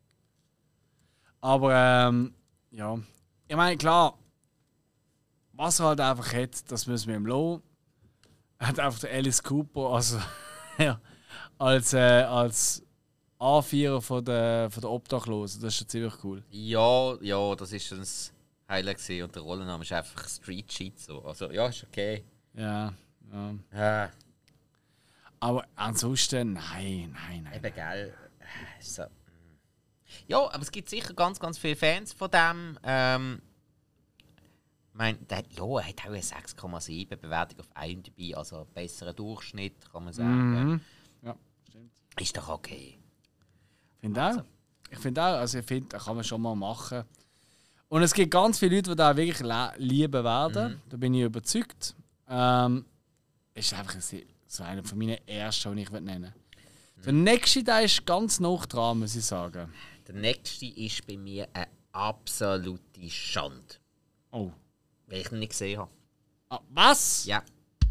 Speaker 1: aber ähm, ja. Ich meine, klar, was er halt einfach hat, das müssen wir ihm lassen. Er hat einfach den Alice Cooper also, ja, als, äh, als Anführer von der, von der Obdachlosen. Das ist schon ziemlich cool.
Speaker 2: Ja, ja, das ist schon das Highlight gewesen. Und der Rollenname ist einfach Street Shit. So. Also ja, ist okay.
Speaker 1: Ja, ja.
Speaker 2: Äh,
Speaker 1: Aber ansonsten, nein, nein, nein.
Speaker 2: eben, gell. So. Ja, aber es gibt sicher ganz, ganz viele Fans von dem. Ähm, ich meine, der, ja, er hat auch eine sechs Komma sieben Bewertung auf IMDb, also einen besseren Durchschnitt, kann man sagen.
Speaker 1: Mhm. Ja, stimmt.
Speaker 2: Ist doch okay.
Speaker 1: Finde auch. Ich finde auch, also ich finde, das kann man schon mal machen. Und es gibt ganz viele Leute, die da wirklich le- lieben werden. Mhm. Da bin ich überzeugt. Ähm, ist einfach ein, so einer von meinen ersten, die ich nennen will. Mhm. Der nächste, der ist ganz nah dran, muss ich sagen.
Speaker 2: Der nächste ist bei mir eine absolute Schande.
Speaker 1: Oh.
Speaker 2: Weil ich ihn nicht gesehen habe.
Speaker 1: Ah, was?
Speaker 2: Ja.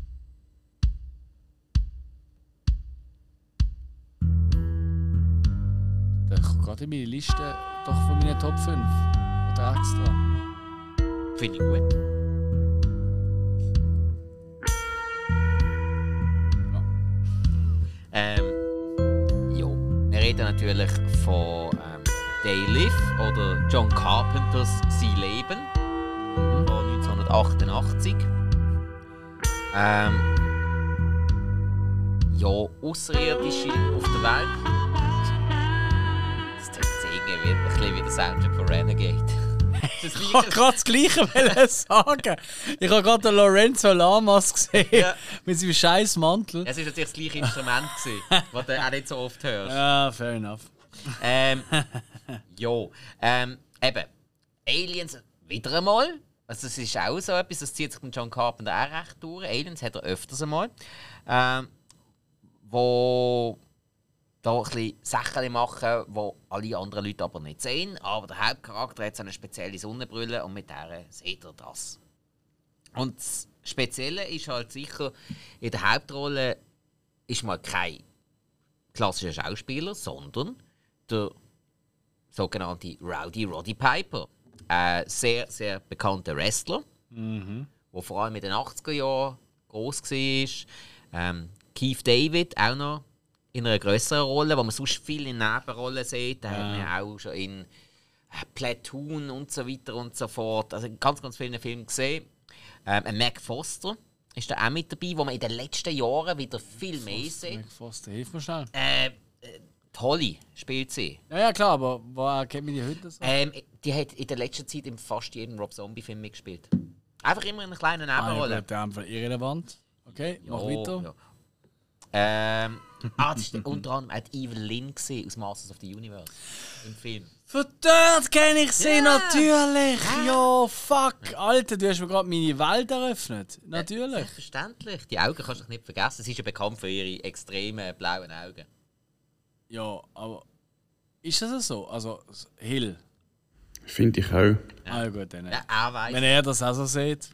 Speaker 1: Der kommt gerade in meine Liste doch von meinen Top fünf. Oder extra.
Speaker 2: Finde ich gut. Ähm, ja, wir reden natürlich von ähm, They Live oder John Carpenters «Sein Leben» von neunzehnhundertachtundachtzig. Ähm, ja, Außerirdische auf der Welt. Das klingt irgendwie ein bisschen wie der Soundtrack von Renegade.
Speaker 1: Ich wollte gerade das Gleiche sagen. Ich habe gerade den Lorenzo Lamas gesehen ja. mit seinem scheiß Mantel.
Speaker 2: Es war natürlich das gleiche Instrument, das du auch nicht so oft hörst.
Speaker 1: Ja, fair enough.
Speaker 2: Ähm, ja, ähm, eben. Aliens wieder einmal. Also das ist auch so etwas, das zieht sich mit John Carpenter auch recht durch. Aliens hat er öfters einmal. Ähm, wo da ein bisschen Sachen machen, die alle anderen Leute aber nicht sehen. Aber der Hauptcharakter hat so eine spezielle Sonnenbrille und mit der sieht er das. Und das Spezielle ist halt sicher, in der Hauptrolle ist mal kein klassischer Schauspieler, sondern der sogenannte Rowdy Roddy Piper. Ein sehr, sehr bekannter Wrestler,
Speaker 1: mhm.
Speaker 2: der vor allem in den achtziger Jahren gross war. Ähm, Keith David auch noch in einer grösseren Rolle, wo man sonst viel in Nebenrollen sieht. Da ja. hat man auch schon in Platoon und so weiter und so fort. Also in ganz, ganz vielen Filmen gesehen. Ähm, Mac Foster ist da auch mit dabei, wo man in den letzten Jahren wieder viel
Speaker 1: Mac
Speaker 2: mehr
Speaker 1: Foster,
Speaker 2: sieht.
Speaker 1: Mac Foster, hilf mir schnell.
Speaker 2: Äh, äh, Holly spielt sie.
Speaker 1: Ja, ja klar, aber woher kennt man die heute so?
Speaker 2: Ähm, die hat in der letzten Zeit in fast jedem Rob Zombie-Film mitgespielt. Einfach immer in einer kleinen Nebenrolle.
Speaker 1: Ah, ja, gut, einfach irrelevant. Okay,
Speaker 2: ja,
Speaker 1: mach weiter.
Speaker 2: Ja. Ähm, ah, das war unter anderem auch die Evil Lynn aus Masters of the Universe im Film.
Speaker 1: Von dort kenne ich sie,
Speaker 2: ja.
Speaker 1: natürlich! Ja, fuck! Alter, du hast mir gerade meine Welt eröffnet. Natürlich.
Speaker 2: Äh, selbstverständlich. Die Augen kannst du nicht vergessen. Sie ist ja bekannt für ihre extremen blauen Augen.
Speaker 1: Ja, aber ist das so? Also, Hill?
Speaker 3: Finde ich auch.
Speaker 1: Ja. Ah, ja, gut, dann.
Speaker 2: Ja, er weiss.
Speaker 1: Wenn er das auch so sieht.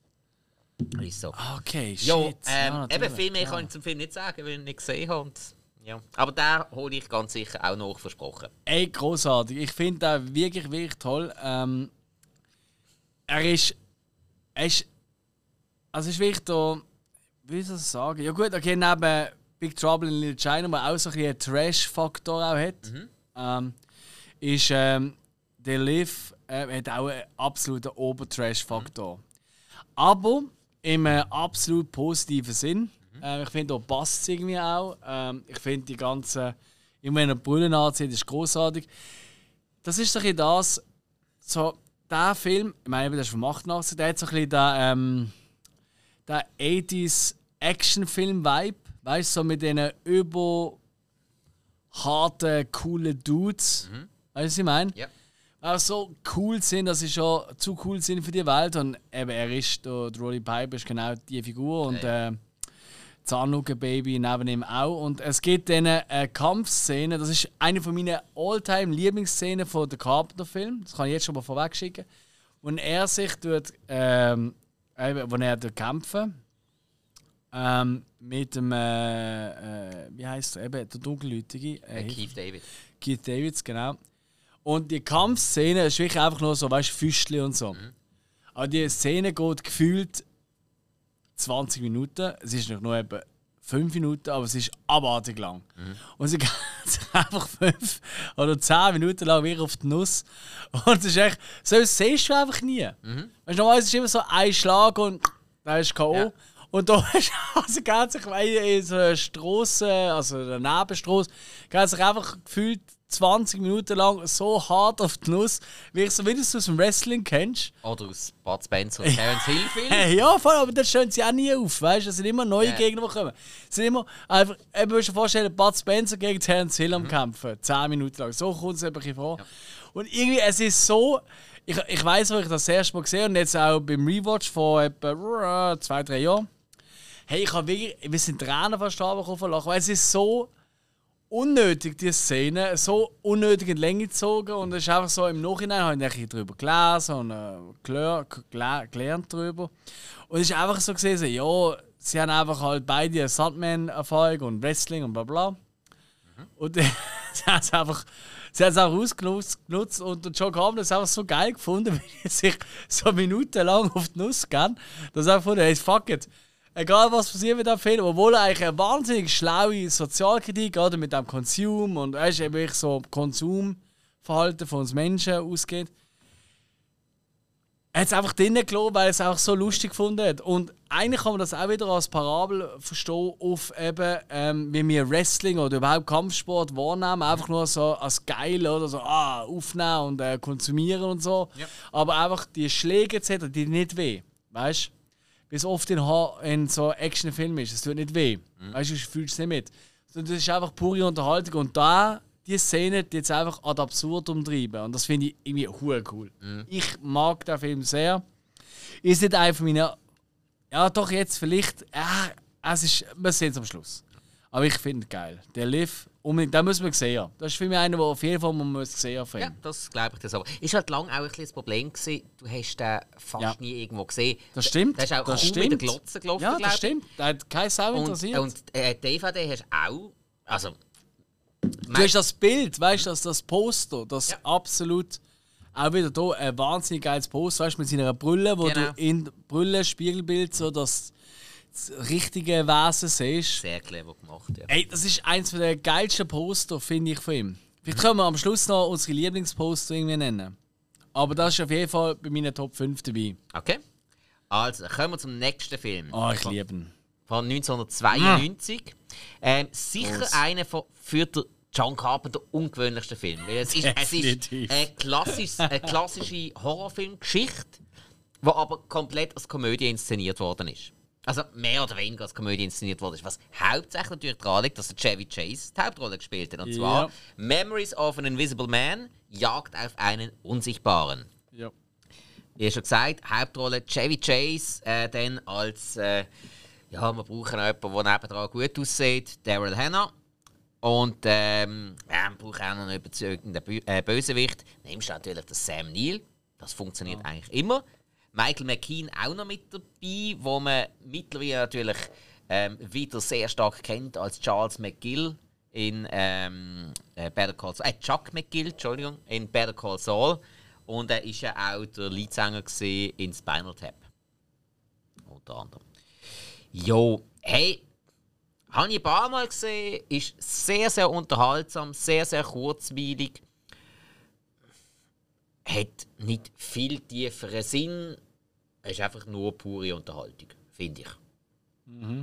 Speaker 2: Ist so.
Speaker 1: Okay, shit.
Speaker 2: Jo, ähm,
Speaker 1: ja,
Speaker 2: eben viel mehr
Speaker 1: ja.
Speaker 2: kann ich zum Film nicht sagen, weil ich ihn nicht gesehen habe. Und, ja. Aber den hole ich ganz sicher auch noch versprochen.
Speaker 1: Ey, großartig. Ich finde den wirklich, wirklich toll. Ähm, er ist. Er ist. Also, es ist wirklich da. Wie soll ich das sagen? Ja, gut, okay, neben Big Trouble in Little China, der auch so ein bisschen einen Trash-Faktor auch hat,
Speaker 2: Mhm.
Speaker 1: ähm, ist. Ähm, They Live äh, hat auch einen absoluten Ober-Trash-Faktor. Mhm. Aber im äh, absolut positiven Sinn. Mhm. Äh, ich finde, da passt es irgendwie auch. Ähm, ich finde, die ganze. Immer wenn er Brüllen anzieht, ist großartig. Das ist so ein bisschen das. So, der Film, ich meine, das ist vom achtundachtzig, der hat so ein bisschen den, ähm, den achtziger Actionfilm-Vibe. Weißt du, so mit diesen über harten, coolen Dudes.
Speaker 2: Mhm.
Speaker 1: Weißt du, was ich meine?
Speaker 2: Ja.
Speaker 1: Auch so cool sind, dass sie schon zu cool sind für die Welt. Und eben, er ist, der, der Roddy Piper ist genau die Figur. Und äh, Zahnlücke-Baby neben ihm auch. Und es gibt dann eine Kampfszene, das ist eine von meinen All-Time-Lieblingsszenen von der Carpenter-Film. Das kann ich jetzt schon mal vorweg schicken. Und er sich tut, ähm, eben, wo er tut kämpfen ähm, mit dem, äh, äh, wie heißt er, eben, der Dunkelhäutige. Äh,
Speaker 2: Keith David.
Speaker 1: Keith Davids, genau. Und die Kampfszene ist wirklich einfach nur so, weißt du, Füßchen und so. Mhm. Aber die Szene geht gefühlt zwanzig Minuten. Es ist noch nur etwa fünf Minuten, aber es ist abartig lang. Mhm. Und sie geht einfach fünf oder zehn Minuten lang wirklich auf die Nuss. Und es ist echt, so siehst du einfach nie. Mhm. Weißt du, normalerweise ist immer so ein Schlag und dann ist K O. Ja. Und da ist also geht sich in so einer Strasse, also eine Nebenstrasse, geht sich einfach gefühlt zwanzig Minuten lang so hart auf die Nuss, wie ich so wie du es aus dem Wrestling kennst.
Speaker 2: Oder aus Bud Spencer und Terence Hill Film.
Speaker 1: Ja, voll, aber dann stehen sie auch nie auf, weißt du? Es sind immer neue yeah. Gegner, die kommen. Es sind immer einfach, ich muss dir vorstellen, Bud Spencer gegen Terence Hill am mhm. Kämpfen, zehn Minuten lang. So kommt es ein bisschen vor. Ja. Und irgendwie, es ist so, ich, ich weiss, wo ich das, das erste Mal gesehen habe und jetzt auch beim Rewatch vor etwa zwei, drei Jahren. Hey, ich habe wirklich, wir sind Tränen fast runtergekommen, weil es ist so unnötig, diese Szene, so unnötig in die Länge gezogen und es ist einfach so, im Nachhinein habe ich ein bisschen darüber gelesen und äh, gelernt darüber. Und es ist einfach so gesehen, ja, sie haben einfach halt beide Sandman-Erfahrung und Wrestling und bla bla. Mhm. Und äh, sie haben es einfach, sie haben es auch ausgenutzt und der John Carpenter hat es einfach so geil gefunden, wie sie sich so minutenlang auf die Nuss gehen, dass er gefunden hat, hey, fuck it. egal was passiert mit dem Film, obwohl er eigentlich eine wahnsinnig schlaue Sozialkritik oder mit dem Konsum und er ist eben wirklich so Konsumverhalten von uns Menschen ausgeht. Er hat es einfach drinnen gelassen, weil er es auch so lustig gefunden hat. Und eigentlich kann man das auch wieder als Parabel verstehen auf eben, ähm, wie wir Wrestling oder überhaupt Kampfsport wahrnehmen. Einfach nur so als geil oder so ah, aufnehmen und äh, konsumieren und so. Ja. Aber einfach die Schläge et cetera, die nicht weh. Weißt du? Wie es oft in, in so Actionfilmen ist. Es tut nicht weh. Mhm. Weißt du, du fühlst es nicht mit. Sondern das ist einfach pure Unterhaltung. Und da die Szene die jetzt einfach ad absurdum treiben. Und das finde ich irgendwie hure cool. Mhm. Ich mag den Film sehr. Ist nicht einer von meinen. Ja, doch jetzt vielleicht. Äh, es ist, wir sehen es am Schluss. Aber ich finde es geil. Der Liv, unbedingt, den müssen wir sehen. Das ist für mich einer, der auf jeden Fall man muss sehen muss.
Speaker 2: Ja, das glaube ich das aber. Ist halt lange auch ein bisschen das Problem gewesen, du hast den fast ja. nie irgendwo gesehen.
Speaker 1: Das stimmt.
Speaker 2: Der ist auch
Speaker 1: das
Speaker 2: kaum
Speaker 1: stimmt.
Speaker 2: mit der Glotze gelaufen,
Speaker 1: ja, das stimmt. Der hat keine Sau interessiert.
Speaker 2: Und, und äh, D V D hast du auch. Also,
Speaker 1: du hast das Bild, weißt du, das, das Poster, das ja. absolut auch wieder hier ein wahnsinnig geiles Poster, weißt du, mit seiner Brille, wo genau. du in der Brille Spiegelbild so das, das richtige Wesen siehst.
Speaker 2: Sehr clever gemacht, ja.
Speaker 1: Ey, das ist eins der geilsten Poster, finde ich, von ihm. Vielleicht können wir am Schluss noch unsere Lieblingsposter irgendwie nennen. Aber das ist auf jeden Fall bei meinen Top fünf dabei.
Speaker 2: Okay. Also, kommen wir zum nächsten Film.
Speaker 1: Oh, ich liebe ihn.
Speaker 2: Von neunzehnhundertzweiundneunzig. Mm. Ähm, sicher Was? einer von, für den John Carpenter ungewöhnlichsten Film. Weil es, ist, es ist eine, klassisch, eine klassische Horrorfilmgeschichte, die aber komplett als Komödie inszeniert worden ist. Also mehr oder weniger als Komödie inszeniert worden ist. Was hauptsächlich natürlich daran liegt, dass der Chevy Chase die Hauptrolle gespielt hat. Und zwar ja. Memories of an Invisible Man, Jagd auf einen Unsichtbaren.
Speaker 1: Ja.
Speaker 2: Wie schon gesagt, Hauptrolle Chevy Chase, äh, dann als... Äh, ja, wir brauchen jemanden, der nebendran gut aussieht, Daryl Hannah. Und ähm, ja, wir brauchen auch noch einen überzeugenden Bö äh, Bösewicht. Nimmst du natürlich den Sam Neill. Das funktioniert ja. eigentlich immer. Michael McKean auch noch mit dabei, wo man mittlerweile natürlich ähm, wieder sehr stark kennt als Charles McGill in ähm, äh, Better Call Saul. Äh, Chuck McGill, Entschuldigung, in Better Call Saul. Und er war ja auch der Leadsänger in Spinal Tap. Unter anderem. Jo, hey, habe ich ein paar Mal gesehen, ist sehr, sehr unterhaltsam, sehr, sehr kurzweilig. Hat nicht viel tieferen Sinn. Es ist einfach nur pure Unterhaltung, finde ich.
Speaker 1: Mhm.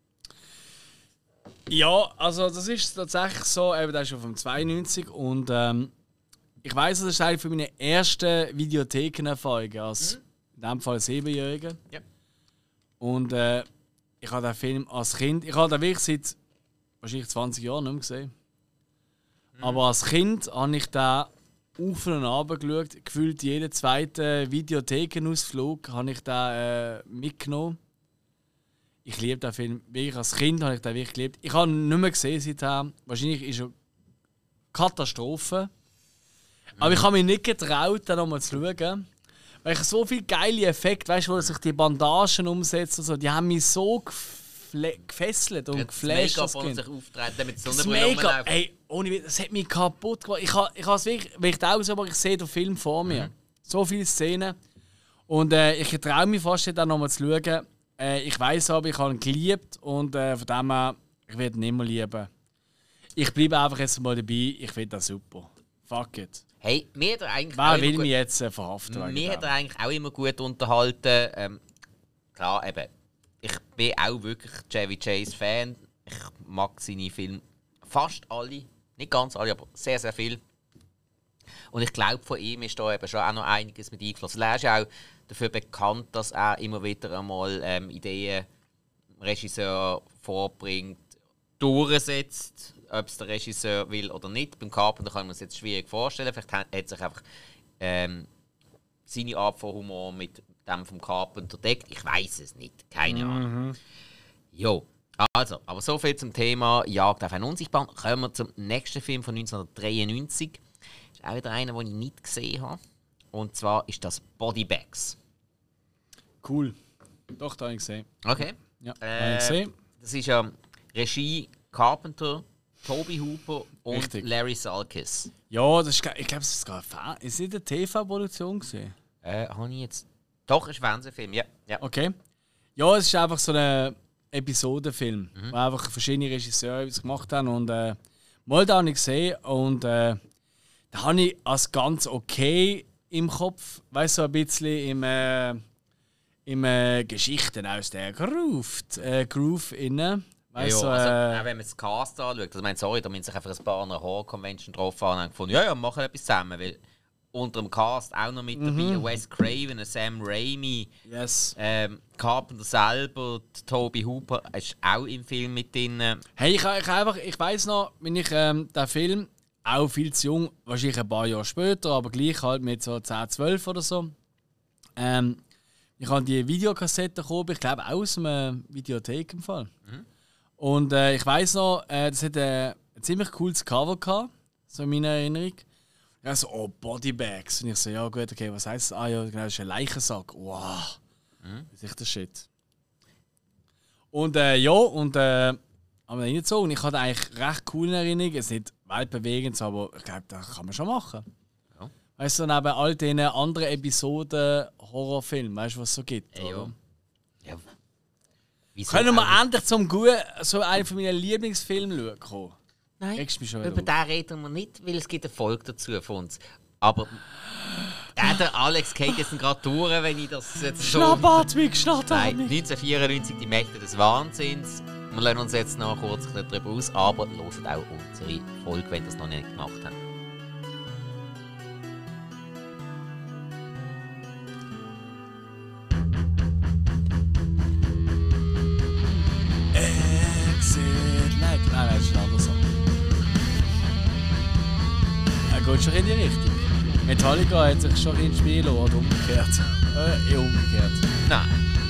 Speaker 1: Ja, also das ist tatsächlich so, eben, das ist auf dem zweiundneunzig und ähm, ich weiss, das ist eine von meinen ersten Videothekenerfahrungen als mhm. in diesem Fall Siebenjähriger.
Speaker 2: Ja.
Speaker 1: Und äh, ich habe den Film als Kind, ich habe den wirklich seit wahrscheinlich zwanzig Jahren nicht mehr gesehen. Mhm. Aber als Kind habe ich den auf und ab geschaut. Gefühlt jeden zweiten Videothekenausflug habe ich den äh, mitgenommen. Ich liebe den Film. Wirklich als Kind habe ich den wirklich geliebt. Ich habe ihn nicht mehr gesehen seitdem. Wahrscheinlich ist er Katastrophe. Mhm. Aber ich habe mich nicht getraut, den nochmal zu schauen. Weil ich so viele geile Effekte, weißt du, wo sich die Bandagen umsetzen und so, die haben mich so gefesselt und ja, geflasht.
Speaker 2: Das Make-up, sich auftreten mit so
Speaker 1: einer Brille. Ey, ohne das hat mich kaputt gemacht. Ich habe ich es wirklich, wenn ich den auch so mache, ich sehe den Film vor mir. Mhm. So viele Szenen. Und äh, ich traue mich fast nicht, nochmal zu schauen. Äh, ich weiss aber, ich habe ihn geliebt und äh, von dem her, ich werde ihn immer lieben. Ich bleibe einfach jetzt mal dabei, ich finde das super. Fuck it.
Speaker 2: Hey, mir hat er eigentlich
Speaker 1: Wer will mich jetzt äh, verhaften?
Speaker 2: Mir hat er eigentlich auch immer gut unterhalten. Ähm, klar, eben, ich bin auch wirklich Chevy Chase Fan. Ich mag seine Filme fast alle. Nicht ganz alle, aber sehr, sehr viel. Und ich glaube, von ihm ist da eben schon auch noch einiges mit eingeflossen. Er ist ja auch dafür bekannt, dass er immer wieder einmal ähm, Ideen Regisseur vorbringt, durchsetzt. Ob es der Regisseur will oder nicht. Beim Carpenter kann man es jetzt schwierig vorstellen. Vielleicht hat sich einfach ähm, seine Art von Humor mit dem vom Carpenter deckt. Ich weiß es nicht. Keine Ahnung. Mhm. Jo. Also, aber so viel zum Thema Jagd auf einen Unsichtbaren. Kommen wir zum nächsten Film von neunzehnhundertdreiundneunzig. Das ist auch wieder einer, den ich nicht gesehen habe. Und zwar ist das Body Bags.
Speaker 1: Cool. Doch, da habe ich gesehen.
Speaker 2: Okay.
Speaker 1: Ja,
Speaker 2: äh,
Speaker 1: habe ich gesehen.
Speaker 2: Das ist ja Regie Carpenter, Toby Hooper und
Speaker 1: Richtig.
Speaker 2: Larry Salkis.
Speaker 1: Ja, das ist, ich glaube, es ist gar eine ist es eine T V-Produktion gesehen.
Speaker 2: Äh, habe ich jetzt. Doch, ist ein Fernsehfilm, ja. ja.
Speaker 1: Okay. Ja, es ist einfach so ein Episodenfilm, mhm. wo einfach verschiedene Regisseure etwas gemacht haben. Und äh, mal da habe ich gesehen und äh, da habe ich als ganz okay im Kopf, weißt du, so ein bisschen im, äh, im äh, Geschichten aus der Groove, äh, Groove innen. Weißt,
Speaker 2: ja, also,
Speaker 1: äh,
Speaker 2: auch wenn man das Cast anschaut, also, ich meine, sorry, da müssen sich einfach ein paar an einer Horror-Convention drauf an und haben gefunden, ja, ja, wir machen etwas zusammen, weil unter dem Cast auch noch mit dabei mhm. Wes Craven, Sam Raimi,
Speaker 1: yes.
Speaker 2: ähm, Carpenter selber, Toby Hooper ist auch im Film mit drin.
Speaker 1: Hey, ich, ich, einfach, ich weiss noch, wenn ich ähm, den Film, auch viel zu jung, wahrscheinlich ein paar Jahre später, aber gleich halt mit so zehn, zwölf oder so, ähm, ich habe die Videokassette bekommen, ich glaube aus einem Videothek im Fall. Mhm. Und äh, ich weiss noch, äh, das hat äh, ein ziemlich cooles Cover gehabt, so in meiner Erinnerung. Ja, so, oh, Bodybags. Und ich so, ja gut, okay, was heisst das? Ah ja, genau, das ist ein Leichensack. Wow. Mhm. Das ist echt der Shit. Und äh, ja, und äh, haben wir reingezogen. Und ich hatte eigentlich recht coole Erinnerungen. Es ist nicht weltbewegend, aber ich glaube, das kann man schon machen. Ja. Weißt du, neben all diesen anderen Episoden Horrorfilmen, weißt du, was es so gibt?
Speaker 2: Ey, ja. Ja.
Speaker 1: Wieso können wir auch endlich zum Guten so einen von meinen Lieblingsfilmen schauen?
Speaker 2: Nein, über den reden wir nicht, weil es gibt eine Folge dazu von uns. Aber äh, der Alex geht jetzt gerade durch, wenn ich das jetzt so...
Speaker 1: Schnappatmig, schnappatmig!
Speaker 2: Nein, neunzehnhundertvierundneunzig, die Mächte des Wahnsinns. Wir lassen uns jetzt noch kurz darüber aus, aber hört auch unsere Folge, wenn ihr das noch nicht gemacht habt.
Speaker 1: Exit Light. Nein, nein, das ist ein anderer Song. Er geht schon in die Richtung. Metallica hat sich schon ins Spiel oder umgekehrt. Äh, eh umgekehrt.
Speaker 2: Nein.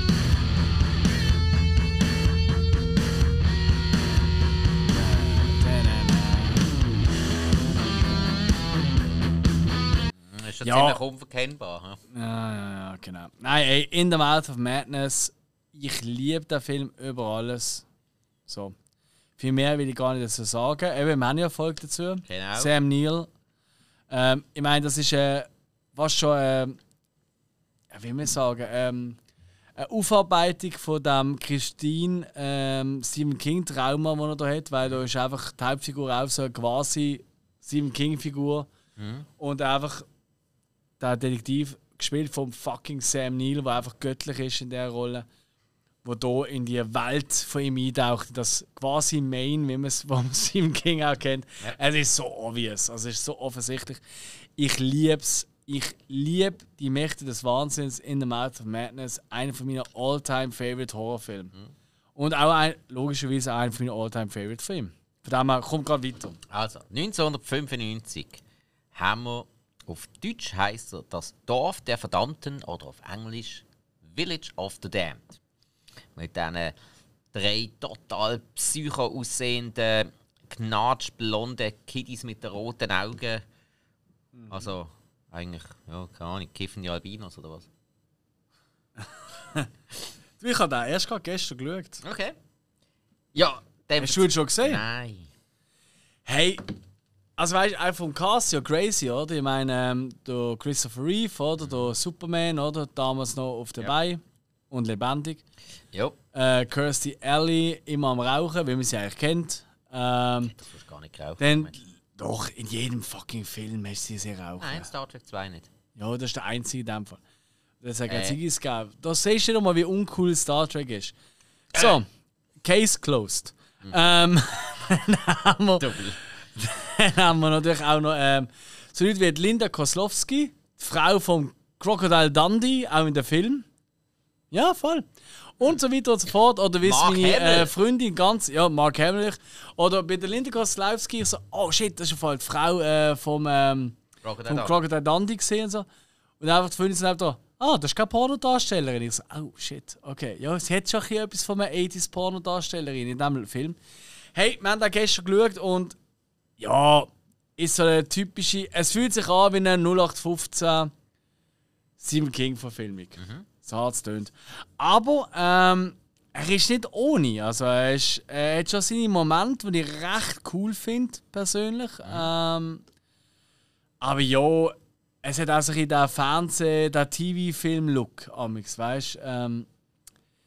Speaker 2: Das ist schon ja ziemlich unverkennbar. Hm?
Speaker 1: Ja, ja, ja, genau. Nein, ey, In the Mouth of Madness, ich liebe den Film über alles. So. Viel mehr will ich gar nicht dazu sagen. Eben, wir haben ja eine Folge dazu.
Speaker 2: Genau.
Speaker 1: Sam Neill. Ähm, ich meine, das ist äh, fast schon, äh, wie will man sagen, ähm, eine Aufarbeitung von dem Christine ähm, Stephen King Trauma, das er da hat, weil da ist einfach die Hauptfigur auch so eine quasi Stephen King Figur mhm. und einfach der Detektiv gespielt vom fucking Sam Neill, der einfach göttlich ist in der Rolle, wo hier in die Welt von ihm eintaucht, das quasi Main, wie man es vom Stephen King auch kennt. Ja. Es ist so obvious, also es ist so offensichtlich. Ich liebe es. Ich liebe die Mächte des Wahnsinns, In the Mouth of Madness, einer von meinen all-time favorite Horrorfilmen. Mhm. Und auch ein, logischerweise einer von meinen all-time favorite Filmen. Von dem her, kommt gerade weiter.
Speaker 2: Also, neunzehnhundertfünfundneunzig haben wir, auf Deutsch heisst er das Dorf der Verdammten oder auf Englisch Village of the Damned. Mit diesen drei total psycho aussehenden, knatschblonden Kiddies mit den roten Augen. Mhm. Also, eigentlich, ja, keine Ahnung, kiffen die Albinos oder was?
Speaker 1: Ich habe den erst gerade gestern geschaut.
Speaker 2: Okay. Ja, dem
Speaker 1: hast du ihn schon gesehen?
Speaker 2: Nein.
Speaker 1: Hey, also weißt du, auch vom Cast ja crazy, oder? Ich meine, ähm, der Christopher Reeve, oder? Der Superman, oder? Damals noch auf der Beine. Ja. Und lebendig.
Speaker 2: Ja.
Speaker 1: Äh, Kirstie Alley immer am Rauchen, wie man sie eigentlich kennt. Ähm,
Speaker 2: das ist gar nicht geraucht.
Speaker 1: Dann, doch, in jedem fucking Film hast du sie rauchen.
Speaker 2: Nein, Star Trek zwei nicht.
Speaker 1: Ja, das ist der einzige in dem Fall. Das hat keine Ziggis gegeben. Da siehst du doch mal, wie uncool Star Trek ist. So, äh. Case closed. Mhm. Ähm, dann, haben wir, dann haben wir natürlich auch noch ähm, so Leute wie Linda Kozlowski, die Frau von Crocodile Dundee, auch in dem Film. Ja, voll. Und so weiter und so fort. Oder wie es meine äh, Freundin ganz. Ja, Mark Hamill. Oder bei der Linda Kozlowski so, oh shit, das ist voll die Frau äh, vom, ähm,
Speaker 2: Crocodile,
Speaker 1: vom Crocodile Dundee gesehen und so. Und einfach die Freundin sagt da, ah, das ist keine Pornodarstellerin. Ich so, oh shit, okay. Ja, sie hat schon etwas von einer achtziger Pornodarstellerin in diesem Film. Hey, wir haben da gestern geschaut und ja, ist so eine typische. Es fühlt sich an wie eine null acht fünfzehn Stephen King-Verfilmung. Mhm. So hart es tönt. Aber ähm, er ist nicht ohne. Also, er, ist, er hat schon seine Momente, die ich recht cool finde, persönlich. Mhm. Ähm, aber ja, es hat auch so ein den Fernseh-, den T V-Film-Look, weißt du? Ähm,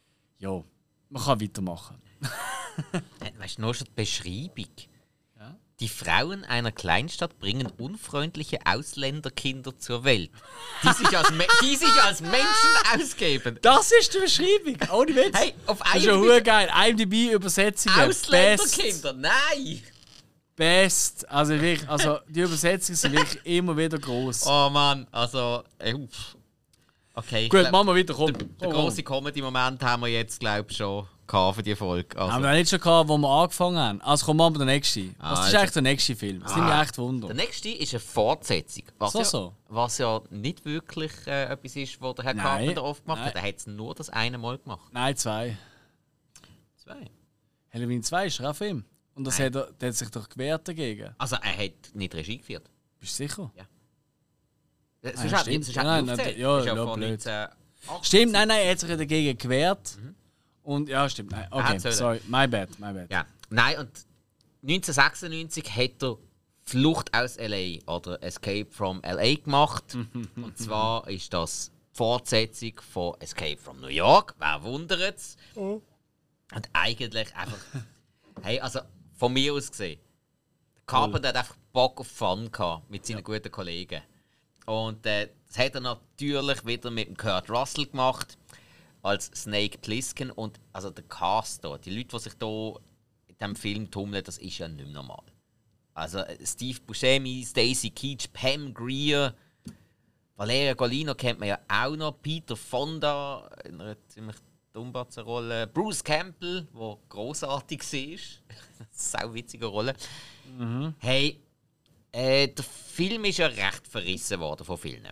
Speaker 1: ja, man kann weitermachen.
Speaker 2: Weißt du, nur schon die Beschreibung.
Speaker 1: Ja?
Speaker 2: Die Frauen einer Kleinstadt bringen unfreundliche Ausländerkinder zur Welt, die sich als, Me die sich als Menschen ausgeben.
Speaker 1: Das ist die Beschreibung, ohne Witz.
Speaker 2: Hey, auf
Speaker 1: Das ist ja
Speaker 2: IMDb
Speaker 1: hure geil. IMDb-Übersetzungen.
Speaker 2: Ausländerkinder, nein!
Speaker 1: Best. Also, wirklich, also die Übersetzungen sind wirklich immer wieder gross.
Speaker 2: Oh Mann, also. Äh, uff. Okay.
Speaker 1: Gut,
Speaker 2: glaub,
Speaker 1: machen wir weiter. Komm.
Speaker 2: Der
Speaker 1: Komm,
Speaker 2: grosse Comedy-Moment haben wir jetzt, glaube ich, schon gehabt für die Folge. Also,
Speaker 1: haben wir nicht schon gehabt, wo wir angefangen haben? Also komm, machen wir den nächsten. Was
Speaker 2: Ah,
Speaker 1: ist
Speaker 2: also-
Speaker 1: eigentlich der nächste Film? Das nimmt mich echt Wunder.
Speaker 2: der nächste ist eine Fortsetzung. Was,
Speaker 1: So,
Speaker 2: ja,
Speaker 1: so.
Speaker 2: was ja nicht wirklich äh, etwas ist, was der Herr
Speaker 1: Nein.
Speaker 2: Carpenter oft gemacht
Speaker 1: Nein.
Speaker 2: hat. Er hat es nur das eine Mal gemacht.
Speaker 1: Nein, zwei.
Speaker 2: Zwei.
Speaker 1: Halloween zwei ist auch ein Film. Und das
Speaker 2: Nein.
Speaker 1: hat, er, der hat sich doch gewehrt dagegen.
Speaker 2: Also, er hat nicht Regie geführt.
Speaker 1: Bist du sicher?
Speaker 2: Ja. Äh,
Speaker 1: Ah,
Speaker 2: Sonst
Speaker 1: ja,
Speaker 2: hat
Speaker 1: stimmt.
Speaker 2: sonst hat
Speaker 1: Nein,
Speaker 2: er aufgezählt.
Speaker 1: nein, ja,
Speaker 2: ist ja
Speaker 1: ja,
Speaker 2: von
Speaker 1: blöd.
Speaker 2: neunzehnhundertachtzig.
Speaker 1: Stimmt, nein, nein, er hat sich dagegen gewehrt. Und ja, stimmt. Nein. Okay,
Speaker 2: hat's sollen.
Speaker 1: sorry. My bad, my bad.
Speaker 2: Ja. Nein, und neunzehnhundertsechsundneunzig hat er Flucht aus L A oder Escape from L A gemacht. Und zwar ist das die Fortsetzung von Escape from New York. Wer wundert es?
Speaker 1: Oh.
Speaker 2: Und eigentlich einfach. Hey, also von mir aus gesehen. Carpenter hat einfach Bock auf Fun gehabt mit seinen guten Kollegen. Und äh, das hat er natürlich wieder mit dem Kurt Russell gemacht als Snake Plissken. Und also der Cast hier, die Leute, die sich hier in diesem Film tummeln, das ist ja nicht mehr normal. Also äh, Steve Buscemi, Stacy Keach, Pam Grier, Valeria Golino kennt man ja auch noch, Peter Fonda in einer ziemlich dumbatzen Rolle, Bruce Campbell, der grossartig war. Sau witzige Rolle.
Speaker 1: Mhm.
Speaker 2: Hey, äh, der Film ist ja recht verrissen worden von vielen.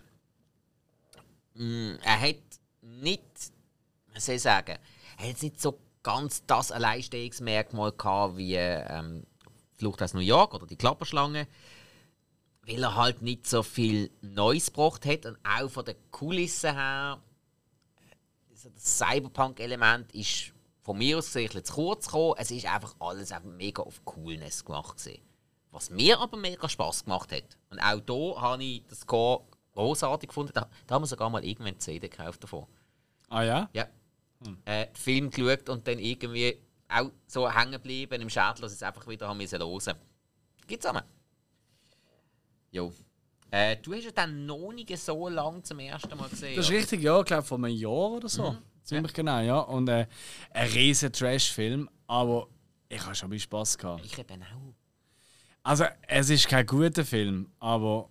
Speaker 2: Mm, er hat nicht, was soll ich sagen, er hat nicht so ganz das Alleinstehungsmerkmal gehabt wie ähm, Flucht aus New York oder die Klapperschlange, weil er halt nicht so viel Neues gebracht hat und auch von den Kulissen her, also das Cyberpunk-Element ist von mir aus gesehen zu kurz gekommen. Es ist einfach alles einfach mega auf Coolness gemacht gewesen. Was mir aber mega Spass gemacht hat. Und auch hier habe ich das Score großartig gefunden. Da, da haben wir sogar mal irgendwann eine C D gekauft davon.
Speaker 1: Ah ja?
Speaker 2: Ja. Hm. Äh, den Film geschaut und dann irgendwie auch so hängen geblieben im Schädel, dass ich es einfach wieder haben müssen hören. Gibt's einmal. Jo. Äh, du hast ja dann noch nicht so lange zum ersten Mal gesehen.
Speaker 1: Das ist
Speaker 2: oder?
Speaker 1: richtig, ja, ich glaube vor einem Jahr oder so.
Speaker 2: Mhm.
Speaker 1: Ziemlich genau, ja. Und äh, ein riesen Trash-Film, aber ich habe schon ein bisschen Spass gehabt.
Speaker 2: Ich eben auch.
Speaker 1: Also, es ist kein guter Film, aber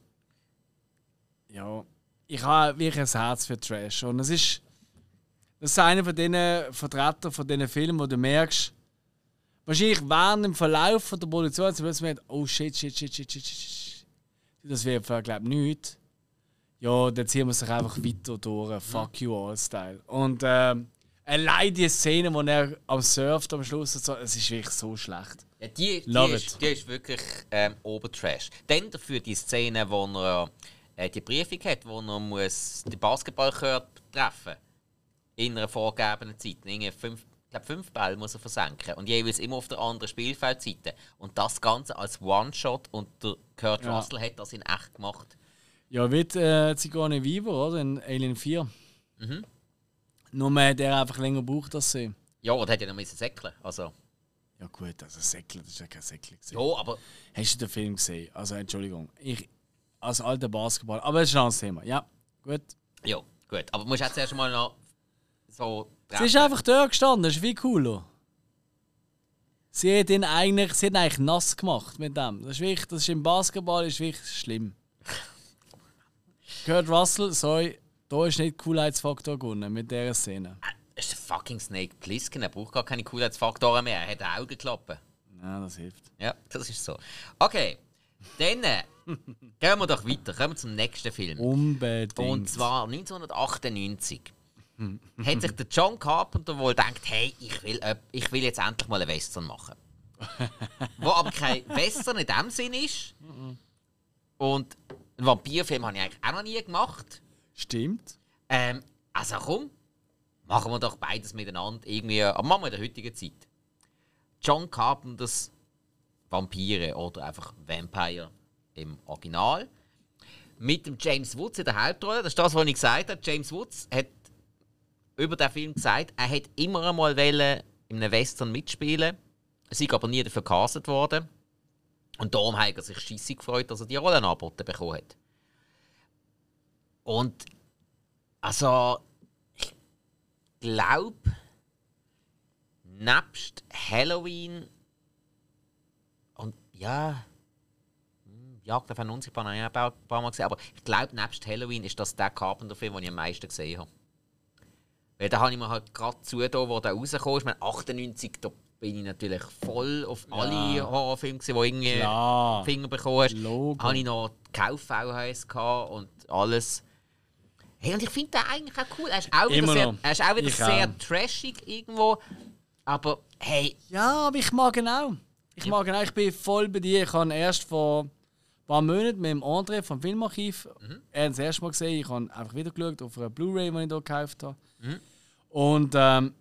Speaker 1: ja, ich habe wirklich ein Herz für Trash. Und es ist, das ist einer von diesen Vertretern von diesen Filmen, wo du merkst, wahrscheinlich während dem Verlauf von der Produktion, dass du plötzlich merkst, oh shit, shit, shit, shit, shit, shit. Das wird, glaube ich, nichts. Ja, dann ziehen wir sich einfach weiter durch. Fuck you all Style. Und ähm, allein die Szene, wo er am surft am Schluss, und so, es ist wirklich so schlecht.
Speaker 2: Ja, die, die,
Speaker 1: Love
Speaker 2: ist,
Speaker 1: it.
Speaker 2: die ist wirklich ähm, Obertrash. Dann dafür die Szene, wo er äh, die Briefung hat, wo er muss den Basketballkorb treffen in einer vorgegebenen Zeit. Irgendwie fünf, ich glaube, fünf Bälle muss er versenken. Und jeweils immer auf der anderen Spielfeldseite. Und das Ganze als One-Shot. Und der Kurt
Speaker 1: Ja.
Speaker 2: Russell hat das in echt gemacht.
Speaker 1: Ja, wie äh, Sigourney Weaver, oder? In Alien vier.
Speaker 2: Mhm.
Speaker 1: Nur mehr hat er einfach länger gebraucht als sie.
Speaker 2: Ja, und hat ja noch müssen säckeln. Also,
Speaker 1: Ja gut, also Säckle, das ist ja kein Säckle gewesen.
Speaker 2: ja, aber
Speaker 1: Hast du den Film gesehen? Also Entschuldigung, ich als alter Basketball, aber das ist ein anderes Thema. Ja, gut.
Speaker 2: ja, gut. Aber du musst jetzt erst mal noch so.
Speaker 1: Sie ist einfach da gestanden, das ist wie cooler. Sie hat ihn eigentlich, sie hat ihn eigentlich nass gemacht mit dem. Das ist wirklich, das ist im Basketball ist wirklich schlimm. Kurt Russell, sorry, da ist nicht Coolheitsfaktor gewonnen mit dieser Szene.
Speaker 2: Das ist der fucking Snake Plissken. Er braucht gar keine Coolheitsfaktoren mehr. Er hat Augenklappen.
Speaker 1: Ja, das hilft.
Speaker 2: Ja, das ist so. Okay, dann äh, gehen wir doch weiter. Kommen wir zum nächsten Film.
Speaker 1: Unbedingt.
Speaker 2: Und zwar neunzehnhundertachtundneunzig. Hat sich der John Carpenter wohl gedacht, hey, ich will, äh, ich will jetzt endlich mal einen Western machen. Wo aber kein Western in dem Sinn ist. Und einen Vampirfilm habe ich eigentlich auch noch nie gemacht.
Speaker 1: Stimmt.
Speaker 2: Ähm, also komm, machen wir doch beides miteinander. Irgendwie, aber machen wir in der heutigen Zeit. John Carpenters Vampire oder einfach Vampire im Original. Mit dem James Woods in der Hauptrolle. Das ist das, was ich gesagt habe. James Woods hat über den Film gesagt, er hätte immer einmal wollen in einem Western mitspielen, er sei aber nie dafür gecastet worden. Und darum hat er sich scheissig gefreut, dass er die Rolle angeboten bekommen hat. Und also, ich glaube, nebst Halloween und ja, Jagd auf einen Unsichtbaren habe ich auch ein paar Mal gesehen, aber ich glaube, nebst Halloween ist das der Carpenter-Film, den ich am meisten gesehen habe. Weil da habe ich mir halt gerade zugetan, wo der rauskam. Ich meine, achtundneunzig, da bin ich natürlich voll auf ja. alle Horrorfilme gesehen, die irgendwie Klar. Finger bekommen hast. Da hatte ich noch Kauf-V H S und alles. Hey, und ich finde den eigentlich auch cool. Er ist auch wieder sehr, er ist auch wieder sehr auch. trashig irgendwo. Aber hey.
Speaker 1: Ja, aber ich mag ihn auch. Ich mag ihn auch. Ich bin voll bei dir. Ich habe erst vor ein paar Monaten mit dem André vom Filmarchiv mhm. er das erste Mal gesehen. Ich habe einfach wieder geschaut auf einer Blu-ray, die ich hier gekauft habe. Mhm. Und ähm,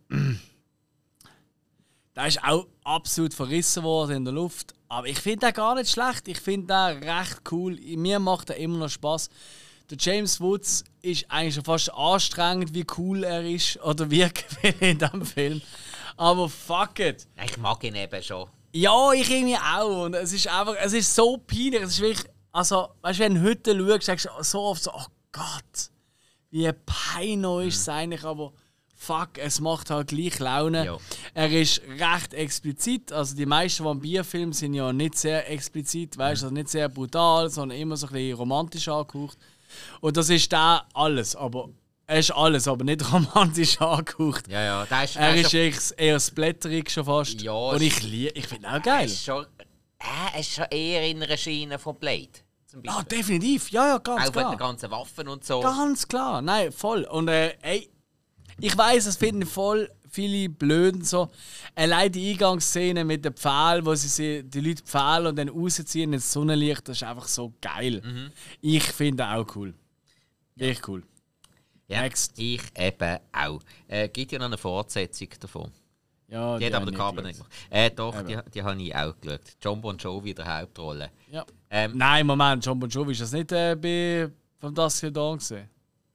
Speaker 1: der ist auch absolut verrissen worden in der Luft. Aber ich finde den gar nicht schlecht. Ich finde den recht cool. Mir macht er immer noch Spaß. Der James Woods ist eigentlich schon fast anstrengend, wie cool er ist oder wirkt in diesem Film. Aber fuck it.
Speaker 2: Ich mag ihn eben schon.
Speaker 1: Ja, ich irgendwie auch. Und es ist einfach, es ist so peinlich. Es ist wirklich, also, weißt du, wenn du heute schaust, sagst du so oft so, oh Gott, wie peinlich ist es eigentlich, aber fuck, es macht halt gleich Laune. Jo. Er ist recht explizit. Also die meisten Vampirfilme sind ja nicht sehr explizit, weißt du, also nicht sehr brutal, sondern immer so ein bisschen romantisch angehaucht. Und das ist da alles, aber er ist alles, aber nicht romantisch angehaucht.
Speaker 2: Ja, ja, da ist,
Speaker 1: er ist schon, eher splatterig schon fast.
Speaker 2: Ja,
Speaker 1: und ich liebe, ich finde auch geil.
Speaker 2: Er ist, schon, er ist schon eher in einer Schiene von Blade.
Speaker 1: Ja, ah, definitiv. Ja, ja, ganz
Speaker 2: auch
Speaker 1: klar.
Speaker 2: Auch mit den ganzen Waffen und so.
Speaker 1: Ganz klar, nein, voll. Und äh, ey, ich weiss, es finden voll viele blöd so. Allein die Eingangsszene mit den Pfählen, wo sie die Leute pfählen und dann rausziehen ins Sonnenlicht, das ist einfach so geil. Mhm. Ich finde auch cool. Echt cool.
Speaker 2: Ja, Next. Ich eben auch. Äh, gibt ja noch eine Fortsetzung davon.
Speaker 1: Ja,
Speaker 2: die, die hat aber der Carpenter nicht gemacht. Äh, doch, die, die habe ich auch geschaut. John Bon Jovi in der Hauptrolle.
Speaker 1: Ja. Ähm, Nein, Moment, John Bon Jovi, ist das nicht äh, bei «From Dusk Till Dawn» gesehen?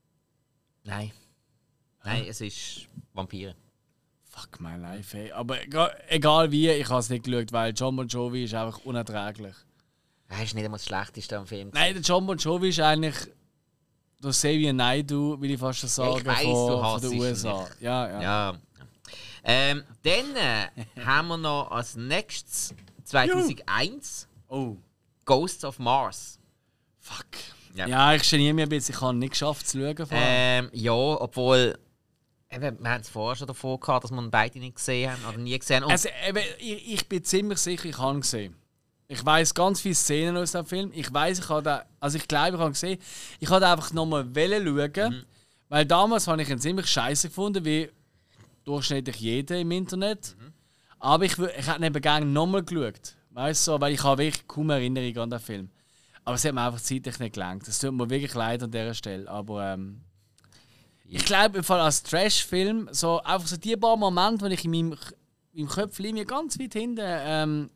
Speaker 2: Nein. Nein, es ist Vampire.
Speaker 1: Fuck my life, ey. Aber egal, egal wie, ich habe es nicht geschaut, weil John Bon Jovi ist einfach unerträglich.
Speaker 2: Er ist nicht einmal das Schlechteste am Film.
Speaker 1: Nein, der John Bon Jovi ist eigentlich der Xavier Naidoo, will ich fast schon sagen,
Speaker 2: ja, ich weiss,
Speaker 1: von,
Speaker 2: du
Speaker 1: von den U S A. Ja, ja.
Speaker 2: ja. Ähm, dann äh, haben wir noch als nächstes zweitausendeins
Speaker 1: oh.
Speaker 2: Ghosts of Mars.
Speaker 1: Fuck. Ja, ja ich geniere mich ein bisschen, ich habe es nicht geschafft zu schauen.
Speaker 2: Ähm, ja, obwohl... Eben, wir haben es vorher schon davor gehabt, dass wir beide nicht gesehen haben oder nie gesehen haben.
Speaker 1: Also, eben, ich, ich bin ziemlich sicher, ich habe ihn gesehen. Ich weiss ganz viele Szenen aus dem Film. Ich weiss, ich habe den, also ich glaube, ich habe ihn gesehen. Ich wollte einfach nochmal schauen, mhm. weil damals habe ich ihn ziemlich scheiße gefunden, wie durchschnittlich jeder im Internet. Mhm. Aber ich, ich habe eben gerne nochmal geschaut. Weißt du, weil ich habe wirklich kaum Erinnerung an den Film. Aber es hat mir einfach zeitlich nicht gelangt. Das tut mir wirklich leid an dieser Stelle. Aber ähm, ich glaube, im Fall als Trash-Film, so einfach so die paar Momente, wo ich in meinem, meinem Köpfchen mir ganz weit hinten ähm,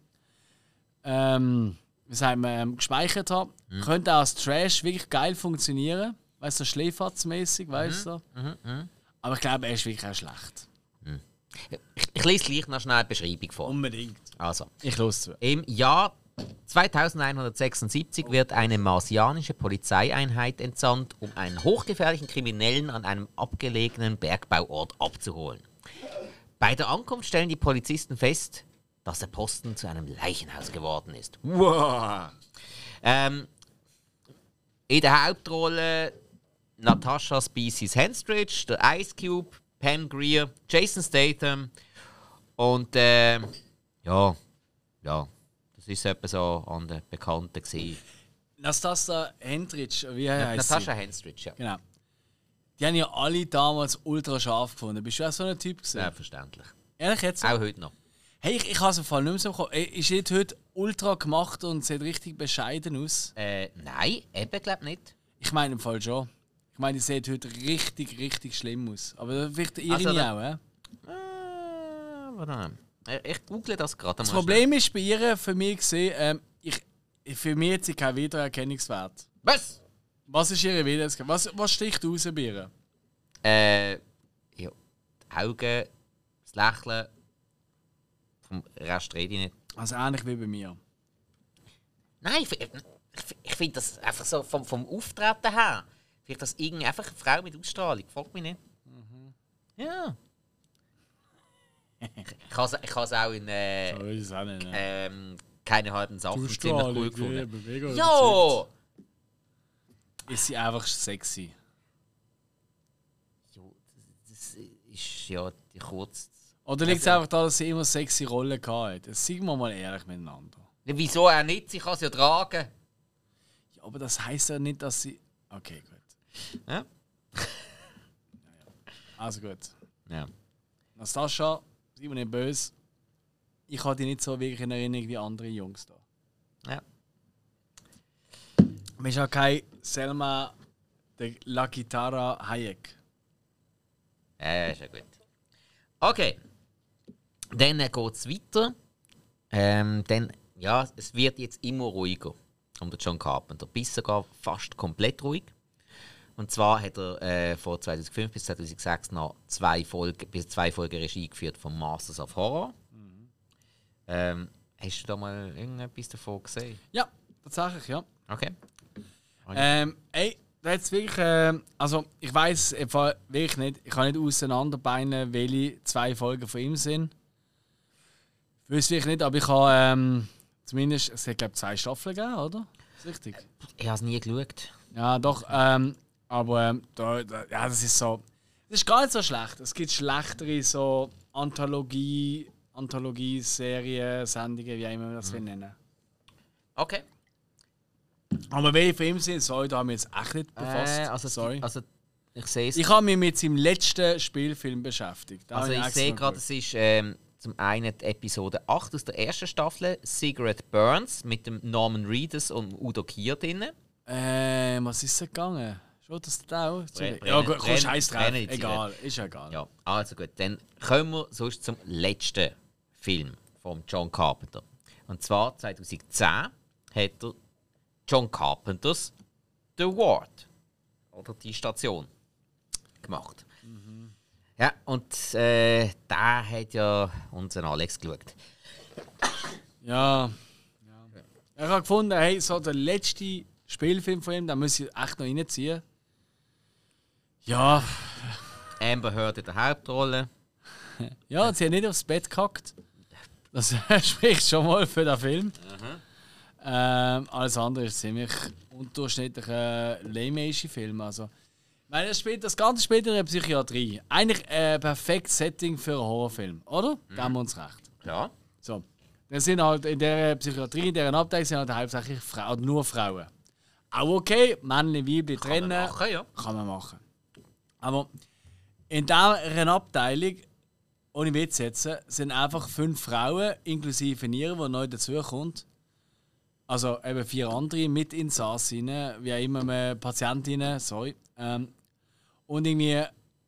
Speaker 1: ähm, wie sagt man, ähm, gespeichert habe, mhm. könnte auch als Trash wirklich geil funktionieren. Weißt du, so schläferzmäßig, weißt du. Mhm. Mhm. Aber ich glaube, er ist wirklich auch schlecht.
Speaker 2: Mhm. Ich, ich lese gleich noch schnell eine Beschreibung vor.
Speaker 1: Unbedingt.
Speaker 2: Also,
Speaker 1: ich los zu.
Speaker 2: Im Jahr zweitausendeinhundertsechsundsiebzig wird eine marsianische Polizeieinheit entsandt, um einen hochgefährlichen Kriminellen an einem abgelegenen Bergbauort abzuholen. Bei der Ankunft stellen die Polizisten fest, dass der Posten zu einem Leichenhaus geworden ist. Wow. Ähm, in der Hauptrolle Natasha Species Henstridge, der Ice Cube, Pam Grier, Jason Statham und äh, ja, ja. Das war etwa so an den Bekannten. Gewesen.
Speaker 1: Natascha Henstridge, wie heißt sie?
Speaker 2: Natascha Henstridge, ja.
Speaker 1: Genau. Die haben ja alle damals ultra scharf gefunden. Bist du auch so ein Typ gewesen?
Speaker 2: Selbstverständlich.
Speaker 1: Ehrlich jetzt?
Speaker 2: Auch heute noch.
Speaker 1: Hey, ich, ich habe es im Fall nicht mehr so bekommen. Ist jetzt heute ultra gemacht und sieht richtig bescheiden aus?
Speaker 2: Äh, nein, eben glaube nicht.
Speaker 1: Ich meine im Fall schon. Ich meine, die sieht heute richtig, richtig schlimm aus. Aber vielleicht irre
Speaker 2: also,
Speaker 1: ich mich auch, hä?
Speaker 2: Äh, warte. Ich google das gerade.
Speaker 1: Das Problem schnell. Ist bei ihr, für mich gesehen, ähm, ich, für mich hat sie keinen Wiedererkennungswert.
Speaker 2: Was?
Speaker 1: Was ist ihre Wiedererkennungswert? Was, was sticht aus bei ihr?
Speaker 2: Äh, ja, Augen, das Lächeln, vom Rest rede ich nicht.
Speaker 1: Also ähnlich wie bei mir.
Speaker 2: Nein, ich, ich, ich finde das einfach so vom, vom Auftreten her. Vielleicht das irgendwie einfach eine Frau mit Ausstrahlung. Folgt mich nicht. Mhm. Ja. ich habe es auch in äh,
Speaker 1: so ist es auch nicht, ne?
Speaker 2: ähm, keine halben Sachen ziemlich cool gefunden.
Speaker 1: Ja! Ist sie einfach sexy?
Speaker 2: Ja, das ist ja die kurze.
Speaker 1: Oder liegt es einfach daran, dass sie immer sexy Rollen hatte? Seien wir mal ehrlich miteinander.
Speaker 2: Ja, wieso auch nicht? Sie kann es ja tragen.
Speaker 1: Ja, aber das heisst ja nicht, dass sie. Okay, gut.
Speaker 2: Ja?
Speaker 1: Also gut.
Speaker 2: Ja.
Speaker 1: Nastassja, sei mir nicht böse. Ich habe dich nicht so wirklich in Erinnerung wie andere Jungs da.
Speaker 2: Ja.
Speaker 1: Du bist auch kein Selma de La Guitarra Hayek.
Speaker 2: Ja, ist ja gut. Okay. Dann geht es weiter. Ähm, dann, ja, es wird jetzt immer ruhiger um den John Carpenter. Bis sogar fast komplett ruhig. Und zwar hat er äh, von zweitausendfünf bis zweitausendsechs noch zwei Folgen, bis zwei Folgen Regie geführt von Masters of Horror. Mhm. Ähm, hast du da mal irgendetwas davon gesehen?
Speaker 1: Ja, tatsächlich, ja.
Speaker 2: Okay.
Speaker 1: Ähm, ey, jetzt wirklich, äh, also ich weiß wirklich nicht, ich kann nicht auseinanderbeinen, welche zwei Folgen von ihm sind. Ich weiß wirklich nicht, aber ich habe ähm, zumindest, es hat glaube ich zwei Staffeln gegeben, oder? Ist richtig?
Speaker 2: Ich habe es nie geschaut.
Speaker 1: Ja, doch, ähm, aber ähm, da, da, ja, das ist so, das ist gar nicht so schlecht. Es gibt schlechtere so Anthologie, Anthologie-Serien, Sendungen, wie auch immer wir das mhm. nennen.
Speaker 2: Okay.
Speaker 1: Aber welche Filme sind, sorry, da haben wir jetzt echt nicht befasst.
Speaker 2: Äh, also,
Speaker 1: sorry.
Speaker 2: Also, ich sehe es.
Speaker 1: Ich habe mich mit seinem letzten Spielfilm beschäftigt. Da
Speaker 2: also ich, ich sehe gerade, es ist ähm, zum einen die Episode acht aus der ersten Staffel, Cigarette Burns, mit dem Norman Reedus und Udo Kier drin.
Speaker 1: Äh, was ist da gegangen? Schaut das da auch?
Speaker 2: Brenn,
Speaker 1: ja, gut, komm, scheiß drauf.
Speaker 2: Brennen,
Speaker 1: egal, ist ja egal.
Speaker 2: Ja, also gut, dann kommen wir sonst zum letzten Film von John Carpenter. Und zwar zweitausendzehn hat er John Carpenters The Ward oder die Station gemacht. Mhm. Ja, und äh, da hat ja unser Alex geschaut.
Speaker 1: Ja. ja. Ich habe gefunden, hey, so der letzte Spielfilm von ihm, den muss ich echt noch reinziehen. Ja.
Speaker 2: Amber Heard in der Hauptrolle.
Speaker 1: Ja, sie hat nicht aufs Bett gehackt. Das spricht schon mal für den Film. Mhm. Ähm, alles andere ist ziemlich unterdurchschnittlicher lame-ische Film. Also, ich meine, das, spielt, das Ganze spielt in der Psychiatrie. Eigentlich ein perfektes Setting für einen Horrorfilm, oder? Mhm. Geben wir uns recht.
Speaker 2: Ja.
Speaker 1: So. Dann sind halt in der Psychiatrie, in dieser Abteilung sind halt hauptsächlich Frauen, nur Frauen. Auch okay, Männchen, Weibchen trennen.
Speaker 2: Kann man machen, ja.
Speaker 1: Kann man machen. Aber in dieser Abteilung, ohne Witz jetzt, sind einfach fünf Frauen, inklusive Nieren, die neu dazukommt. Also eben vier andere Mitinsassinnen, wie auch immer, man, Patientinnen, sorry. Ähm, und irgendwie,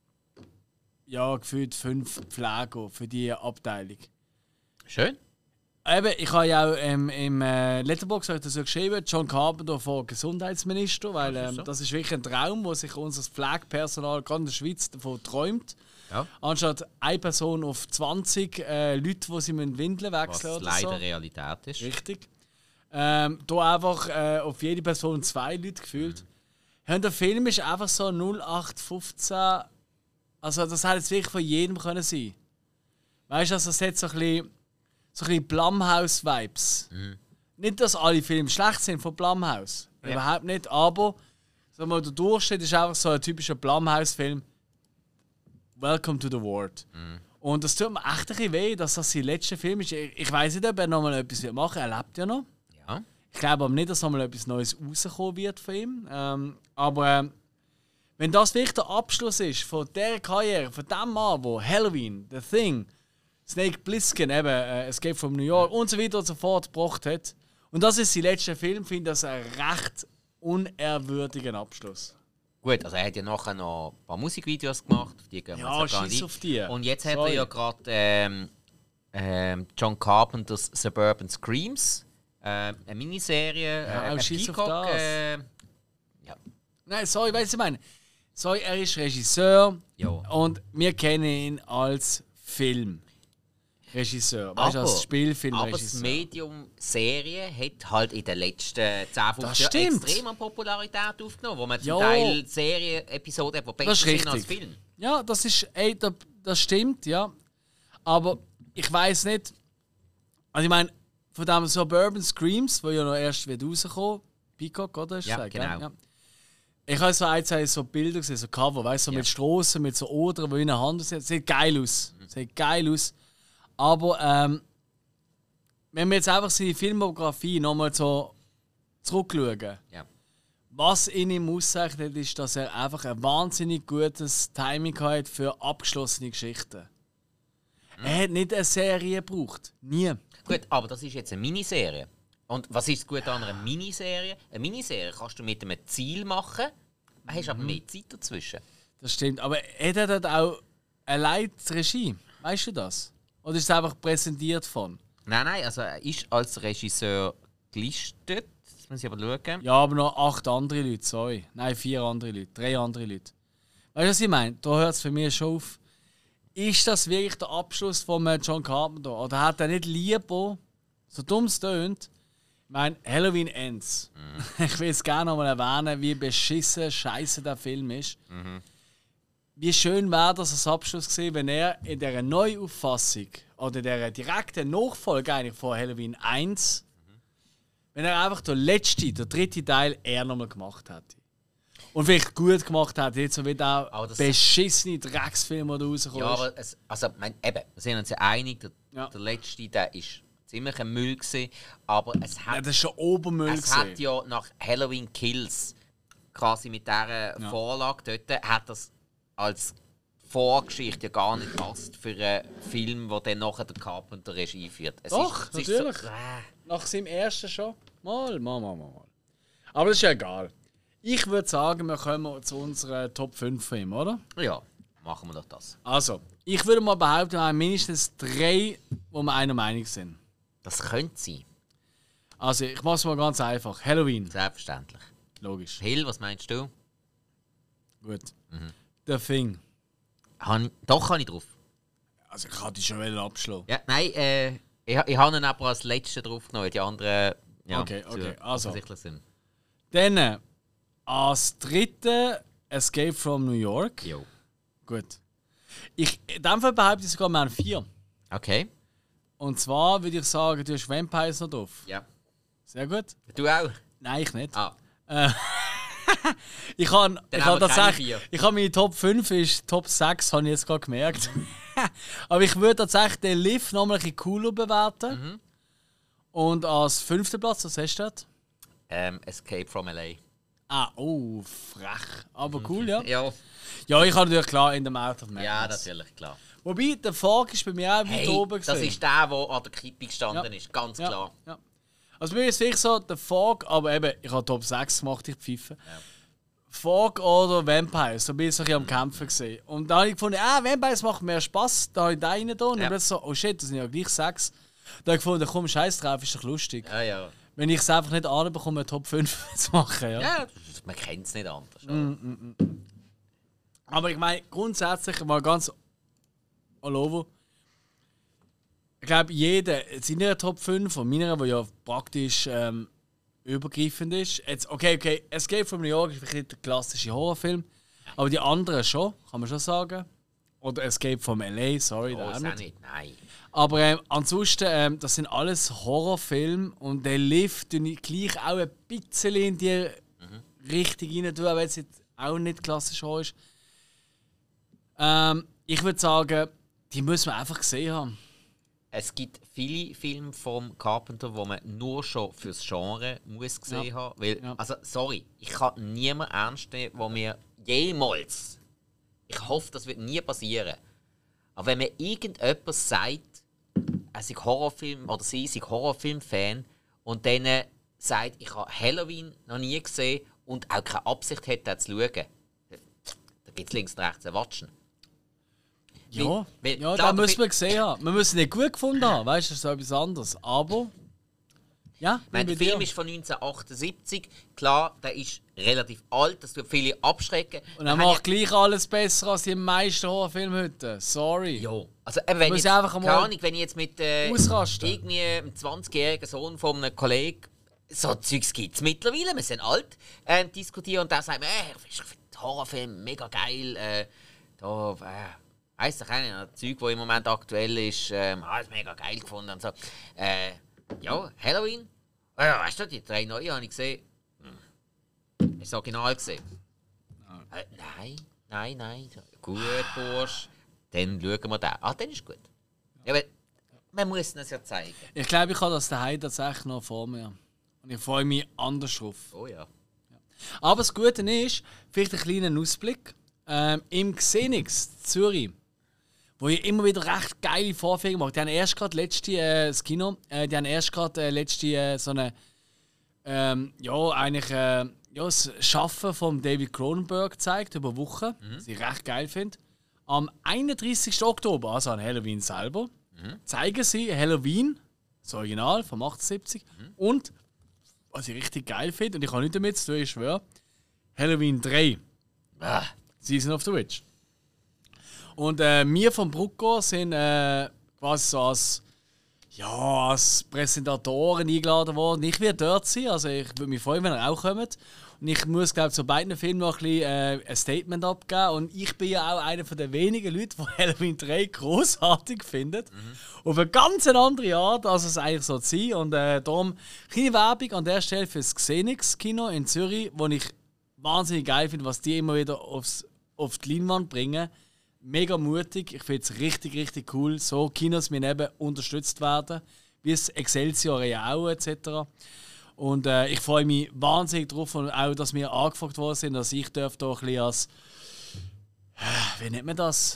Speaker 1: ja, gefühlt fünf Pfleger für diese Abteilung.
Speaker 2: Schön.
Speaker 1: Eben, ich habe ja auch ähm, im äh, Letterboxd dazu geschrieben, John Carpenter von Gesundheitsminister, weil ähm, das ist wirklich ein Traum, wo sich unser Pflegepersonal gerade in der Schweiz davon träumt.
Speaker 2: Ja.
Speaker 1: Anstatt eine Person auf zwanzig äh, Leute, die sie mit Windeln wechseln
Speaker 2: oder so. Was leider
Speaker 1: so.
Speaker 2: Realität ist.
Speaker 1: Richtig. Ähm, da einfach äh, auf jede Person zwei Leute gefühlt. Mhm. Ja, und der Film ist einfach so null acht fünfzehn. Also, das hätte jetzt wirklich von jedem können sein. Weißt du, also, es hat so ein bisschen, so ein bisschen Blumhouse-Vibes. Mhm. Nicht, dass alle Filme schlecht sind von Blumhouse. Ja. Überhaupt nicht, aber sagen wir, der Durchschnitt ist einfach so ein typischer Blumhouse-Film. Welcome to the Ward. Mhm. Und das tut mir echt ein bisschen weh, dass das sein letzter Film ist. Ich, ich weiß nicht, ob er noch mal etwas machen wird. Er lebt ja noch.
Speaker 2: Ja.
Speaker 1: Ich glaube aber nicht, dass noch mal etwas Neues rauskommen wird von ihm. Ähm, aber ähm, wenn das wirklich der Abschluss ist von dieser Karriere, von dem Mann, der Halloween, The Thing, Snake Plissken, eben, äh, Escape from New York und so weiter und so fort gebracht hat, und das ist sein letzter Film, finde ich das einen recht unehrwürdigen Abschluss.
Speaker 2: Gut, also er hat ja nachher noch ein paar Musikvideos gemacht, auf die gehen wir
Speaker 1: ja,
Speaker 2: jetzt gar nicht.
Speaker 1: auf die.
Speaker 2: Und jetzt Sorry. hat er ja gerade ähm, ähm, John Carpenters Suburban Screams, äh, eine Miniserie,
Speaker 1: ja,
Speaker 2: äh,
Speaker 1: auch
Speaker 2: Peacock. Äh,
Speaker 1: ja. Nein, sorry, weißt du, ich meine, sorry, er ist Regisseur
Speaker 2: Ja.
Speaker 1: und wir kennen ihn als Filmregisseur. Weißt du, als
Speaker 2: Aber das
Speaker 1: Spielfilmregisseur.
Speaker 2: Medium Serie hat halt in den letzten zehn,
Speaker 1: Das
Speaker 2: fünfzehn Jahren
Speaker 1: stimmt.
Speaker 2: extrem an Popularität aufgenommen, wo man zum
Speaker 1: Ja.
Speaker 2: Teil Serien-Episoden hat, die
Speaker 1: Das ist
Speaker 2: besser sind als
Speaker 1: richtig.
Speaker 2: Film.
Speaker 1: Ja, das ist, ey, das, das stimmt, ja. Aber ich weiß nicht. Also ich meine, von dem Suburban Screams, wo ja noch erst wird rauskommen, Peacock, oder? Ist
Speaker 2: Ja,
Speaker 1: das,
Speaker 2: genau.
Speaker 1: gell? Ja. Ich habe so ein, zwei so Bilder gesehen, so Cover, weißt du, so
Speaker 2: Ja.
Speaker 1: mit Strassen, mit so Odern, die in der Hand sind. Sieht geil aus. Sieht geil aus. Aber ähm, wenn wir jetzt einfach seine Filmografie nochmal so zurückschauen,
Speaker 2: Ja.
Speaker 1: was ihn ihm auszeichnet, ist, dass er einfach ein wahnsinnig gutes Timing hat für abgeschlossene Geschichten. Er hat nicht eine Serie gebraucht. Nie.
Speaker 2: Gut, aber das ist jetzt eine Miniserie. Und was ist das Gute an einer Miniserie? Eine Miniserie kannst du mit einem Ziel machen, hast aber mehr Zeit dazwischen.
Speaker 1: Das stimmt. Aber hat er dort auch allein die Regie? Weißt du das? Oder ist es einfach präsentiert von?
Speaker 2: Nein, nein, also er ist als Regisseur gelistet. Das muss ich aber schauen.
Speaker 1: Ja, aber noch acht andere Leute, sorry. Nein, vier andere Leute, drei andere Leute. Weißt du, was ich meine? Da hört es für mich schon auf. Ist das wirklich der Abschluss von äh, John Carpenter? Oder hat er nicht lieber, so dumm es tönt, ich meine, Halloween Ends.
Speaker 2: Mhm.
Speaker 1: Ich will es gerne noch mal erwähnen, wie beschissen scheiße der Film ist.
Speaker 2: Mhm.
Speaker 1: Wie schön wäre das als Abschluss gewesen, wenn er in dieser Neuauffassung oder in dieser direkten Nachfolge eigentlich von Halloween eins,
Speaker 2: Mhm.
Speaker 1: wenn er einfach den letzten, den dritten Teil eher nochmal gemacht hätte. Und vielleicht gut gemacht hätte, nicht so wie der
Speaker 2: Aber das-
Speaker 1: beschissene Drecksfilm, der rausgekommen
Speaker 2: Ja,
Speaker 1: ist.
Speaker 2: aber es, also, mein, eben, wir sind uns ja einig, der,
Speaker 1: Ja.
Speaker 2: der letzte der ist ziemlich ein Müll gewesen, aber es
Speaker 1: Ja,
Speaker 2: hat,
Speaker 1: das ist schon Obermüll.
Speaker 2: es hat
Speaker 1: gewesen.
Speaker 2: ja nach Halloween Kills quasi mit dieser
Speaker 1: Ja.
Speaker 2: Vorlage dort, hat das als Vorgeschichte ja gar nicht passt für einen Film, der dann nachher der Carpenter Regie führt. Es
Speaker 1: Doch,
Speaker 2: es
Speaker 1: natürlich.
Speaker 2: So, äh,
Speaker 1: Nach seinem ersten schon. Mal, mal, mal, mal. mal. Aber das ist ja egal. Ich würde sagen, wir kommen zu unseren Top fünf Filmen, oder?
Speaker 2: ja, machen wir doch das.
Speaker 1: Also, ich würde mal behaupten, wir haben mindestens drei, wo wir einer Meinung sind.
Speaker 2: Das könnte sein,
Speaker 1: Also, ich mache es mal ganz einfach. Halloween,
Speaker 2: selbstverständlich.
Speaker 1: logisch.
Speaker 2: Hill, was meinst du?
Speaker 1: Gut. The Thing.
Speaker 2: Han, doch, kann ich drauf.
Speaker 1: Also, ich hatte schon wieder abschlagen.
Speaker 2: Ja, nein, äh, ich, ich habe ihn aber als letzten draufgenommen, die anderen ja,
Speaker 1: Okay, okay,
Speaker 2: zu
Speaker 1: also.
Speaker 2: offensichtlich sind.
Speaker 1: Dann äh, als dritte Escape from New York.
Speaker 2: Jo.
Speaker 1: Gut. Ich, in dem Fall behaupte ich sogar, wir haben vier.
Speaker 2: Okay.
Speaker 1: Und zwar würde ich sagen, du hast Vampires noch drauf.
Speaker 2: Ja.
Speaker 1: Sehr gut.
Speaker 2: Du auch?
Speaker 1: Nein, ich nicht.
Speaker 2: Ah,
Speaker 1: Ich habe ich
Speaker 2: haben
Speaker 1: hab
Speaker 2: wir keine
Speaker 1: tatsächlich,
Speaker 2: vier.
Speaker 1: ich habe meine Top fünf, ist Top sechs, habe ich jetzt gerade gemerkt. Aber ich würde tatsächlich den Lift nochmal ein bisschen cooler bewerten.
Speaker 2: Mhm.
Speaker 1: Und als fünften Platz, was hast du dort?
Speaker 2: ähm, Escape from L A.
Speaker 1: Ah, oh, frech. Aber cool, ja.
Speaker 2: Ja,
Speaker 1: Ja, ich habe natürlich klar in der Mouth of Madness.
Speaker 2: ja, natürlich, klar.
Speaker 1: Wobei, der Fog ist bei mir auch weit
Speaker 2: Hey,
Speaker 1: oben
Speaker 2: das
Speaker 1: gewesen.
Speaker 2: ist der, der an der Kippe gestanden
Speaker 1: Ja.
Speaker 2: ist, ganz
Speaker 1: Ja,
Speaker 2: klar.
Speaker 1: ja. Also bei mir ist es wirklich so, der Fog, aber eben, ich habe Top sechs gemacht, ich pfeife. Fog oder Vampires, da bin ich so ein bisschen am Kämpfen gesehen. Und da habe ich gefunden, ah, Vampires macht mehr Spass, da habe ich den rein da. Und
Speaker 2: Ja.
Speaker 1: dann plötzlich so, oh shit, das sind ja gleich sechs. Da habe ich gefunden, komm, scheiß drauf, ist doch lustig.
Speaker 2: Ja, ja.
Speaker 1: Wenn ich es einfach nicht anbekomme, eine Top fünf zu machen. Ja.
Speaker 2: Ja, man kennt es nicht anders. oder?
Speaker 1: Mhm. Aber ich meine, grundsätzlich mal ganz all over. Ich glaube, jeder, seine Top fünf und meiner, die ja praktisch ähm, übergreifend ist. Jetzt, okay, okay, Escape from New York ist vielleicht nicht der klassische Horrorfilm, aber die anderen schon, kann man schon sagen. Oder Escape from L A, sorry,
Speaker 2: Oh,
Speaker 1: der auch
Speaker 2: ist
Speaker 1: nicht.
Speaker 2: auch nicht, nein.
Speaker 1: Aber ähm, ansonsten, ähm, das sind alles Horrorfilme und der Lift tue ich gleich auch ein bisschen in die Richtung rein tun, auch wenn es jetzt auch nicht klassisch Horror ist. Ähm, ich würde sagen, die müssen wir einfach gesehen haben.
Speaker 2: Es gibt viele Filme vom Carpenter, die man nur schon fürs Genre muss gesehen
Speaker 1: Ja.
Speaker 2: haben. Weil,
Speaker 1: Ja.
Speaker 2: also, sorry, ich kann niemanden ernst nehmen, der mir jemals, ich hoffe, das wird nie passieren, aber wenn mir irgendjemand sagt, er sei Horrorfilm oder sie sei Horrorfilm-Fan und dann äh, sagt, ich habe Halloween noch nie gesehen und auch keine Absicht hat, den zu schauen, da gibt es links und rechts ein Watschen.
Speaker 1: Ja,
Speaker 2: Weil- weil-
Speaker 1: ja
Speaker 2: klar,
Speaker 1: da müssen
Speaker 2: weil-
Speaker 1: wir gesehen haben. Wir müssen nicht gut gefunden haben, weißt du, das ist so etwas anderes. Aber Ja,
Speaker 2: ich meine, der
Speaker 1: bin bei
Speaker 2: Film
Speaker 1: dir.
Speaker 2: ist von neunzehnhundertachtundsiebzig. Klar, der ist relativ alt, das tut viele abschrecken.
Speaker 1: Und er
Speaker 2: Wir
Speaker 1: macht
Speaker 2: haben
Speaker 1: gleich alles besser als die meisten Horrorfilme heute. Sorry.
Speaker 2: ja, ja. Also, eben, wenn,
Speaker 1: Muss
Speaker 2: ich
Speaker 1: ich
Speaker 2: jetzt,
Speaker 1: einfach
Speaker 2: keine
Speaker 1: mal
Speaker 2: Ahnung, wenn ich jetzt mit äh,
Speaker 1: ausrasten.
Speaker 2: irgendwie einem zwanzigjährigen Sohn von einem Kollegen, so Zeugs gibt es mittlerweile, wir sind alt, äh, diskutieren und der sagt mir, äh, ich finde den Horrorfilm mega geil. Äh, da, äh, weiss ich nicht, ein Zeug, das im Moment aktuell ist, äh, ah, ist mega geil gefunden und so. Äh, ja, Halloween. Ah ja, weißt du, die drei neuen habe ich gesehen. Hm. Hast du das Original gesehen? Äh, nein, nein, nein. Gut, Bursch. Dann schauen wir den. Ah, dann ist gut. Ja, aber man muss es ja zeigen.
Speaker 1: Ich glaube, ich habe das daheim tatsächlich noch vor mir. Und ich freue mich anders drauf.
Speaker 2: Oh ja.
Speaker 1: Aber das Gute ist, vielleicht ein kleiner Ausblick. Ähm, Im Xenix Zürich, wo ich immer wieder recht geile Vorführungen mache. Die haben erst gerade letzte, äh, das Kino, äh, die haben erst gerade äh, letzte äh, so eine, ähm, ja, eigentlich, äh, ja, das Schaffen von David Cronenberg gezeigt über Wochen, mhm. was ich recht geil finde. Am einunddreißigsten Oktober, also an Halloween selber, mhm. zeigen sie Halloween, das Original vom achtundsiebzig, mhm. und, was ich richtig geil finde, und ich habe nichts damit zu tun, ich schwöre, Halloween drei.
Speaker 2: Ah.
Speaker 1: Season of the Witch. Und äh, wir vom Brucko sind äh, quasi so als, ja, als Präsentatoren eingeladen worden. Ich werde dort sein, also ich würde mich freuen, wenn ihr auch kommt. Und ich muss, glaube ich, zu beiden Filmen noch ein, bisschen, äh, ein Statement abgeben. Und ich bin ja auch einer der wenigen Leute, die Halloween drei großartig findet. Mhm. Auf eine ganz andere Art, als es eigentlich so sein. Und äh, darum kleine Werbung an der Stelle für das Xenix-Kino in Zürich, wo ich wahnsinnig geil finde, was die immer wieder aufs, auf die Leinwand bringen. Mega mutig, ich finde es richtig, richtig cool, so Kinos wie eben unterstützt werden, wie es Excelsior ja auch et cetera. Und äh, ich freue mich wahnsinnig drauf und auch, dass wir angefragt worden sind, dass ich darf da ein bisschen als, wie nennt man das?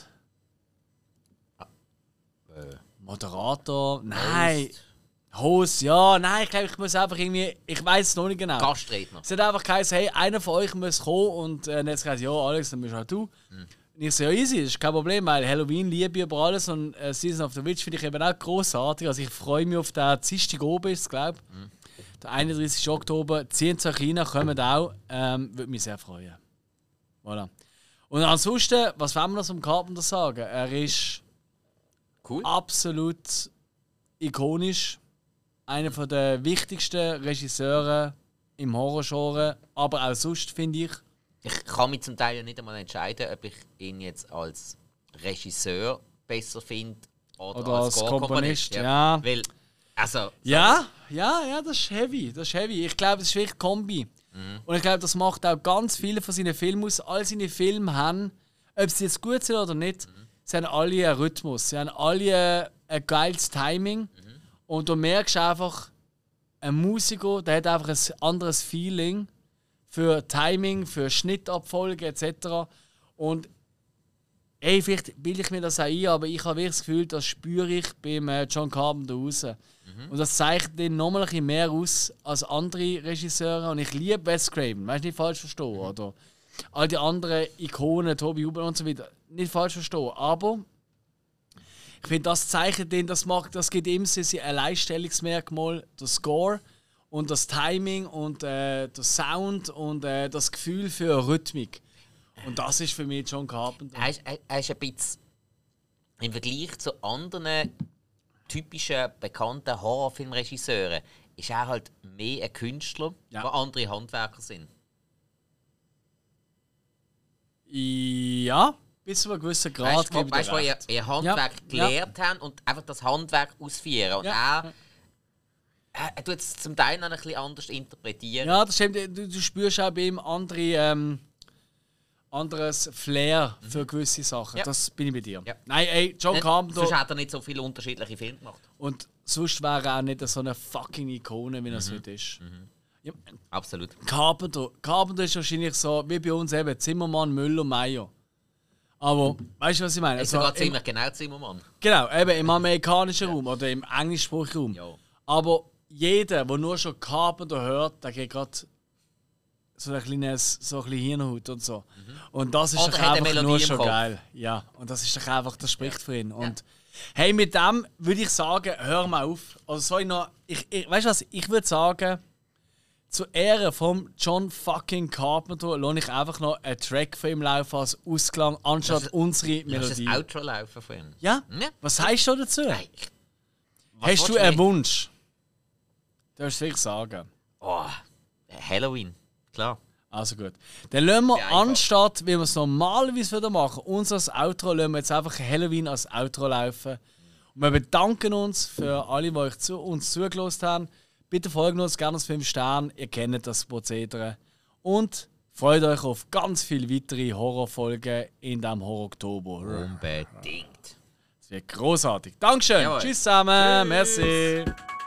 Speaker 2: Äh.
Speaker 1: Moderator? Nein. Host, ja, nein, ich glaube, ich muss einfach irgendwie, ich weiß es noch nicht genau.
Speaker 2: Gastredner.
Speaker 1: Es hat einfach geheißen, hey, einer von euch muss kommen und äh, dann hat es gesagt, ja, Alex, dann bist halt du. Mhm. Und ich so, ja, easy, das ist kein Problem, weil Halloween liebe ich über alles und äh, Season of the Witch finde ich eben auch grossartig. Also ich freue mich auf den Dienstag oben, ist es, glaube ich. Mhm. Der einunddreißigsten Oktober, ziehen zu China, kommen auch, ähm, würde mich sehr freuen. Voilà. Und ansonsten, was wollen wir noch zum Carpenter sagen? Er ist
Speaker 2: cool.
Speaker 1: Absolut ikonisch. Einer der wichtigsten Regisseure im Horrorgenre, aber auch sonst, finde ich.
Speaker 2: Ich kann mich zum Teil ja nicht einmal entscheiden, ob ich ihn jetzt als Regisseur besser finde oder,
Speaker 1: Oder
Speaker 2: als,
Speaker 1: als
Speaker 2: Komponist.
Speaker 1: Komponist, ja.
Speaker 2: Weil, also,
Speaker 1: Ja, ja, ja, das ist heavy. Das ist heavy. Ich glaube, das ist wirklich Kombi. Mhm. Und ich glaube, das macht auch ganz viele von seinen Filmen aus. All seine Filme haben, ob sie jetzt gut sind oder nicht, mhm. sie haben alle einen Rhythmus. Sie haben alle ein geiles Timing. Mhm. Und du merkst einfach, ein Musiker, der hat einfach ein anderes Feeling für Timing, für Schnittabfolge et cetera. Und ey, vielleicht bilde ich mir das auch ein, aber ich habe wirklich das Gefühl, das spüre ich beim John Carpenter raus. Mhm. Und das zeichnet ihn nochmal ein bisschen mehr aus als andere Regisseure. Und ich liebe Wes Craven, weißt du, nicht falsch verstehen. Mhm. Oder all die anderen Ikonen, Toby Hooper und so weiter, nicht falsch verstehen. Aber ich finde, das zeichnet ihn, das, macht, das gibt ihm sein Alleinstellungsmerkmal, der Score und das Timing und äh, der Sound und äh, das Gefühl für Rhythmik. Und das ist für mich John Carpenter.
Speaker 2: Er ist, er ist ein bisschen im Vergleich zu anderen typischen bekannten Horrorfilmregisseuren ist er halt mehr ein Künstler, ja. wo andere Handwerker sind.
Speaker 1: Ja, bis zu einem gewissen Grad.
Speaker 2: Weißt du, weißt, wo ihr, ihr Handwerk ja. gelernt ja. habt und einfach das Handwerk ausführen. Und ja. er, er, er tut es zum Teil noch ein bisschen anders interpretieren.
Speaker 1: Ja, das stimmt. Du, du spürst auch bei ihm andere, ähm, anderes Flair mhm. für gewisse Sachen. Ja. Das bin ich bei dir. Ja. Nein, ey, John Carpenter.
Speaker 2: Sonst hat er nicht so viele unterschiedliche Filme gemacht.
Speaker 1: Und sonst wäre er auch nicht so eine fucking Ikone, wie er es mhm. heute ist.
Speaker 2: Mhm. Ja. Absolut.
Speaker 1: Carpenter. Carpenter ist wahrscheinlich so wie bei uns eben Zimmermann, Müller, Meyer. Aber, weißt du, was ich meine?
Speaker 2: Ist also, sogar ziemlich genau Zimmermann.
Speaker 1: Genau, eben im amerikanischen ja. Raum oder im englischsprachigen Raum.
Speaker 2: Ja.
Speaker 1: Aber jeder, der nur schon Carpenter hört, der geht gerade so ein kleines so ein bisschen Hirnhaut und so. Mhm. Und das ist
Speaker 2: Oder
Speaker 1: doch
Speaker 2: hat eine
Speaker 1: einfach
Speaker 2: Melodie
Speaker 1: nur
Speaker 2: im
Speaker 1: schon
Speaker 2: Kopf.
Speaker 1: geil. Ja, und das ist doch einfach, das spricht für ihn. Und hey, mit dem würde ich sagen, hör mal auf. Also soll ich noch, ich, ich, weißt du was, ich würde sagen, zur Ehre von John fucking Carpenter lasse ich einfach noch einen Track von ihm laufen als Ausklang, anstatt
Speaker 2: Das-
Speaker 1: unsere
Speaker 2: Du hast
Speaker 1: Melodie.
Speaker 2: das Outro laufen von ihm.
Speaker 1: Ja?
Speaker 2: Ja.
Speaker 1: Was sagst du dazu?
Speaker 2: Nein, ich- Was
Speaker 1: Hast du
Speaker 2: willst
Speaker 1: einen
Speaker 2: mehr?
Speaker 1: Wunsch? Du darfst es wirklich sagen.
Speaker 2: Oh, Halloween, klar.
Speaker 1: Also gut. Dann lassen wir
Speaker 2: Ja, einfach.
Speaker 1: anstatt, wie wir es normalerweise würden machen, unser Outro, lassen wir jetzt einfach Halloween als Outro laufen. Und wir bedanken uns für alle, die euch zu, uns zugelassen haben. Bitte folgt uns gerne aus fünf Sternen. Ihr kennt das Prozedere. Und freut euch auf ganz viele weitere Horrorfolgen in diesem Horror-Oktober.
Speaker 2: Unbedingt.
Speaker 1: Das wird großartig. Dankeschön.
Speaker 2: Jawohl.
Speaker 1: Tschüss zusammen.
Speaker 2: Tschüss.
Speaker 1: Merci.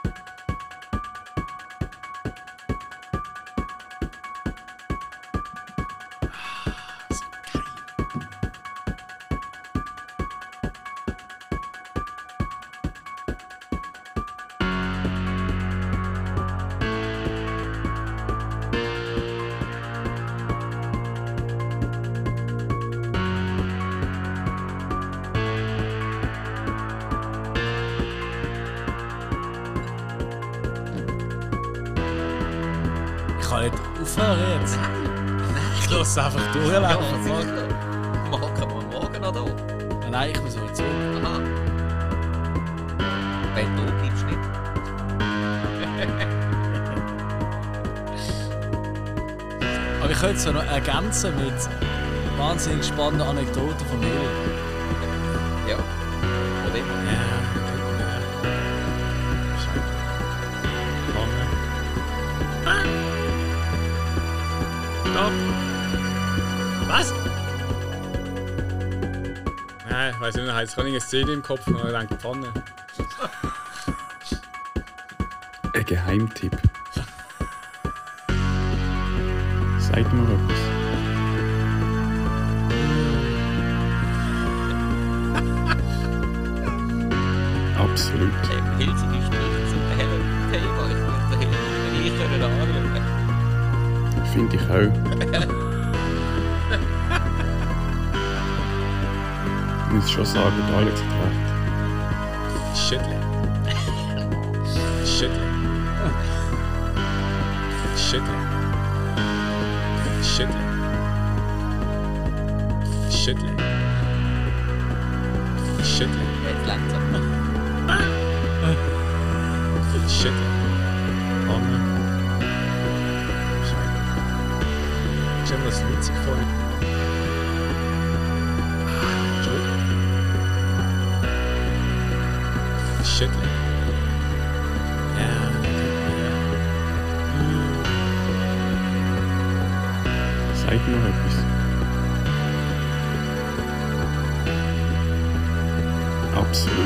Speaker 1: Ich kann nicht aufhören jetzt. Ich lasse es einfach
Speaker 2: Ja,
Speaker 1: durchlaufen.
Speaker 2: sicher. Morgen, morgen, morgen noch da.
Speaker 1: Nein, ich muss heute zurück.
Speaker 2: Aha. Wenn du bleibst nicht.
Speaker 1: Aber ich könnte es ja noch ergänzen mit wahnsinnig spannenden Anekdoten von Hill.
Speaker 2: Ja. Oder immer.
Speaker 3: Ja, Stopp! Was? Nein, ich weiß nicht, jetzt kann ich eine Szene im Kopf und ich denke, Pfanne.
Speaker 4: Ein Geheimtipp. Sag mir etwas. Absolut.
Speaker 2: Hilfe, die spricht zum Halloween-Thema. Ich würde den Hilfe nicht können anschauen.
Speaker 4: Finde ich auch. Ich muss schon sagen, der Alex hat recht.
Speaker 3: Schüttle. Schüttle. Schüttle. Schüttle. Schüttle. Schüttle.
Speaker 2: Jetzt langsam.
Speaker 3: Schüttle. Pfanne. Scheiße. Ich habe das witzig vorhin. Entschuldigung. Schüttle. Ja.
Speaker 4: Sag mir etwas. Absolut.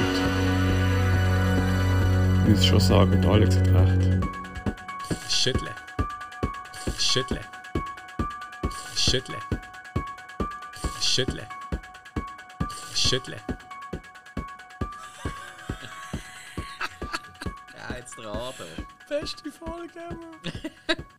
Speaker 4: Ich muss schon sagen, der Alex hat recht.
Speaker 3: Schüttle. Schüttle. Schüttle. Schüttle. Schüttle.
Speaker 2: Ja, jetzt dran.
Speaker 1: Beste Folge immer.